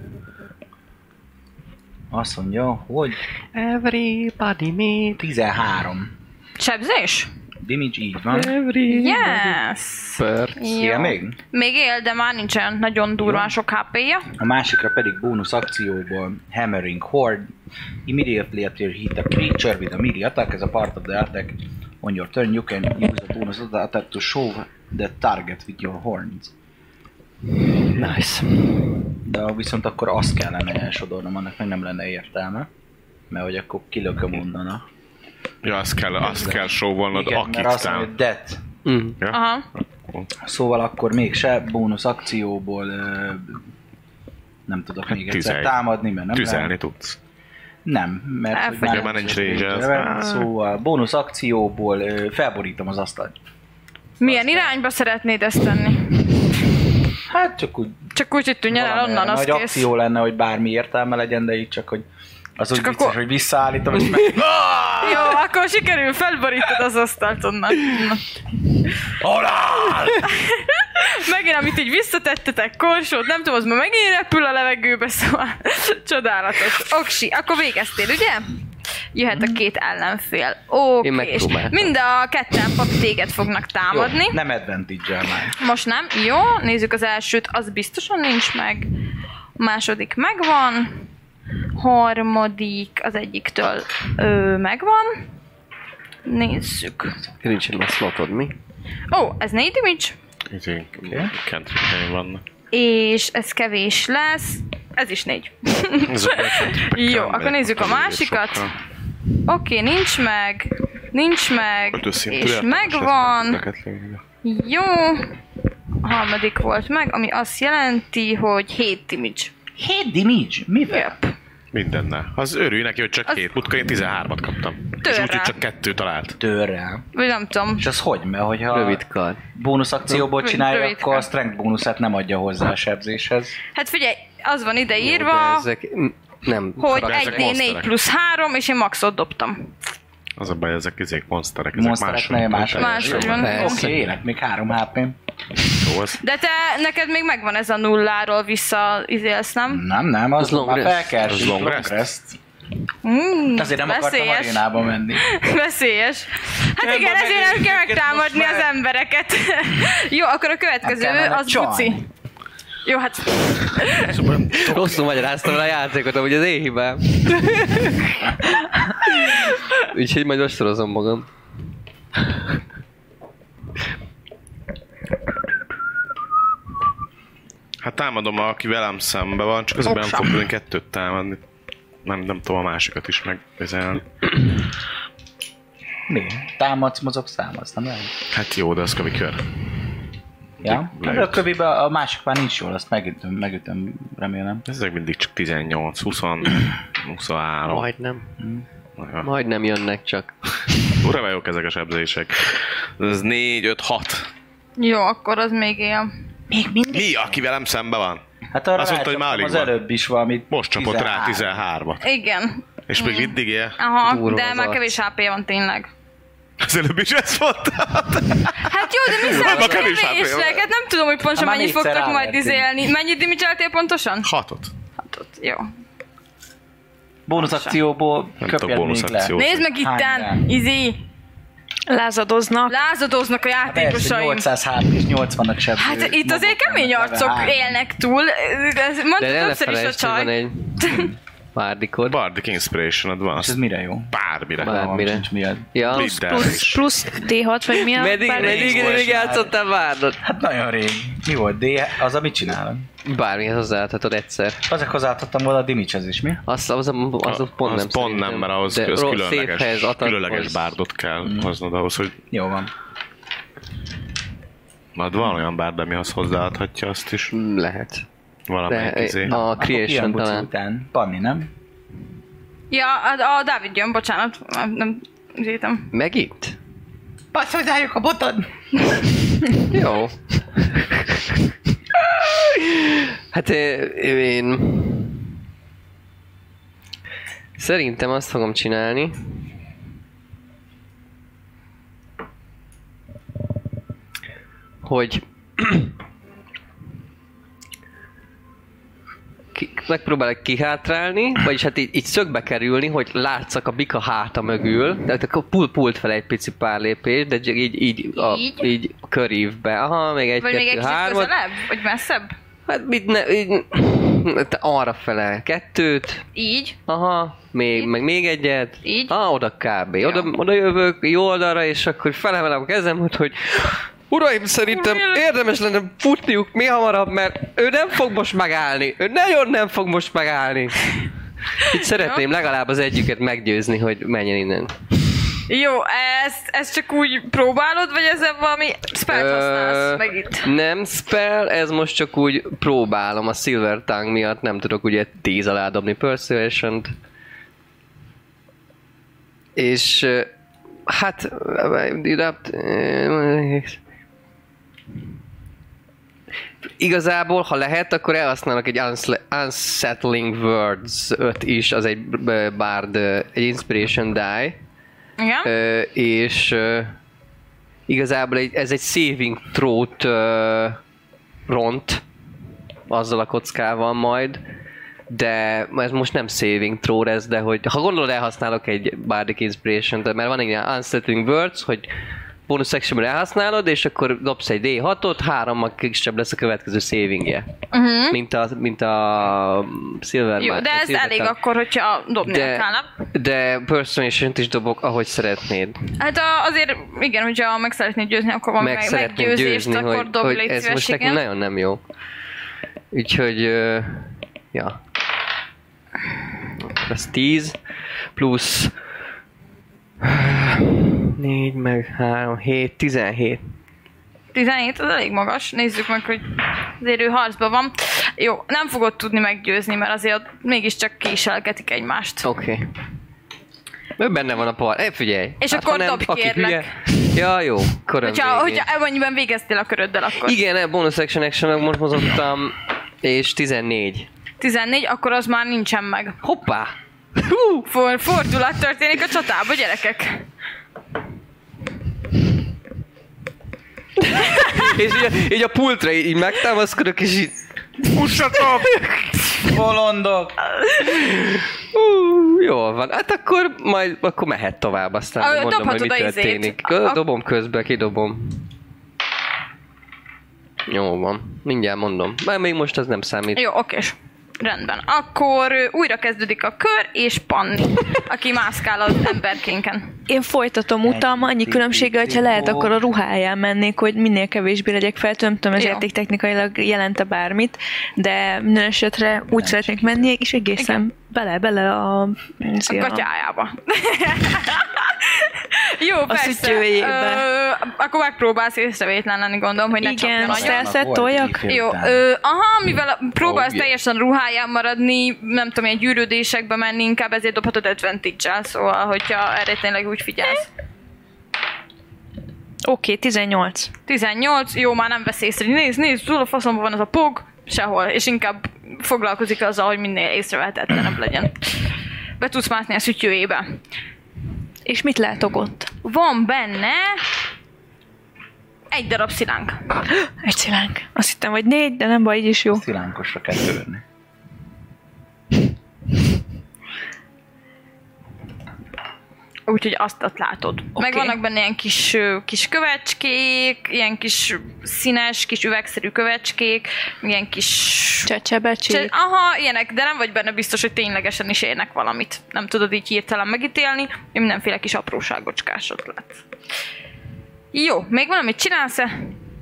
[SPEAKER 7] Azt mondja, hogy
[SPEAKER 4] Everybody made.
[SPEAKER 7] 13.
[SPEAKER 2] Sebzés?
[SPEAKER 7] Damage, így van.
[SPEAKER 2] Yes!
[SPEAKER 4] Perc.
[SPEAKER 7] Él még?
[SPEAKER 2] Még él, de már nincs olyan nagyon durván sok HP-ja.
[SPEAKER 7] A másikra pedig bónusz akcióból Hammering Horde. Immediately after you hit a creature with a melee attack as a part of the attack on your turn, you can use a bonus attack to show the target with your horns.
[SPEAKER 4] Nice.
[SPEAKER 7] De viszont akkor azt kellene elsodornom, annak meg nem lenne értelme. Mert hogy akkor kilököm onnan.
[SPEAKER 5] Ja, azt kell showolnod,
[SPEAKER 7] Igen,
[SPEAKER 5] akit
[SPEAKER 7] mert azt mondja,
[SPEAKER 5] tám.
[SPEAKER 7] hogy death.
[SPEAKER 5] Ja?
[SPEAKER 2] Aha.
[SPEAKER 7] Szóval akkor mégse bónusz akcióból nem tudok még egyszer
[SPEAKER 5] tüzelj.
[SPEAKER 7] támadni, mert nem
[SPEAKER 5] Tüzelni tudsz.
[SPEAKER 7] Nem, mert hogy
[SPEAKER 5] már nincs rage, az.
[SPEAKER 7] Szóval bónusz akcióból felborítom az asztalt.
[SPEAKER 2] Milyen irányba szeretnéd ezt tenni?
[SPEAKER 7] Hát csak úgy
[SPEAKER 2] Csak úgy, hogy tűnjön el
[SPEAKER 7] valamilyen
[SPEAKER 2] onnan, az
[SPEAKER 7] nagy
[SPEAKER 2] kész.
[SPEAKER 7] akció lenne, hogy bármi értelme legyen, de így csak, hogy az úgy
[SPEAKER 2] Csak
[SPEAKER 7] vicces,
[SPEAKER 2] akkor-
[SPEAKER 7] hogy visszaállítom, és meg...
[SPEAKER 2] Jó, akkor sikerül, felborítod az asztalt onnan. Na. Megint, amit így visszatettetek, korsót, nem tudom, az már megint repül a levegőbe, szóval csodálatos. Oksi, akkor végeztél, ugye? Jöhet a két ellenfél.
[SPEAKER 4] Én
[SPEAKER 2] Oké, és
[SPEAKER 4] megpróbáltam.
[SPEAKER 2] mind a ketten papi téged fognak támadni.
[SPEAKER 7] Jó, nem advantage-el már.
[SPEAKER 2] Most nem. Jó, nézzük az elsőt, az biztosan nincs meg. A második megvan. Harmadik az egyiktől megvan. Nézzük.
[SPEAKER 4] Nincsen a slotod, mi?
[SPEAKER 2] Ó, ez 4 damage.
[SPEAKER 5] Cantrip vannak.
[SPEAKER 2] És ez kevés lesz. Ez is 4. Jó, akkor nézzük a másikat. Oké, nincs meg. Nincs meg. És megvan. Jó. A harmadik volt meg, ami azt jelenti, hogy 7 damage.
[SPEAKER 7] 7 damage? Mivel?
[SPEAKER 2] Yep.
[SPEAKER 5] Mindennel. Az örülj neki, hogy csak
[SPEAKER 2] Az-
[SPEAKER 5] 7 mutka, én 13-at kaptam. És
[SPEAKER 2] Törrel.
[SPEAKER 5] úgy, hogy csak 2 talált.
[SPEAKER 7] Törrel.
[SPEAKER 2] Vagy nem tudom.
[SPEAKER 7] És az hogy? Mert hogyha
[SPEAKER 4] Rövid kard.
[SPEAKER 7] bónusz akcióból csinálja,
[SPEAKER 2] Rövid
[SPEAKER 7] akkor a
[SPEAKER 2] kard.
[SPEAKER 7] strength bónuszát nem adja hozzá a sebzéshez.
[SPEAKER 2] Hát figyelj, az van ide
[SPEAKER 4] Jó,
[SPEAKER 2] írva,
[SPEAKER 4] de ezek nem.
[SPEAKER 2] hogy
[SPEAKER 5] de ezek
[SPEAKER 2] 1d4
[SPEAKER 5] monsterek.
[SPEAKER 2] plusz 3, és én maxot dobtam.
[SPEAKER 5] Az a baj, ezek monsterek, ezek
[SPEAKER 7] Monstereknél
[SPEAKER 5] mások.
[SPEAKER 2] Máshogy van.
[SPEAKER 4] Persze.
[SPEAKER 7] Oké, élek még 3 HP-m.
[SPEAKER 5] Jó, az.
[SPEAKER 2] De te, neked még megvan ez a nulláról visszaizélsz, nem?
[SPEAKER 7] Nem, az
[SPEAKER 4] long
[SPEAKER 7] már
[SPEAKER 4] rest.
[SPEAKER 7] felkelt.
[SPEAKER 5] Az long rest?
[SPEAKER 7] Azért nem akartam
[SPEAKER 2] veszélyes.
[SPEAKER 7] arénába menni.
[SPEAKER 2] Veszélyes. Hát igen, ezért nem kell megtámadni az embereket. Jó, akkor a következő
[SPEAKER 7] Nem kellene
[SPEAKER 2] az
[SPEAKER 7] csaj.
[SPEAKER 2] buci. Jó, hát
[SPEAKER 4] Rosszul magyaráztam el a játékot, amúgy az én hibám. Úgyhogy majd ostorozom magam.
[SPEAKER 5] Hát támadom, aki velem szembe van, csak az nem fog tudni 2 támadni. Nem tudom a másikat is megvezelni.
[SPEAKER 7] Mi? Támadsz, mozogsz, támadsz, nem lehet?
[SPEAKER 5] Hát jó, de az kövikör.
[SPEAKER 7] Ja? De a köviben a másik már nincs jól, azt megütöm, remélem.
[SPEAKER 5] Ezek mindig csak 18, 20, 23.
[SPEAKER 4] Majdnem. Majdnem jönnek csak.
[SPEAKER 5] Ura, jók ezek a sebzések. Ez 4, 5, 6.
[SPEAKER 2] Jó, akkor az még ilyen.
[SPEAKER 7] Még mindig?
[SPEAKER 5] Mi, aki velem szembe van?
[SPEAKER 7] Hát arra
[SPEAKER 5] azt mondta, hogy már alig
[SPEAKER 7] az
[SPEAKER 5] van.
[SPEAKER 7] előbb is valamit.
[SPEAKER 5] Most csapott rá 13-at.
[SPEAKER 2] Igen.
[SPEAKER 5] És még mindig él?
[SPEAKER 2] Aha,
[SPEAKER 4] Durva
[SPEAKER 2] de
[SPEAKER 4] az
[SPEAKER 2] már
[SPEAKER 4] arc.
[SPEAKER 2] kevés HP van tényleg.
[SPEAKER 5] Az előbb is ezt mondtad?
[SPEAKER 2] Hát jó, de mi számít
[SPEAKER 5] kevés HP van.
[SPEAKER 2] kevésnek? Hát nem tudom, hogy pontosan
[SPEAKER 7] Hát már
[SPEAKER 2] mennyit
[SPEAKER 7] négyszer
[SPEAKER 2] fogtok majd
[SPEAKER 7] rávertünk.
[SPEAKER 2] izélni. Mennyit dimicseltél pontosan?
[SPEAKER 5] 6-ot.
[SPEAKER 2] 6-ot. Jó.
[SPEAKER 7] Bónuszakcióból
[SPEAKER 5] Nem
[SPEAKER 7] köpjed
[SPEAKER 5] tudok
[SPEAKER 7] még le.
[SPEAKER 5] bónuszakciót.
[SPEAKER 2] Nézd meg itten! Izi!
[SPEAKER 6] Lázadoznak.
[SPEAKER 2] Lázadoznak a
[SPEAKER 7] Persze,
[SPEAKER 2] játékosaim.
[SPEAKER 7] 803 és 80-at sebző.
[SPEAKER 2] Hát itt azért kemény arcok élnek túl. Mondta
[SPEAKER 4] De ne
[SPEAKER 2] többször is a
[SPEAKER 4] felejtsd, hogy van
[SPEAKER 2] csaj.
[SPEAKER 4] egy bárdikod.
[SPEAKER 5] Bardic Inspiration-od van.
[SPEAKER 7] És ez mire jó?
[SPEAKER 5] Bármire.
[SPEAKER 4] Bármire.
[SPEAKER 7] Sincs miért.
[SPEAKER 4] Ja.
[SPEAKER 6] Plusz D6, vagy mi a...
[SPEAKER 4] Meddig játszottál várdot?
[SPEAKER 7] Hát nagyon rég. Mi volt? Az a mit csinálom?
[SPEAKER 4] Bármihez hozzáadhatod egyszer.
[SPEAKER 7] Azért hozzáadhattam volna a Dimicshez is, mi?
[SPEAKER 4] Az pont nem
[SPEAKER 5] Az pont nem, mert ahhoz
[SPEAKER 4] De
[SPEAKER 5] az
[SPEAKER 4] szép helyez,
[SPEAKER 5] különleges bárdot kell hoznod ahhoz, hogy
[SPEAKER 7] Jó van.
[SPEAKER 5] van olyan bárd, ami az hozzáadhatja azt is.
[SPEAKER 4] Lehet.
[SPEAKER 5] Valamelyik
[SPEAKER 4] De
[SPEAKER 5] izé.
[SPEAKER 4] a
[SPEAKER 7] Akkor
[SPEAKER 4] Creation
[SPEAKER 7] ilyen buci
[SPEAKER 4] talán.
[SPEAKER 7] után. Panni, nem?
[SPEAKER 2] Ja, a Dávid jön, bocsánat. Nem ízítem.
[SPEAKER 4] Megint?
[SPEAKER 7] Passz hozzájuk a botod!
[SPEAKER 4] Jó. Hát én... Szerintem azt fogom csinálni, hogy megpróbálok kihátrálni, vagyis hát így szögbe kerülni, hogy látszak a bika háta mögül, de akkor pult fel egy pici pár lépés, de így a körívbe. Aha, még egy,
[SPEAKER 2] Vagy még egy
[SPEAKER 4] kettő,
[SPEAKER 2] kicsit
[SPEAKER 4] hármat.
[SPEAKER 2] közelebb? Vagy messzebb?
[SPEAKER 4] Hát így arra fele 2,
[SPEAKER 2] Így.
[SPEAKER 4] aha, még egyet.
[SPEAKER 2] Így?
[SPEAKER 4] Oda kb. Oda jövök jó oldalra, és akkor felemelem a kezem, hogy uraim, szerintem érdemes lenne futniuk mi hamarabb, mert ő nem fog most megállni. Ő nagyon nem fog most megállni. Itt szeretném legalább az együket meggyőzni, hogy menjen innen.
[SPEAKER 2] Jó, ezt csak úgy próbálod, vagy ezzel valami spellt használsz meg itt?
[SPEAKER 4] Nem spell, ez most csak úgy próbálom a Silver Tongue miatt, nem tudok ugye 10 alá dobni Persuasion-t. És hát igazából, ha lehet, akkor elhasználok egy Unsettling Words 5 is, az egy bard, egy Inspiration die.
[SPEAKER 2] Igen?
[SPEAKER 4] És igazából ez egy saving throw-t ront azzal a kockával majd, de ez most nem saving throw ez, de hogy ha gondolod, elhasználok egy Bardic Inspiration-t, mert van egy ilyen Unsettling Words, hogy bonus actionben elhasználod, és akkor dobsz egy D6-ot, 3-mal kisebb lesz a következő savingje. Mint a Silver.
[SPEAKER 2] Jó, de ez elég akkor, hogyha dobni kell, nem?
[SPEAKER 4] De Persuasion-t is dobok, ahogy szeretnéd.
[SPEAKER 2] Hát azért, igen, hogyha meg szeretnéd győzni, akkor van
[SPEAKER 4] Meg szeretném
[SPEAKER 2] meggyőzést,
[SPEAKER 4] győzni,
[SPEAKER 2] akkor dobj
[SPEAKER 4] hogy
[SPEAKER 2] légy
[SPEAKER 4] ez
[SPEAKER 2] szíves,
[SPEAKER 4] most
[SPEAKER 2] igen.
[SPEAKER 4] nekem nagyon nem jó. Úgyhogy, ja. Ez 10 plusz 4 meg 3, 7, 17.
[SPEAKER 2] 17, az elég magas. Nézzük meg, hogy azért ő harcban van. Jó, nem fogod tudni meggyőzni, mert azért mégiscsak késelgetik egymást.
[SPEAKER 4] Oké. Ő benne van a par. Figyelj.
[SPEAKER 2] És akkor dobj,
[SPEAKER 4] aki
[SPEAKER 2] kérlek.
[SPEAKER 4] hülye. Ja, jó.
[SPEAKER 2] Hogyha ennyiben végeztél a köröddel, akkor...
[SPEAKER 4] Igen, bonus action most mozogtam, és 14.
[SPEAKER 2] 14, akkor az már nincsen meg.
[SPEAKER 4] Hoppá!
[SPEAKER 2] Fordulat történik a csatába, gyerekek.
[SPEAKER 4] És így a pultra így megtámaszkodok, és így...
[SPEAKER 5] Fussatok!
[SPEAKER 7] Bolondok!
[SPEAKER 4] Jól van. Hát akkor mehet tovább, aztán mondom, hogy
[SPEAKER 2] dobhatod
[SPEAKER 4] mi
[SPEAKER 2] a izét.
[SPEAKER 4] történik. Dobom közben, kidobom. Jó van. Mindjárt mondom. Már még most az nem számít.
[SPEAKER 2] Jó, okés. Rendben. Akkor újra kezdődik a kör, és Panni, aki mászkál az emberkénken.
[SPEAKER 6] Én folytatom utam, annyi különbséggel, hogyha lehet, akkor a ruháján mennék, hogy minél kevésbé legyek fel. Nem tudom, ez játéktechnikailag jelente bármit, de minden esetre úgy szeretnék menni, és egészen bele a
[SPEAKER 2] gatyájába. Jó, persze.
[SPEAKER 6] szütyőjébe.
[SPEAKER 2] Akkor megpróbálsz észrevétlen lenni, gondolom, hogy ne csapjon
[SPEAKER 6] Igen,
[SPEAKER 2] nagyon.
[SPEAKER 6] szelszett toljak.
[SPEAKER 2] Jó, mivel próbálsz teljesen ruháján maradni, nem tudom, ilyen gyűrődésekbe menni, inkább ezért dobhatod advantage-el, szóval, hogyha erre tényleg úgy figyelsz.
[SPEAKER 6] Oké, 18.
[SPEAKER 2] 18, jó, már nem vesz észre. Nézd, túl a faszomban van az a pog, sehol, és inkább foglalkozik azzal, hogy minél észrevehetetlenebb legyen. Be tudsz mászni a szütyőjébe.
[SPEAKER 6] És mit látok ott?
[SPEAKER 2] Van benne egy darab szilánk.
[SPEAKER 6] Egy szilánk. Azt hittem, hogy 4, de nem baj, így is jó.
[SPEAKER 7] Szilánkosra kell törni.
[SPEAKER 2] Úgyhogy azt látod.
[SPEAKER 6] Okay.
[SPEAKER 2] Meg vannak benne ilyen kis kövecskék, ilyen kis színes, kis üvegszerű kövecskék, ilyen kis...
[SPEAKER 6] Csecsebecsék.
[SPEAKER 2] Aha, ilyenek, de nem vagy benne biztos, hogy ténylegesen is érnek valamit. Nem tudod így hirtelen megítélni, mindenféle kis apróságocskásot látsz. Jó, még valamit csinálsz-e?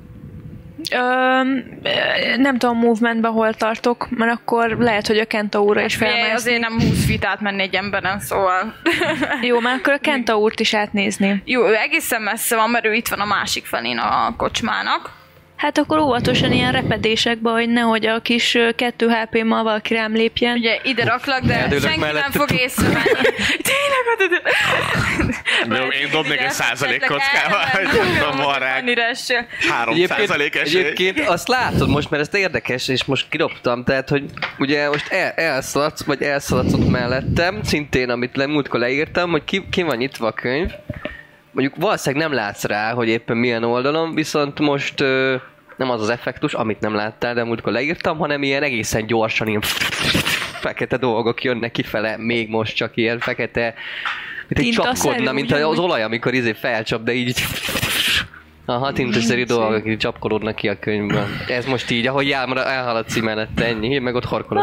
[SPEAKER 6] Nem tudom movementben hol tartok, mert akkor lehet, hogy a Kentaurra is felmászni.
[SPEAKER 2] Azért nem 20 feet átmenni egy emberen, szóval...
[SPEAKER 6] Jó, már akkor a Kentaurt is átnézni.
[SPEAKER 2] Jó, ő egészen messze van, mert ő itt van a másik felén a kocsmának.
[SPEAKER 6] Hát akkor óvatosan ilyen repedésekbe, hogy nehogy a kis 2 HP-mal valaki rám lépjen.
[SPEAKER 2] Ugye ide raklak, de
[SPEAKER 4] Eldőlök
[SPEAKER 2] senki
[SPEAKER 4] mellett.
[SPEAKER 2] nem fog észrevenni. Tényleg?
[SPEAKER 5] Jó, én dobnék egy 100% kockával, hogy mondom, van rá 3% esély.
[SPEAKER 4] Egyébként azt látod most, mert ez érdekes, és most kidobtam, tehát, hogy ugye most elszaladsz ott mellettem, szintén, amit múltkor leírtam, hogy ki van nyitva a könyv. Mondjuk valószínűleg nem látsz rá, hogy éppen milyen oldalon, viszont most nem az az effektus, amit nem láttál, de múltkor leírtam, hanem ilyen egészen gyorsan ilyen fekete dolgok jönnek kifele, még most csak ilyen fekete, mint egy csapkodna, mint az olaj, amikor felcsap, de így aha, tintaszerű dolgok így csapkodódnak ki a könyvből. Ez most így, ahogy elhaladsz mellette, ennyi, én meg ott horkolok.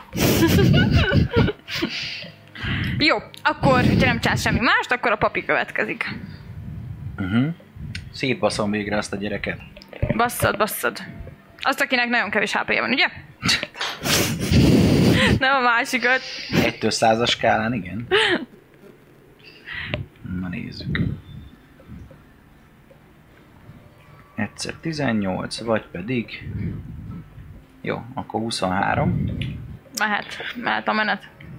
[SPEAKER 2] Jó, akkor, hogyha nem csinálsz semmi mást, akkor a papi következik.
[SPEAKER 7] Szétbaszom végre azt a gyereket.
[SPEAKER 2] Basszad. Azt, akinek nagyon kevés HP-je van, ugye? Nem a másikat.
[SPEAKER 7] 1-től 100-as skálán, igen. Na nézzük. Egyszer 18, vagy pedig... Jó, akkor 23.
[SPEAKER 2] Mehet a menet.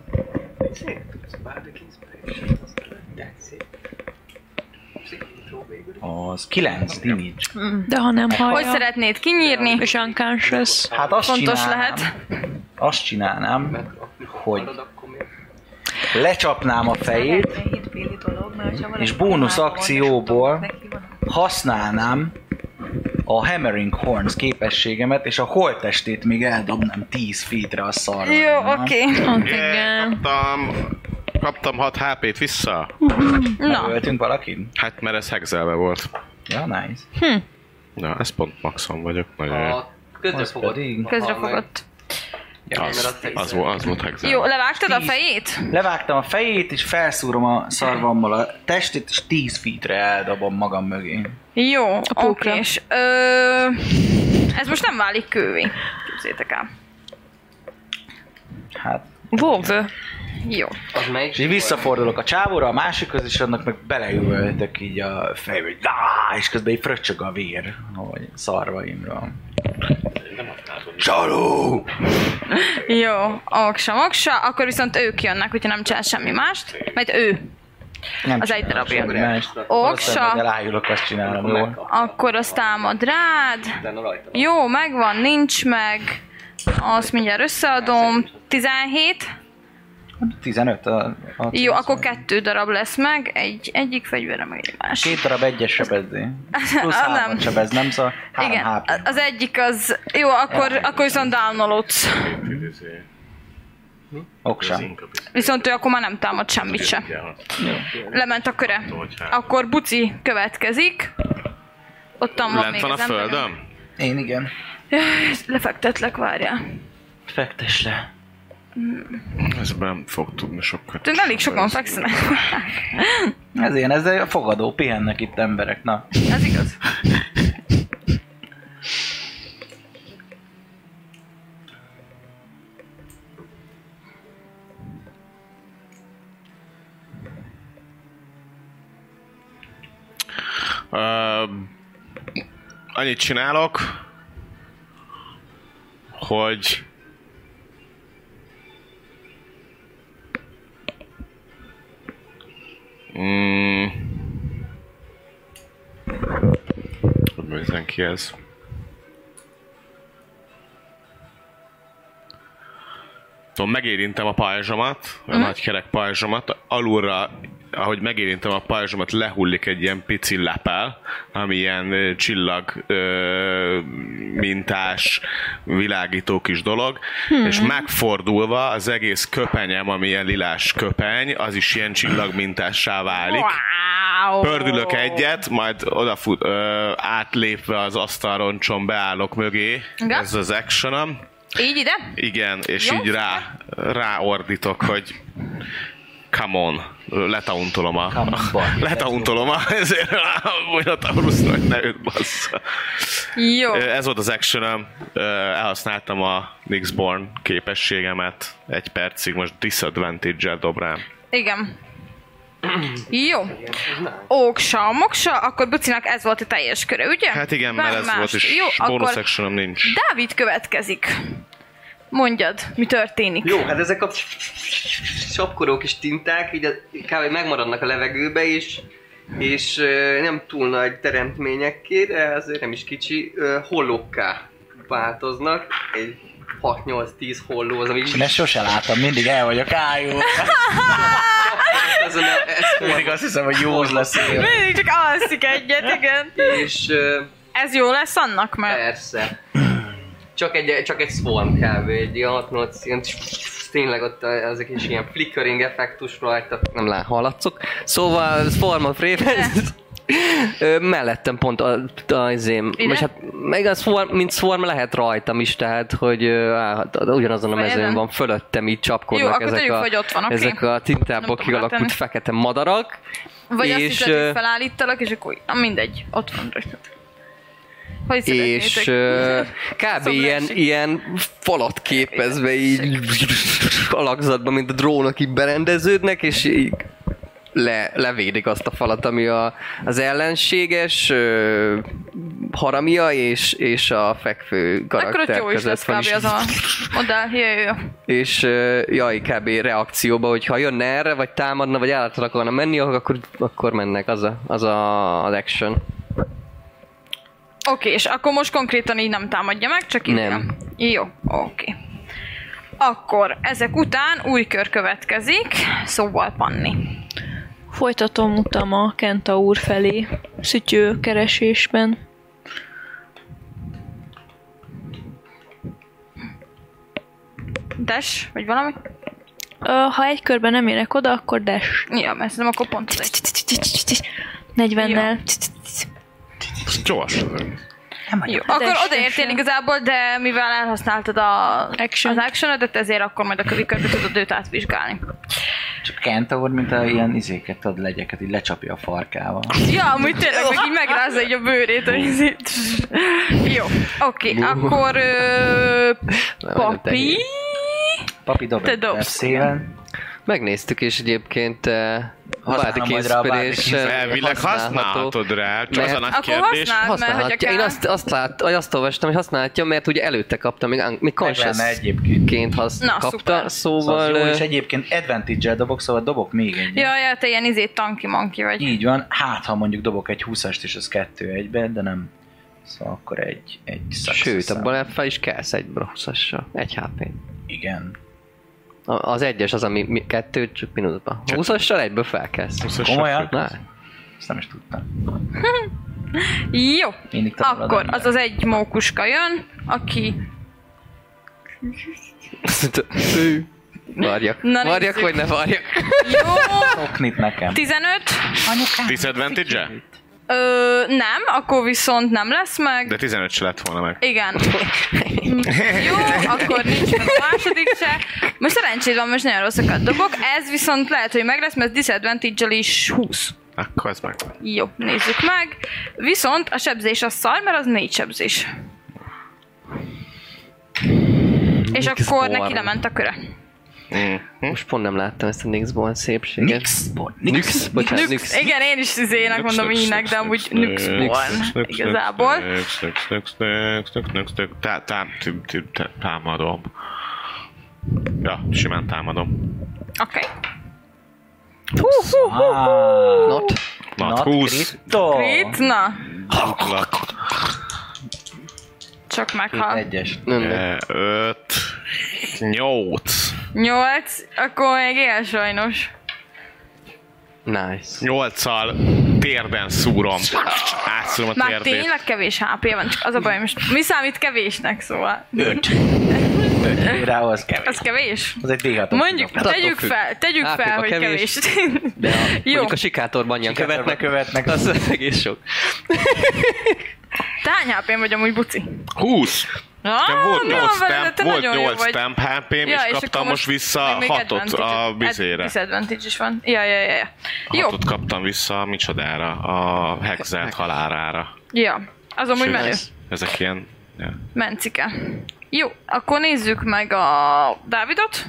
[SPEAKER 7] Az 9 damage.
[SPEAKER 6] De ha nem hallja...
[SPEAKER 2] Hogy szeretnéd kinyírni?
[SPEAKER 6] És unconscious.
[SPEAKER 7] Hát azt
[SPEAKER 2] Fontos
[SPEAKER 7] csinálnám,
[SPEAKER 2] lehet.
[SPEAKER 7] Azt csinálnám, hogy lecsapnám a fejét, és bónusz akcióból használnám a Hammering Horns képességemet, és a holttestét még eldobnám 10 feetre a szarra.
[SPEAKER 2] Jó, oké.
[SPEAKER 6] Igen.
[SPEAKER 5] Kaptam 6 HP-t vissza.
[SPEAKER 2] Na,
[SPEAKER 7] Megöltünk valakit?
[SPEAKER 5] Hát mert ez hexelve volt.
[SPEAKER 7] Ja, nice.
[SPEAKER 5] Na, ez pont maxon vagyok. Nagyon jó.
[SPEAKER 8] A közrefogott.
[SPEAKER 2] közrefogott.
[SPEAKER 5] Az volt hexelve.
[SPEAKER 2] Jó, levágtad a fejét?
[SPEAKER 7] Levágtam a fejét, és felszúrom a szarvammal a testét, és 10 feetre eldobom magam mögé.
[SPEAKER 2] Jó,
[SPEAKER 6] pókra.
[SPEAKER 2] oké. És, ez most nem válik kővé. Képzétek el.
[SPEAKER 7] Hát,
[SPEAKER 6] WoW.
[SPEAKER 2] Jó.
[SPEAKER 8] Az melyik?
[SPEAKER 7] és így visszafordulok a csávóra, a másikhoz, és annak meg beleüvöltök így a fejbe, hogy és közben így fröccsög a vér, ahogy szarvaimra. Csaló!
[SPEAKER 2] Jó, oksa. Akkor viszont ők jönnek, hogyha nem csinál semmi mást. Mert ő.
[SPEAKER 7] Nem
[SPEAKER 2] Az egy
[SPEAKER 7] csinálok
[SPEAKER 2] darabja.
[SPEAKER 7] semmi mást.
[SPEAKER 2] Oksa.
[SPEAKER 7] Valószínűleg elájulok, azt csinálom jól.
[SPEAKER 2] Akkor az támad rád. Jó, megvan, nincs meg. Azt mindjárt összeadom. 17.
[SPEAKER 7] 15 a
[SPEAKER 2] Jó, akkor 2 darab lesz meg. Egyik fegyvere, meg egy másik.
[SPEAKER 7] 2 darab egyes sebezni. Plusz
[SPEAKER 2] Nem.
[SPEAKER 7] 3 sebez, nem? Szóval 3
[SPEAKER 2] Igen,
[SPEAKER 7] HP.
[SPEAKER 2] az egyik az... Jó, akkor viszont downolodsz.
[SPEAKER 7] Oksa.
[SPEAKER 2] Viszont ő akkor már nem támad semmit se. Lement a köre. Akkor Buci következik. Ottan van
[SPEAKER 5] Lent
[SPEAKER 2] még
[SPEAKER 5] van a
[SPEAKER 2] az emberem.
[SPEAKER 5] földön?
[SPEAKER 7] Én igen.
[SPEAKER 2] Jaj, lefektetlek, várjál.
[SPEAKER 7] Fektes le.
[SPEAKER 5] Ez nem fog tudni sokat.
[SPEAKER 2] De elég sokan fekszenek.
[SPEAKER 7] Ezzel fogadó, pihennek itt emberek, na.
[SPEAKER 2] Ez igaz.
[SPEAKER 5] Annyit csinálok, hogy hogy nézzen ki ez? Szóval megérintem a pajzsomat, a nagy kerek pajzsomat, alulra, ahogy megérintem a pajzsomat, lehullik egy ilyen pici lepel, ami ilyen csillag mintás, világító kis dolog, és megfordulva az egész köpenyem, ami ilyen lilás köpeny, az is ilyen csillagmintássá válik.
[SPEAKER 2] Wow.
[SPEAKER 5] Pördülök egyet, majd odafut, átlépve az asztalroncson beállok mögé,
[SPEAKER 2] Igen?
[SPEAKER 5] ez az actionom.
[SPEAKER 2] Így ide?
[SPEAKER 5] Igen, és
[SPEAKER 2] Jó.
[SPEAKER 5] így ráordítok, hogy come on, letauntolom ezért a Minotaurusnak, hogy ne őt bassza.
[SPEAKER 2] Jó.
[SPEAKER 5] Ez volt az actionom, elhasználtam a Nyxborn képességemet egy percig, most disadvantage-el dob rám.
[SPEAKER 2] Igen. Jó. Óksa, moksa, akkor Bucinak ez volt a teljes köre, ugye?
[SPEAKER 5] Hát igen, mert ez
[SPEAKER 2] Más.
[SPEAKER 5] volt, és
[SPEAKER 2] jó,
[SPEAKER 5] bonus
[SPEAKER 2] akkor
[SPEAKER 5] actionom nincs.
[SPEAKER 2] Dávid következik. Mondjad, mi történik?
[SPEAKER 8] Jó, hát ezek a sapkoró kis tinták így kb. Megmaradnak a levegőbe is, és nem túl nagy teremtményekké, de azért nem is kicsi, hollókká változnak. Egy 6-8-10 holló az, ami...
[SPEAKER 7] Én ezt sose láttam, mindig el vagyok ájul. Mindig azt hiszem, hogy jó lesz.
[SPEAKER 2] Mindig csak alszik egyet, igen.
[SPEAKER 8] És...
[SPEAKER 2] Ez jó lesz annak, mert...
[SPEAKER 8] Persze. Csak egy swarm kb. Egy 6-8 ilyen... Tényleg ott ezek is ilyen flickering effektus rajta. Nem hallatszok. Szóval Swarm of Ravens... mellettem pont azém, most hát meg az mint Swarm lehet rajtam is, tehát hogy ugyanazon a mezőn van, fölöttem így csapkodnak.
[SPEAKER 2] Jó,
[SPEAKER 8] ezek a tintából kialakult fekete madarak.
[SPEAKER 2] Vagy és, azt hiszed, hogy felállítalak, és akkor mindegy, ott van rajta. Hogy
[SPEAKER 8] és kb. ilyen falat képezve így alakzatban, mint a drónok így berendeződnek, és így levédik azt a falat, ami az ellenséges haramia és a fekvő karakter
[SPEAKER 2] között lesz van. Kb. Az a modell, jó.
[SPEAKER 8] És jaj, kb. Reakcióba, hogyha jönne erre, vagy támadna, vagy által akarna menni, akkor mennek, az action.
[SPEAKER 2] Oké, és akkor most konkrétan így nem támadja meg, csak így nem. Jó, oké. Akkor ezek után új kör következik, szóval Panni.
[SPEAKER 6] Folytatom utam a Kentaur felé, szütyő keresésben.
[SPEAKER 2] Dash, vagy valami?
[SPEAKER 6] Ha egy körben nem érek oda, akkor dash.
[SPEAKER 2] Ja, mert nem akkor pont
[SPEAKER 6] 40-nel.
[SPEAKER 5] Gyors.
[SPEAKER 2] Jó, akkor odaértél igazából, de mivel elhasználtad az action-ödet, ezért akkor majd a körbe tudod őt átvizsgálni.
[SPEAKER 7] Csak Kentaur, mint a ilyen izéket ad legyeket, így lecsapja a farkával.
[SPEAKER 2] Ja, amúgy tényleg, meg így megrázza így a bőrét, hogy izét. Jó, oké, akkor Papi...
[SPEAKER 7] Papi dob egy szélen.
[SPEAKER 8] Megnéztük, és egyébként
[SPEAKER 7] Bardic Inspiration
[SPEAKER 5] elvileg használhatod rá, csak az a nagy kérdés.
[SPEAKER 8] Használhatja. Én azt olvastam, hogy használhatja, mert ugye előtte kaptam, még conscious-ként kapta, szóval...
[SPEAKER 7] Jó, és egyébként advantage-el dobok, szóval dobok még egy.
[SPEAKER 2] Ja, te ilyen tanki-manki vagy.
[SPEAKER 7] Így van, hát ha mondjuk dobok egy 20-ast, és az 2-1-ben, de nem. Szóval akkor egy
[SPEAKER 8] sőt, abban fel is kelsz egy 20-assal, egy HP-n.
[SPEAKER 7] Igen.
[SPEAKER 8] Az egyes az, ami 2 csak pillanatban. 20-assal egyből felkelsz.
[SPEAKER 7] Komolyan? Ezt nem is tudtam.
[SPEAKER 2] Jó, akkor az az egy mókuska jön, aki...
[SPEAKER 8] Varjak. Varjak, vagy ne varjak.
[SPEAKER 2] Jó.
[SPEAKER 7] Oknit nekem.
[SPEAKER 2] 15.
[SPEAKER 5] Disadvantage-e?
[SPEAKER 2] Nem, akkor viszont nem lesz meg.
[SPEAKER 5] De 15 se lett volna meg.
[SPEAKER 2] Igen. Jó, akkor nincs meg a második se. Most szerencséd van, most nagyon rosszakat dobok. Ez viszont lehet, hogy meg lesz, mert disadvantage-el is 20.
[SPEAKER 5] Akkor ez meg.
[SPEAKER 2] Jó, nézzük meg. Viszont a sebzés az szar, mert az 4 sebzés. És akkor neki lement a köre.
[SPEAKER 8] Most pont nem láttam ezt a Nixborn szépséget. Nix. Bocsánat, Nix.
[SPEAKER 2] Igen, én is izének mondom ínek, de amúgy Nixborn igazából.
[SPEAKER 5] Támadom. Ja, simán támadom.
[SPEAKER 2] Oké.
[SPEAKER 5] Not 20.
[SPEAKER 2] Crit, na. Csak meghal.
[SPEAKER 5] 5. 8.
[SPEAKER 2] 8, akkor még él sajnos.
[SPEAKER 8] Nice.
[SPEAKER 5] 8-szal térden szúrom. Átszúrom a
[SPEAKER 2] Már
[SPEAKER 5] térdét.
[SPEAKER 2] tényleg kevés HP van, csak az a baj, most mi számít kevésnek, szóval?
[SPEAKER 7] 5. Rá az kevés.
[SPEAKER 2] Az kevés?
[SPEAKER 7] Az egy D6.
[SPEAKER 2] Mondjuk, tegyük fel, hogy kevés. Jó.
[SPEAKER 8] Mondjuk a sikátorban annyian követnek, az egész sok.
[SPEAKER 2] Te hány HP-n vagy amúgy, Buci?
[SPEAKER 5] 20. Volt 8 temp HP-m, és kaptam
[SPEAKER 2] akkor
[SPEAKER 5] most vissza 6-ot a bizére.
[SPEAKER 2] Disadvantage is van. Ja. Jó.
[SPEAKER 5] 6-ot kaptam vissza micsodára, a hexelt halárára.
[SPEAKER 2] Ja, az amúgy menő.
[SPEAKER 5] Ezek ilyen... Ja.
[SPEAKER 2] Mencike. Jó, akkor nézzük meg a Dávidot.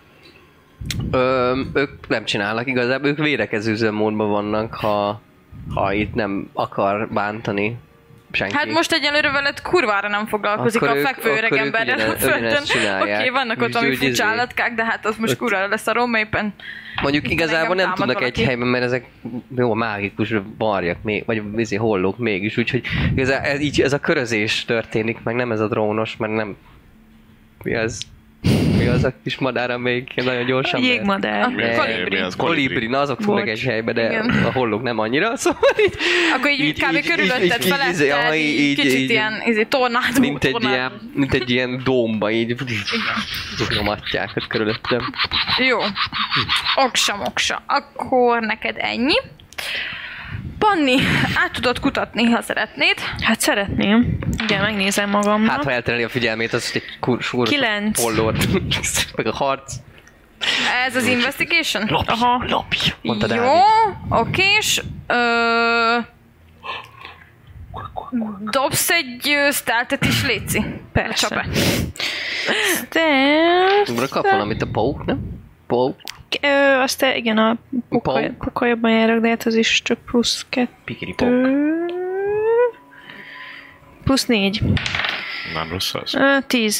[SPEAKER 8] Ők nem csinálnak igazából, ők védekező üzemmódban vannak, ha itt nem akar bántani senki.
[SPEAKER 2] Hát most egyelőre veled kurvára nem foglalkozik akkor a fekvő öreg emberrel a földön. Oké, vannak ott valami furcsa állatkák, de hát az most kurvára lesz a rom éppen.
[SPEAKER 8] Mondjuk igazából nem tudnak egy helyben, mert ezek jó mágikus barjak, vagy hollók mégis, úgyhogy ez a körözés történik, meg nem ez a drónos, mert nem... Mi az a kis madár, amelyik nagyon gyorsan...
[SPEAKER 6] Jégmadár.
[SPEAKER 8] Kolibri. Na azok fognak egy helybe, de igen. A hollók nem annyira, szóval így...
[SPEAKER 2] Akkor így kb. Körülötted feletted, kicsit ilyen tornádó.
[SPEAKER 8] Mint egy ilyen dómba, így nyomatják ott körülöttem.
[SPEAKER 2] Jó. Oksa. Akkor neked ennyi. Panni, át tudod kutatni, ha szeretnéd.
[SPEAKER 6] Hát szeretném. Igen, megnézem magamnak.
[SPEAKER 8] Hát, ha eltereli a figyelmét, az egy
[SPEAKER 6] 9.
[SPEAKER 8] hollót. Meg a harc.
[SPEAKER 2] Ez az investigation?
[SPEAKER 8] Lopj.
[SPEAKER 2] Jó, okés. Dobsz egy stealth-et is, léci.
[SPEAKER 6] Persze.
[SPEAKER 2] Csapbe.
[SPEAKER 6] Stealth.
[SPEAKER 8] Kap valamit a pauk, nem? Pauk.
[SPEAKER 6] Azt igen, a kuka jobban járok, de hát az is csak plusz 2. Plusz 4.
[SPEAKER 5] Nem rossz az.
[SPEAKER 6] 10.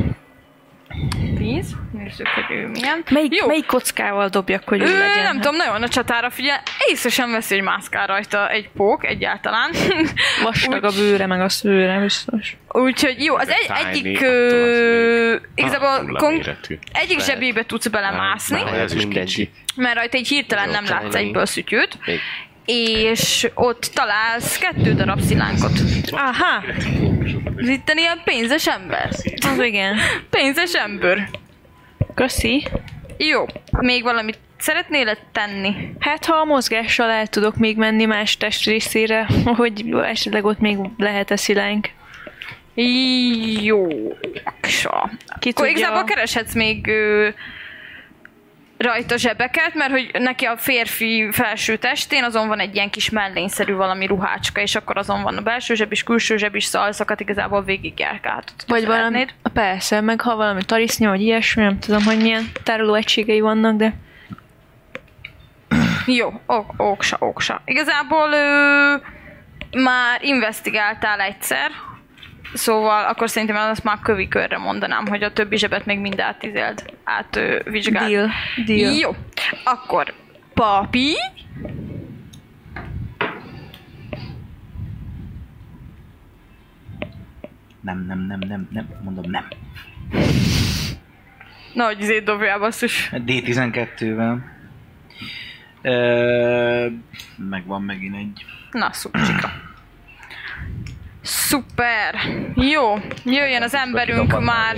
[SPEAKER 2] 10. Nézzük, hogy ő milyen.
[SPEAKER 6] Melyik kockával dobjak, hogy ő legyen?
[SPEAKER 2] Nem tudom, nagyon a csatára figyel. Észre sem veszi, hogy mászkál rajta egy pók egyáltalán.
[SPEAKER 6] Vastag a bőre, meg a szőre, biztos.
[SPEAKER 2] Úgyhogy jó, az egyik... Igazából egyik zsebébe tudsz belemászni.
[SPEAKER 5] Ez is kicsi.
[SPEAKER 2] Mert rajta egy hirtelen nem látsz egyből szütyőt. És ott találsz 2 darab szilánkot.
[SPEAKER 6] Aha!
[SPEAKER 2] Ez itt ilyen pénzes ember.
[SPEAKER 6] Az igen.
[SPEAKER 2] Pénzes ember.
[SPEAKER 6] Köszi.
[SPEAKER 2] Jó, még valamit szeretnél tenni?
[SPEAKER 6] Hát ha a mozgással el tudok még menni más testrészére, hogy esetleg ott még lehet-e szilánk.
[SPEAKER 2] Jó. Akkor igazából kereshetsz még rajta zsebeket, mert hogy neki a férfi felső testén azon van egy ilyen kis mellényszerű valami ruhácska, és akkor azon van a belső zseb is, külső zseb is, szóval azokat igazából végigjárkálhatod.
[SPEAKER 6] Vagy valami, persze, meg ha valami tarisznya, vagy ilyesmi, nem tudom, hogy milyen tároló egységei vannak, de...
[SPEAKER 2] Jó, oksa. Igazából már investigáltál egyszer, szóval akkor szerintem azt már kövi körre mondanám, hogy a többi zsebet még mind átvizsgáld.
[SPEAKER 6] Deal.
[SPEAKER 2] Jó, akkor papi.
[SPEAKER 7] Nem, mondom nem.
[SPEAKER 2] Na, hogy izét dobjál, basszus.
[SPEAKER 7] D12-vel. Megvan megint egy.
[SPEAKER 2] Na, szupcsika. Szuper! Jó, jöjjön az emberünk már.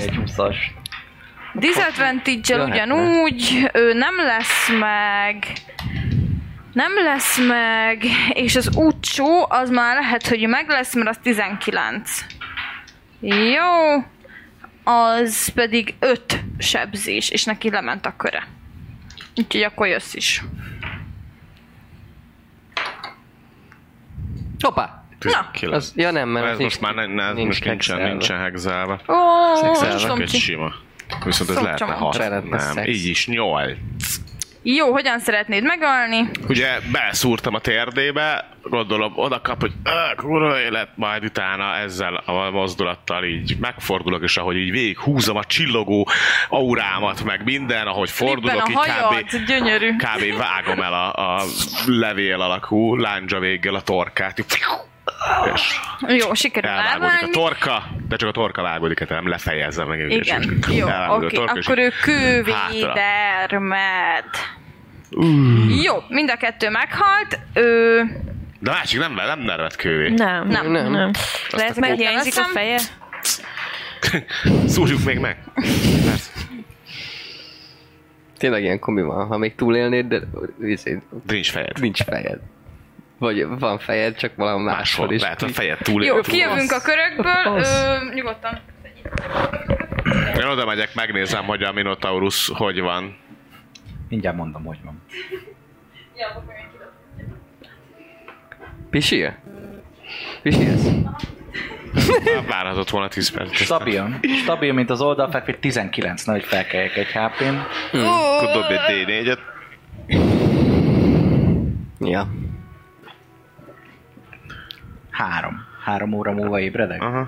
[SPEAKER 2] Disadvantage-el ugyanúgy, ő nem lesz meg. Nem lesz meg, és az útcsó az már lehet, hogy meg lesz, mert az 19. Jó, az pedig 5 sebzés, és neki lement a köre. Úgyhogy akkor jössz is.
[SPEAKER 4] Hoppá!
[SPEAKER 5] 19.
[SPEAKER 4] Az, ja nem, mert
[SPEAKER 5] Ez most már nincsen hexelve.
[SPEAKER 2] Ó,
[SPEAKER 5] Egy sima. Viszont ez lehetne
[SPEAKER 2] Szomcsom.
[SPEAKER 5] 6.
[SPEAKER 4] Szeretne
[SPEAKER 5] Nem,
[SPEAKER 4] szex.
[SPEAKER 5] így is 8.
[SPEAKER 2] Jó, hogyan szeretnéd megölni?
[SPEAKER 5] Ugye beleszúrtam a térdébe, gondolom oda kap, hogy kurva élet, majd utána ezzel a mozdulattal így megfordulok, és ahogy így végig húzom a csillogó aurámat, meg minden, ahogy fordulok,
[SPEAKER 2] Éppen
[SPEAKER 5] így
[SPEAKER 2] a hajad, gyönyörű.
[SPEAKER 5] kb. Vágom el a levél alakú lándzsa véggel a torkát, és
[SPEAKER 2] Jó, sikerül
[SPEAKER 5] elvágódik a
[SPEAKER 2] elvágni.
[SPEAKER 5] torka, de csak a torka vágódik, hát nem lefejezem meg.
[SPEAKER 2] Igen, jó, oké, akkor ő kővédermed. Jó, mind a kettő meghalt.
[SPEAKER 5] De a másik nem nervet kővé.
[SPEAKER 6] Nem.
[SPEAKER 2] Nem.
[SPEAKER 6] Lehet, mert hiányzik a feje?
[SPEAKER 5] Szúrjuk még meg. Persze.
[SPEAKER 4] Tényleg ilyen kombi van, ha még túlélnéd, de
[SPEAKER 5] Nincs fejed.
[SPEAKER 4] nincs fejed. Vagy van fejed, csak valahol máshol is.
[SPEAKER 5] Lehet a fejed túl.
[SPEAKER 2] Jó, kijövünk a körökből. Nyugodtan.
[SPEAKER 5] Én oda megyek, megnézem, hogy a Minotaurus hogy van.
[SPEAKER 7] Mindjárt mondom, hogy van.
[SPEAKER 4] Pisil? Pisilsz?
[SPEAKER 5] Várhatott volna 10 perc.
[SPEAKER 7] Stabil, mint az oldalfekvő, 19, nehogy felkeljek egy HP-n.
[SPEAKER 5] Akkor dobj egy D4-et.
[SPEAKER 4] Ja.
[SPEAKER 7] 3 óra múlva ébredek.
[SPEAKER 5] Aha.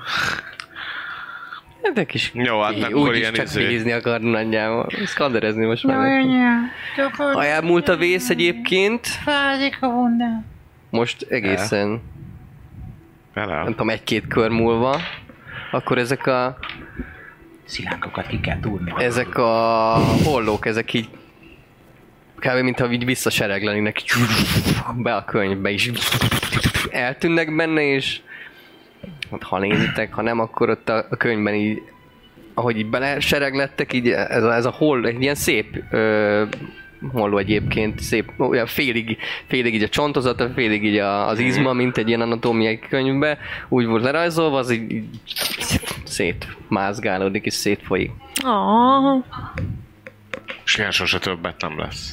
[SPEAKER 4] De kis...
[SPEAKER 5] Jó, hát akkor
[SPEAKER 4] úgyis
[SPEAKER 5] ilyen
[SPEAKER 4] csak
[SPEAKER 5] izé.
[SPEAKER 4] nézni akar nagyjával. Szkanderezni most már. Ha elmúlt a vész egyébként,
[SPEAKER 3] Fázik a bundám.
[SPEAKER 4] most egészen, nem
[SPEAKER 5] Vele.
[SPEAKER 4] tudom, 1-2 kör múlva, akkor
[SPEAKER 7] Szilánkokat ki kell túrni.
[SPEAKER 4] ezek a hollók, ezek így kb. Mintha így visszasereglenének be a könyvbe is. Eltűnnek benne, és hát, ha nézitek, ha nem, akkor ott a könyvben így, ahogy így belesereglettek, így ez a holl, egy ilyen szép holló egyébként, szép, olyan félig így a csontozata, félig így az izma, mint egy ilyen anatómiai könyvbe, úgy volt lerajzolva, az így szétmázgálódik és szétfolyik.
[SPEAKER 5] És ilyen sose többet nem lesz.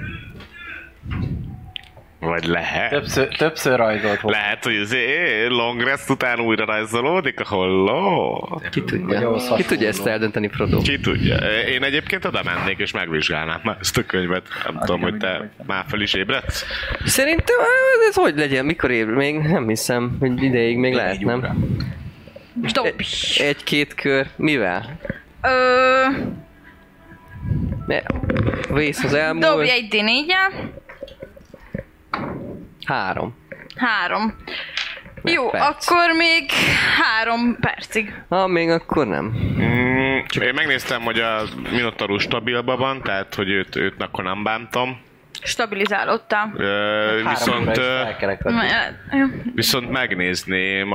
[SPEAKER 5] Vagy lehet.
[SPEAKER 7] Többször rajzolt hozzá.
[SPEAKER 5] Lehet, hogy az long rest után újra rajzolódik a holló.
[SPEAKER 4] Ki tudja ezt eldönteni, Frodo?
[SPEAKER 5] Ki tudja. Én egyébként oda mennék és megvizsgálnám már ezt a könyvet. Nem tudom, hogy te már fel is ébredsz.
[SPEAKER 4] Szerintem ez hogy legyen, mikor ér? Még nem hiszem, hogy ideig még lehet, nem?
[SPEAKER 2] Dobj!
[SPEAKER 4] 1-2 kör. Mivel? Vész az elmúlt.
[SPEAKER 2] Dobj egy D4-jel.
[SPEAKER 4] 3.
[SPEAKER 2] 3. Jó,
[SPEAKER 4] perc.
[SPEAKER 2] akkor még 3 percig.
[SPEAKER 4] Még akkor nem.
[SPEAKER 5] Én megnéztem, hogy a Minotaurus stabilban van, tehát hogy őt akkor nem bántam.
[SPEAKER 2] Stabilizálódtál.
[SPEAKER 5] Viszont megnézném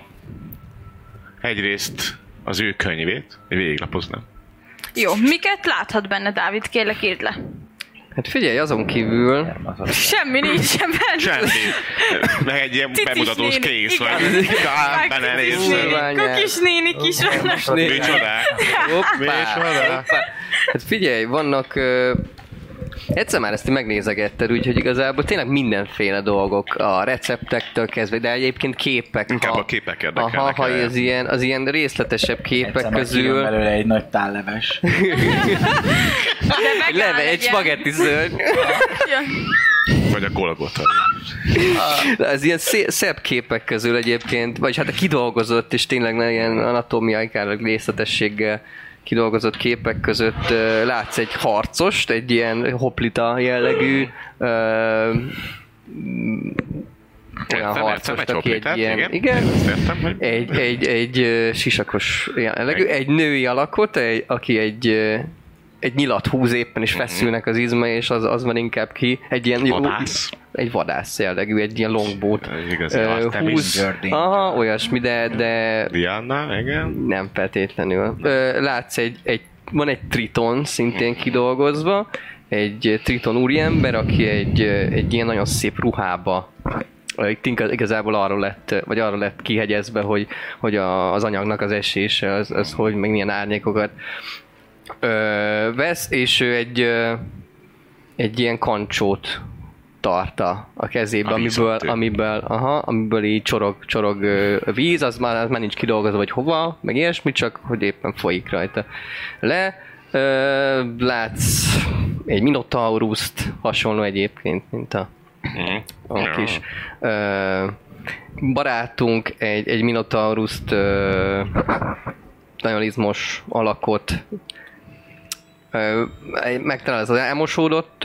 [SPEAKER 5] egyrészt az ő könyvét, végiglapoznám.
[SPEAKER 2] Jó, miket láthat benne, Dávid? Kérlek, írd le.
[SPEAKER 4] Hát figyelj, azon kívül...
[SPEAKER 2] Semmi nincsen benne.
[SPEAKER 5] Semmi. Meg egy ilyen
[SPEAKER 2] Cicis
[SPEAKER 5] bemutatós
[SPEAKER 2] néni.
[SPEAKER 5] kész,
[SPEAKER 2] Igen.
[SPEAKER 5] vagy benne nézve.
[SPEAKER 2] Kukis néni kis vannak.
[SPEAKER 5] Micsoda?
[SPEAKER 4] Hoppá. Hát figyelj, vannak... Egyszer már ezt megnézegetted, úgyhogy igazából tényleg mindenféle dolgok, a receptektől kezdve, de egyébként képek.
[SPEAKER 5] Inkább a képek érdekelnek.
[SPEAKER 4] Ha az ilyen részletesebb képek
[SPEAKER 7] Egyszer
[SPEAKER 4] közül...
[SPEAKER 7] megkívül belőle egy nagy tálleves.
[SPEAKER 4] Egy spagetti szörny.
[SPEAKER 5] Vagy a Golgotha.
[SPEAKER 4] De az ilyen szebb képek közül egyébként, vagy hát a kidolgozott és tényleg ilyen anatómiai részletességgel kidolgozott képek között látsz egy harcost, egy ilyen hoplita jellegű olyan harcost, aki egy ilyen, igen, egy sisakos jellegű, egy női alakot, aki egy nyilat húz éppen, és feszülnek az izma, és az van inkább ki. Egy ilyen
[SPEAKER 5] vadász.
[SPEAKER 4] Egy vadász jellegű, egy ilyen longboat.
[SPEAKER 5] Húz.
[SPEAKER 4] Aha, olyasmi, de
[SPEAKER 5] Diana, igen.
[SPEAKER 4] nem feltétlenül. Látsz van egy triton szintén kidolgozva, egy triton úriember, aki egy ilyen nagyon szép ruhába, itt igazából arra lett kihegyezve, hogy az anyagnak az esése, az hogy meg milyen árnyékokat vesz, és ő egy ilyen kancsót tart a kezébe, amiből így csorog víz, az már nincs kidolgozva, hogy hova, meg ilyesmi, csak hogy éppen folyik rajta le. Látsz egy minotauruszt, hasonló egyébként, mint a kis barátunk, egy minotauruszt, nagyon izmos alakot, megtalál az elmosódott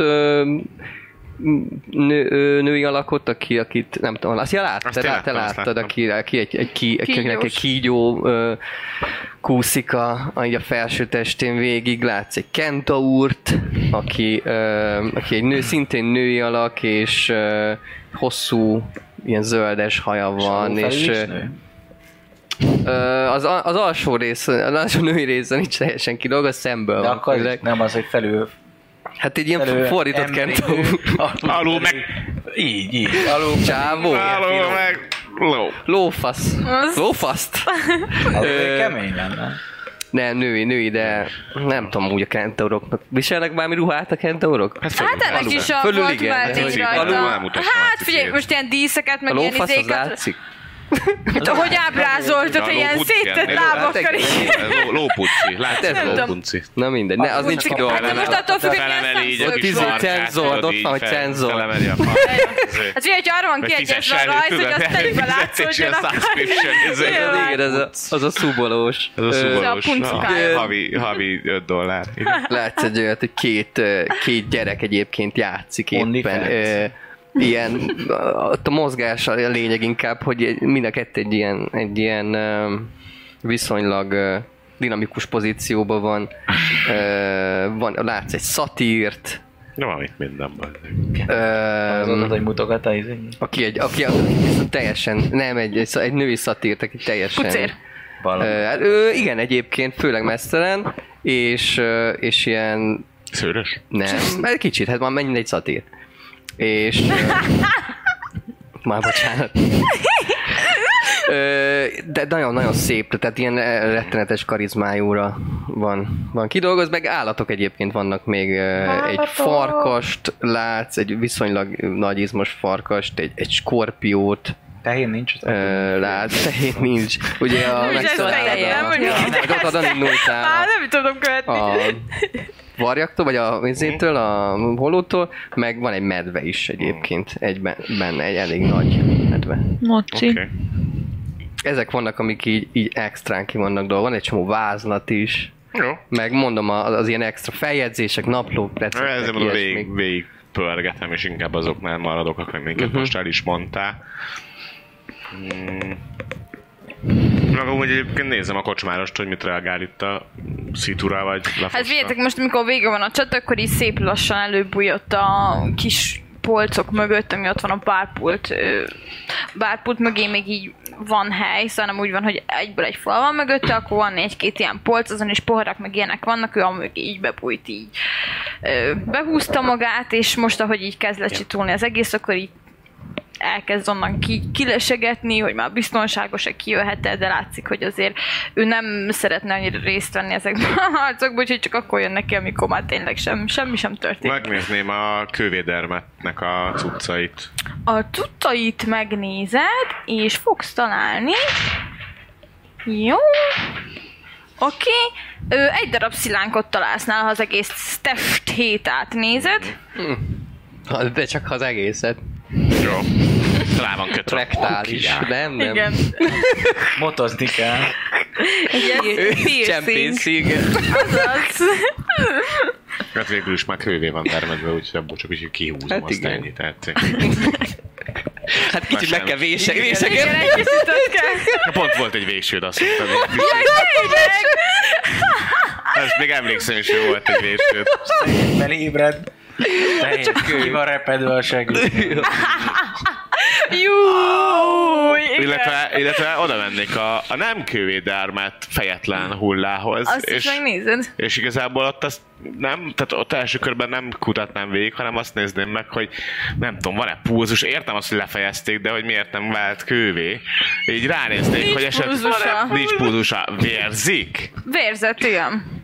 [SPEAKER 4] női alakot, akit nem tudom, azt te láttad, akinek egy kígyó kúszik a felső testén végig, látsz egy kentaurt, aki egy szintén női alak, és hosszú, ilyen zöldes haja van, és az alsó rész, az alsó női része nincs teljesen kidolgozva, szemből
[SPEAKER 7] de
[SPEAKER 4] van.
[SPEAKER 7] akkor nem az, hogy felül...
[SPEAKER 4] Hát egy ilyen fordított kentaur.
[SPEAKER 5] Alul meg...
[SPEAKER 7] Így. Alul
[SPEAKER 4] csávó.
[SPEAKER 5] Alul meg...
[SPEAKER 4] Lófasz. Lófaszt.
[SPEAKER 7] Az kemény lenne.
[SPEAKER 4] Nem, női, de nem tudom, úgy a kentauroknak. Viselnek bármi ruhát a kentaurok?
[SPEAKER 2] Hát ennek is a volt mellény rajta. Hát figyelj, most ilyen díszeket, meg ilyen izéket.
[SPEAKER 4] Lófasz az látszik?
[SPEAKER 2] Hát ahogy ábrázoltad, hogy ilyen széttett lábakkal is.
[SPEAKER 5] Lópuci. Látszik lópunci.
[SPEAKER 4] Na mindegy, ne, az nincs kidolgozva.
[SPEAKER 2] Hát most attól függ, hogy milyen szemszög.
[SPEAKER 4] Cenzor, ott van, hogy cenzor.
[SPEAKER 2] Hát figyelj, hogyha arra van kiegyezve a rajz, hogy azt telibe látszódjon, akkor...
[SPEAKER 4] Igen, az a szubolós.
[SPEAKER 5] Az a szubolós. Havi $5.
[SPEAKER 4] Látsz egy olyat, hogy két gyerek egyébként játszik éppen. Ilyen, a mozgás a lényeg inkább, hogy mind a kettő egy ilyen viszonylag dinamikus pozícióban van. Látsz egy szatírt.
[SPEAKER 5] De van itt mindenben.
[SPEAKER 7] Az adod, hogy mutogat
[SPEAKER 4] aki teljesen, nem egy női szatírt, aki teljesen...
[SPEAKER 2] Pucér.
[SPEAKER 4] Igen, egyébként, főleg mesztelen, és ilyen...
[SPEAKER 5] Szőrös?
[SPEAKER 4] Nem, kicsit, hát már menjen egy szatír. És... már bocsánat. De nagyon-nagyon szép, tehát ilyen rettenetes karizmájúra van kidolgoz, meg állatok egyébként vannak még. Egy farkast látsz, egy viszonylag nagy izmos farkast, egy skorpiót.
[SPEAKER 7] Tehén nincs?
[SPEAKER 4] Látsz, tehén nincs. Ugye a...
[SPEAKER 2] Nem tudom követni.
[SPEAKER 4] Varjaktól, vagy a vizétől, a holótól, meg van egy medve is egyébként, benne egy elég nagy medve.
[SPEAKER 6] Moci.
[SPEAKER 5] Okay.
[SPEAKER 4] Ezek vannak, amik így extrán ki vannak dolgok. Van egy csomó vázlat is.
[SPEAKER 5] Jó.
[SPEAKER 4] Meg mondom, az ilyen extra feljegyzések, naplók, receptek,
[SPEAKER 5] ezzel mondom, végig pörgetem, és inkább azoknál maradok, amiket most el is mondtál. Meg amúgy egyébként nézem a kocsmárost, hogy mit reagál itt a szitúra, vagy lefossa.
[SPEAKER 2] Hát véljetek, most amikor vége van a csata, akkor így szép lassan előbújott a kis polcok mögött, ami ott van a bárpult. Bárpult mögé még így van hely, szóval nem úgy van, hogy egyből egy fal van mögötte, akkor van egy-két ilyen polc, azon is poharak meg ilyenek vannak, ő amögé így bebújt, így behúzta magát, és most ahogy így kezd lecsitulni az egész, akkor így elkezd onnan kilesegetni, hogy már biztonságos-e kijöhet-e, de látszik, hogy azért ő nem szeretne annyira részt venni ezekben a harcokban, úgyhogy csak akkor jön neki, amikor már tényleg semmi sem történik.
[SPEAKER 5] Megnézném a kővédermetnek a cuccait.
[SPEAKER 2] A cuccait megnézed, és fogsz találni. Jó. Oké. Egy darab szilánkot találsz nála, ha az egész testét átnézed.
[SPEAKER 4] De csak az egészet.
[SPEAKER 5] Jó. Rá van kötve.
[SPEAKER 4] Rektális. Nem.
[SPEAKER 2] Igen.
[SPEAKER 7] Motozni kell.
[SPEAKER 4] Csempészig.
[SPEAKER 2] Azaz.
[SPEAKER 5] Hát végül is már kővé van termedve, úgyhogy abból csak is kihúzom, hát azt ennyi, tehát...
[SPEAKER 4] Hát kicsit meg kell vésegni.
[SPEAKER 2] Igen, egy kicsit ott kell.
[SPEAKER 5] Pont volt egy vésőd, azt mondtad. Ezt még emlékszem is, hogy volt egy vésőd.
[SPEAKER 7] Belébred. Csak ki van repedve a segít.
[SPEAKER 2] Júj!
[SPEAKER 5] illetve oda mennék a nem kővédelmet fejetlen hullához.
[SPEAKER 2] Azt is megnézed.
[SPEAKER 5] És igazából ott azt nem, tehát ott első körben nem kutatnám végig, hanem azt nézném meg, hogy nem tudom, van-e pulzus, értem azt, hogy lefejezték, de hogy miért nem vált kővé. Így ránéznék,
[SPEAKER 2] Nincs
[SPEAKER 5] hogy esetleg nincs pulzusa. Vérzik?
[SPEAKER 2] Vérzett, igen.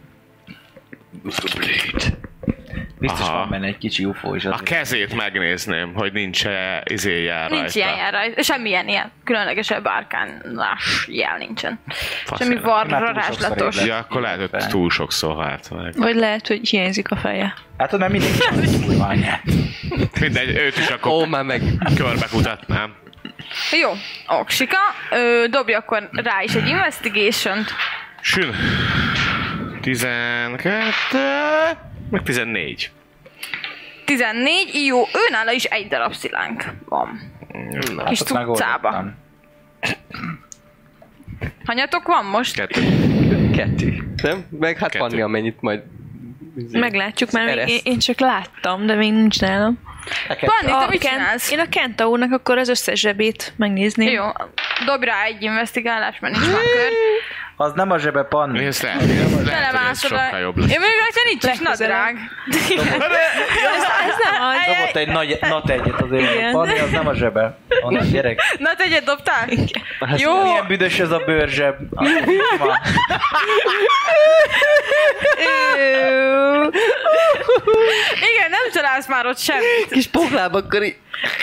[SPEAKER 7] Biztos van benne egy kicsi UFO is.
[SPEAKER 5] A kezét megnézném, hogy nincs-e jel rajta.
[SPEAKER 2] Nincs ilyen jel rajta. Semmilyen ilyen különlegesebb árkánlás jel nincsen.
[SPEAKER 5] Fasz
[SPEAKER 2] Semmi
[SPEAKER 5] jelen.
[SPEAKER 2] varázslatos.
[SPEAKER 5] Ja, akkor lehet, hogy túl sokszor halt meg.
[SPEAKER 6] Vagy lehet, hogy hiányzik a feje.
[SPEAKER 7] Hát ott már mindig új anyát.
[SPEAKER 5] Mindegy, őt is akkor
[SPEAKER 8] Ó, már meg.
[SPEAKER 5] körbe kutatnám.
[SPEAKER 2] Jó, Oksika, dobj akkor rá is egy investigation-t.
[SPEAKER 5] Sün. 12, meg 14.
[SPEAKER 2] 14, jó, őnála is egy darab szilánk van. Kis
[SPEAKER 7] Hát ott
[SPEAKER 2] cuccába.
[SPEAKER 7] megoldottam.
[SPEAKER 2] Hanyatok van most?
[SPEAKER 8] 2. Nem? Meg hát
[SPEAKER 5] 2.
[SPEAKER 8] Panni, amennyit majd...
[SPEAKER 6] Meglátjuk, mert
[SPEAKER 8] Ereszt.
[SPEAKER 6] én csak láttam, de még nincs nálam.
[SPEAKER 2] Panni, te mit csinálsz?
[SPEAKER 6] Én a Kentaurnak akkor az összes zsebét megnézném.
[SPEAKER 2] Jó, dobj rá egy investigálás, mert nincs már kör.
[SPEAKER 7] Az nem a zsebe, Panni.
[SPEAKER 5] Ez lehet, hogy ez
[SPEAKER 2] Telemászod a...
[SPEAKER 5] sokkal jobb lesz.
[SPEAKER 2] Én még látja, nincs is nadrág.
[SPEAKER 6] Ez nem az.
[SPEAKER 7] Dobott egy nagy nat egyet azért,
[SPEAKER 6] Igen.
[SPEAKER 7] Panni, az nem a zsebe. Annak gyerek.
[SPEAKER 2] Na, te egyet dobtál? Jó.
[SPEAKER 7] Milyen büdös ez a bőrzseb.
[SPEAKER 2] Igen, nem találsz már ott semmit.
[SPEAKER 8] Kis poklába akkor így...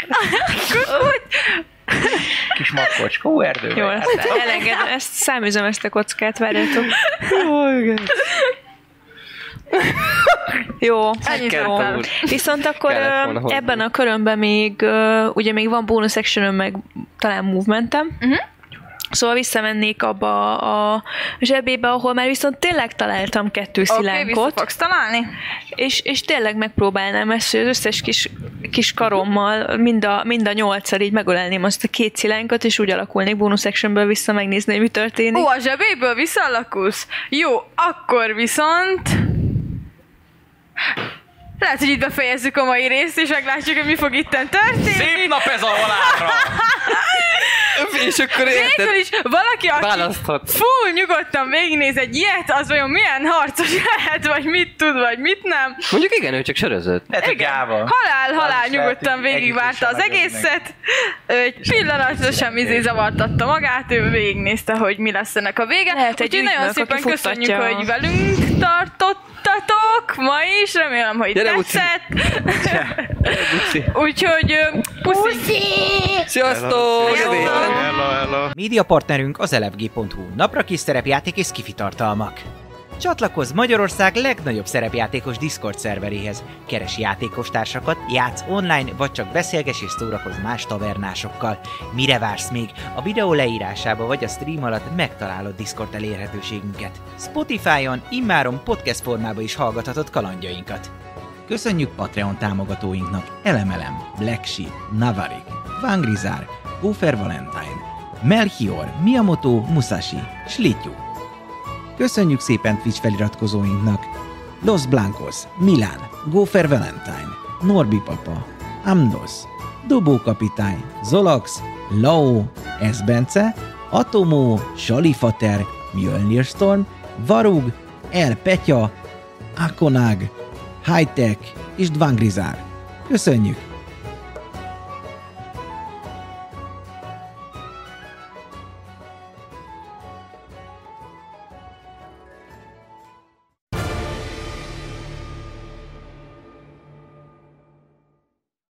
[SPEAKER 7] Kis makkocska, erdőben.
[SPEAKER 6] Jó, elengedem, ezt száműzöm ezt a kockát, várjátok. Jó,
[SPEAKER 2] Ennyit
[SPEAKER 6] jó.
[SPEAKER 2] tudtál.
[SPEAKER 6] Viszont akkor
[SPEAKER 8] Kellett volna hozni.
[SPEAKER 6] ebben a körömben még, ugye még van bonus action meg talán movementem. Szóval visszamennék abba a zsebébe, ahol már viszont tényleg találtam 2
[SPEAKER 2] Oké, vissza
[SPEAKER 6] szilánkot,
[SPEAKER 2] fogsz találni?
[SPEAKER 6] és tényleg megpróbálnám ezt, hogy az összes kis karommal, mind a 8-szor így megölelném azt a 2 szilánkot, és úgy alakulnék bonus actionből vissza megnézni, hogy mi történik.
[SPEAKER 2] Ó, a zsebéből visszaalakulsz? Jó, akkor viszont... Lehet, hogy itt befejezzük a mai részt, és meglátjuk, hogy mi fog itten történni.
[SPEAKER 7] Szép nap ez a halálra!
[SPEAKER 8] És akkor érted?
[SPEAKER 2] Végül is valaki, aki
[SPEAKER 8] Választhat.
[SPEAKER 2] full nyugodtan végignéz egy ilyet, az vajon milyen harcos lehet, vagy mit tud, vagy mit nem.
[SPEAKER 8] Mondjuk igen, ő csak sörözött.
[SPEAKER 7] Ez a gáva.
[SPEAKER 2] Halál
[SPEAKER 7] Az is
[SPEAKER 2] nyugodtan
[SPEAKER 7] lehet, hogy
[SPEAKER 2] végigvárta az
[SPEAKER 7] együtt is
[SPEAKER 2] egészet. Egy pillanatra sem zavartatta magát, ő végignézte, hogy mi lesz ennek a vége.
[SPEAKER 6] Lehet egy
[SPEAKER 2] Úgyhogy nagyon
[SPEAKER 6] ügynök,
[SPEAKER 2] szépen
[SPEAKER 6] aki
[SPEAKER 2] köszönjük,
[SPEAKER 6] futtatja.
[SPEAKER 2] hogy velünk tartottatok ma is, remélem, hogy
[SPEAKER 8] Gyere, Uci.
[SPEAKER 2] tetszett. Úgyhogy puszi!
[SPEAKER 8] Sziasztok! Jövő héten.
[SPEAKER 5] Hello.
[SPEAKER 1] Média partnerünk az elefg.hu, napra kis szerepjáték és skifi tartalmak. Csatlakozz Magyarország legnagyobb szerepjátékos Discord szerveréhez. Keres játékostársakat, játsz online, vagy csak beszélges és szórakozz más tavernásokkal. Mire vársz még? A videó leírásába vagy a stream alatt megtalálod Discord elérhetőségünket. Spotify-on immáron podcast formában is hallgathatod kalandjainkat.
[SPEAKER 9] Köszönjük Patreon támogatóinknak Elemelem, Black Sheep, Navarik, Vangrizár, Gófer Valentine, Melchior, Miyamoto Musashi, Slityu. Köszönjük szépen Twitch feliratkozóinknak Los Blancos, Milán, Gófer Valentine, Norbi Papa, Amnos, Dobó Kapitány, Zolax, Lao, Esbence, Atomó, Salifater, Mjölnir Storm, Varug, El Petya, Akonag, Hightech és Dvangrizár. Köszönjük!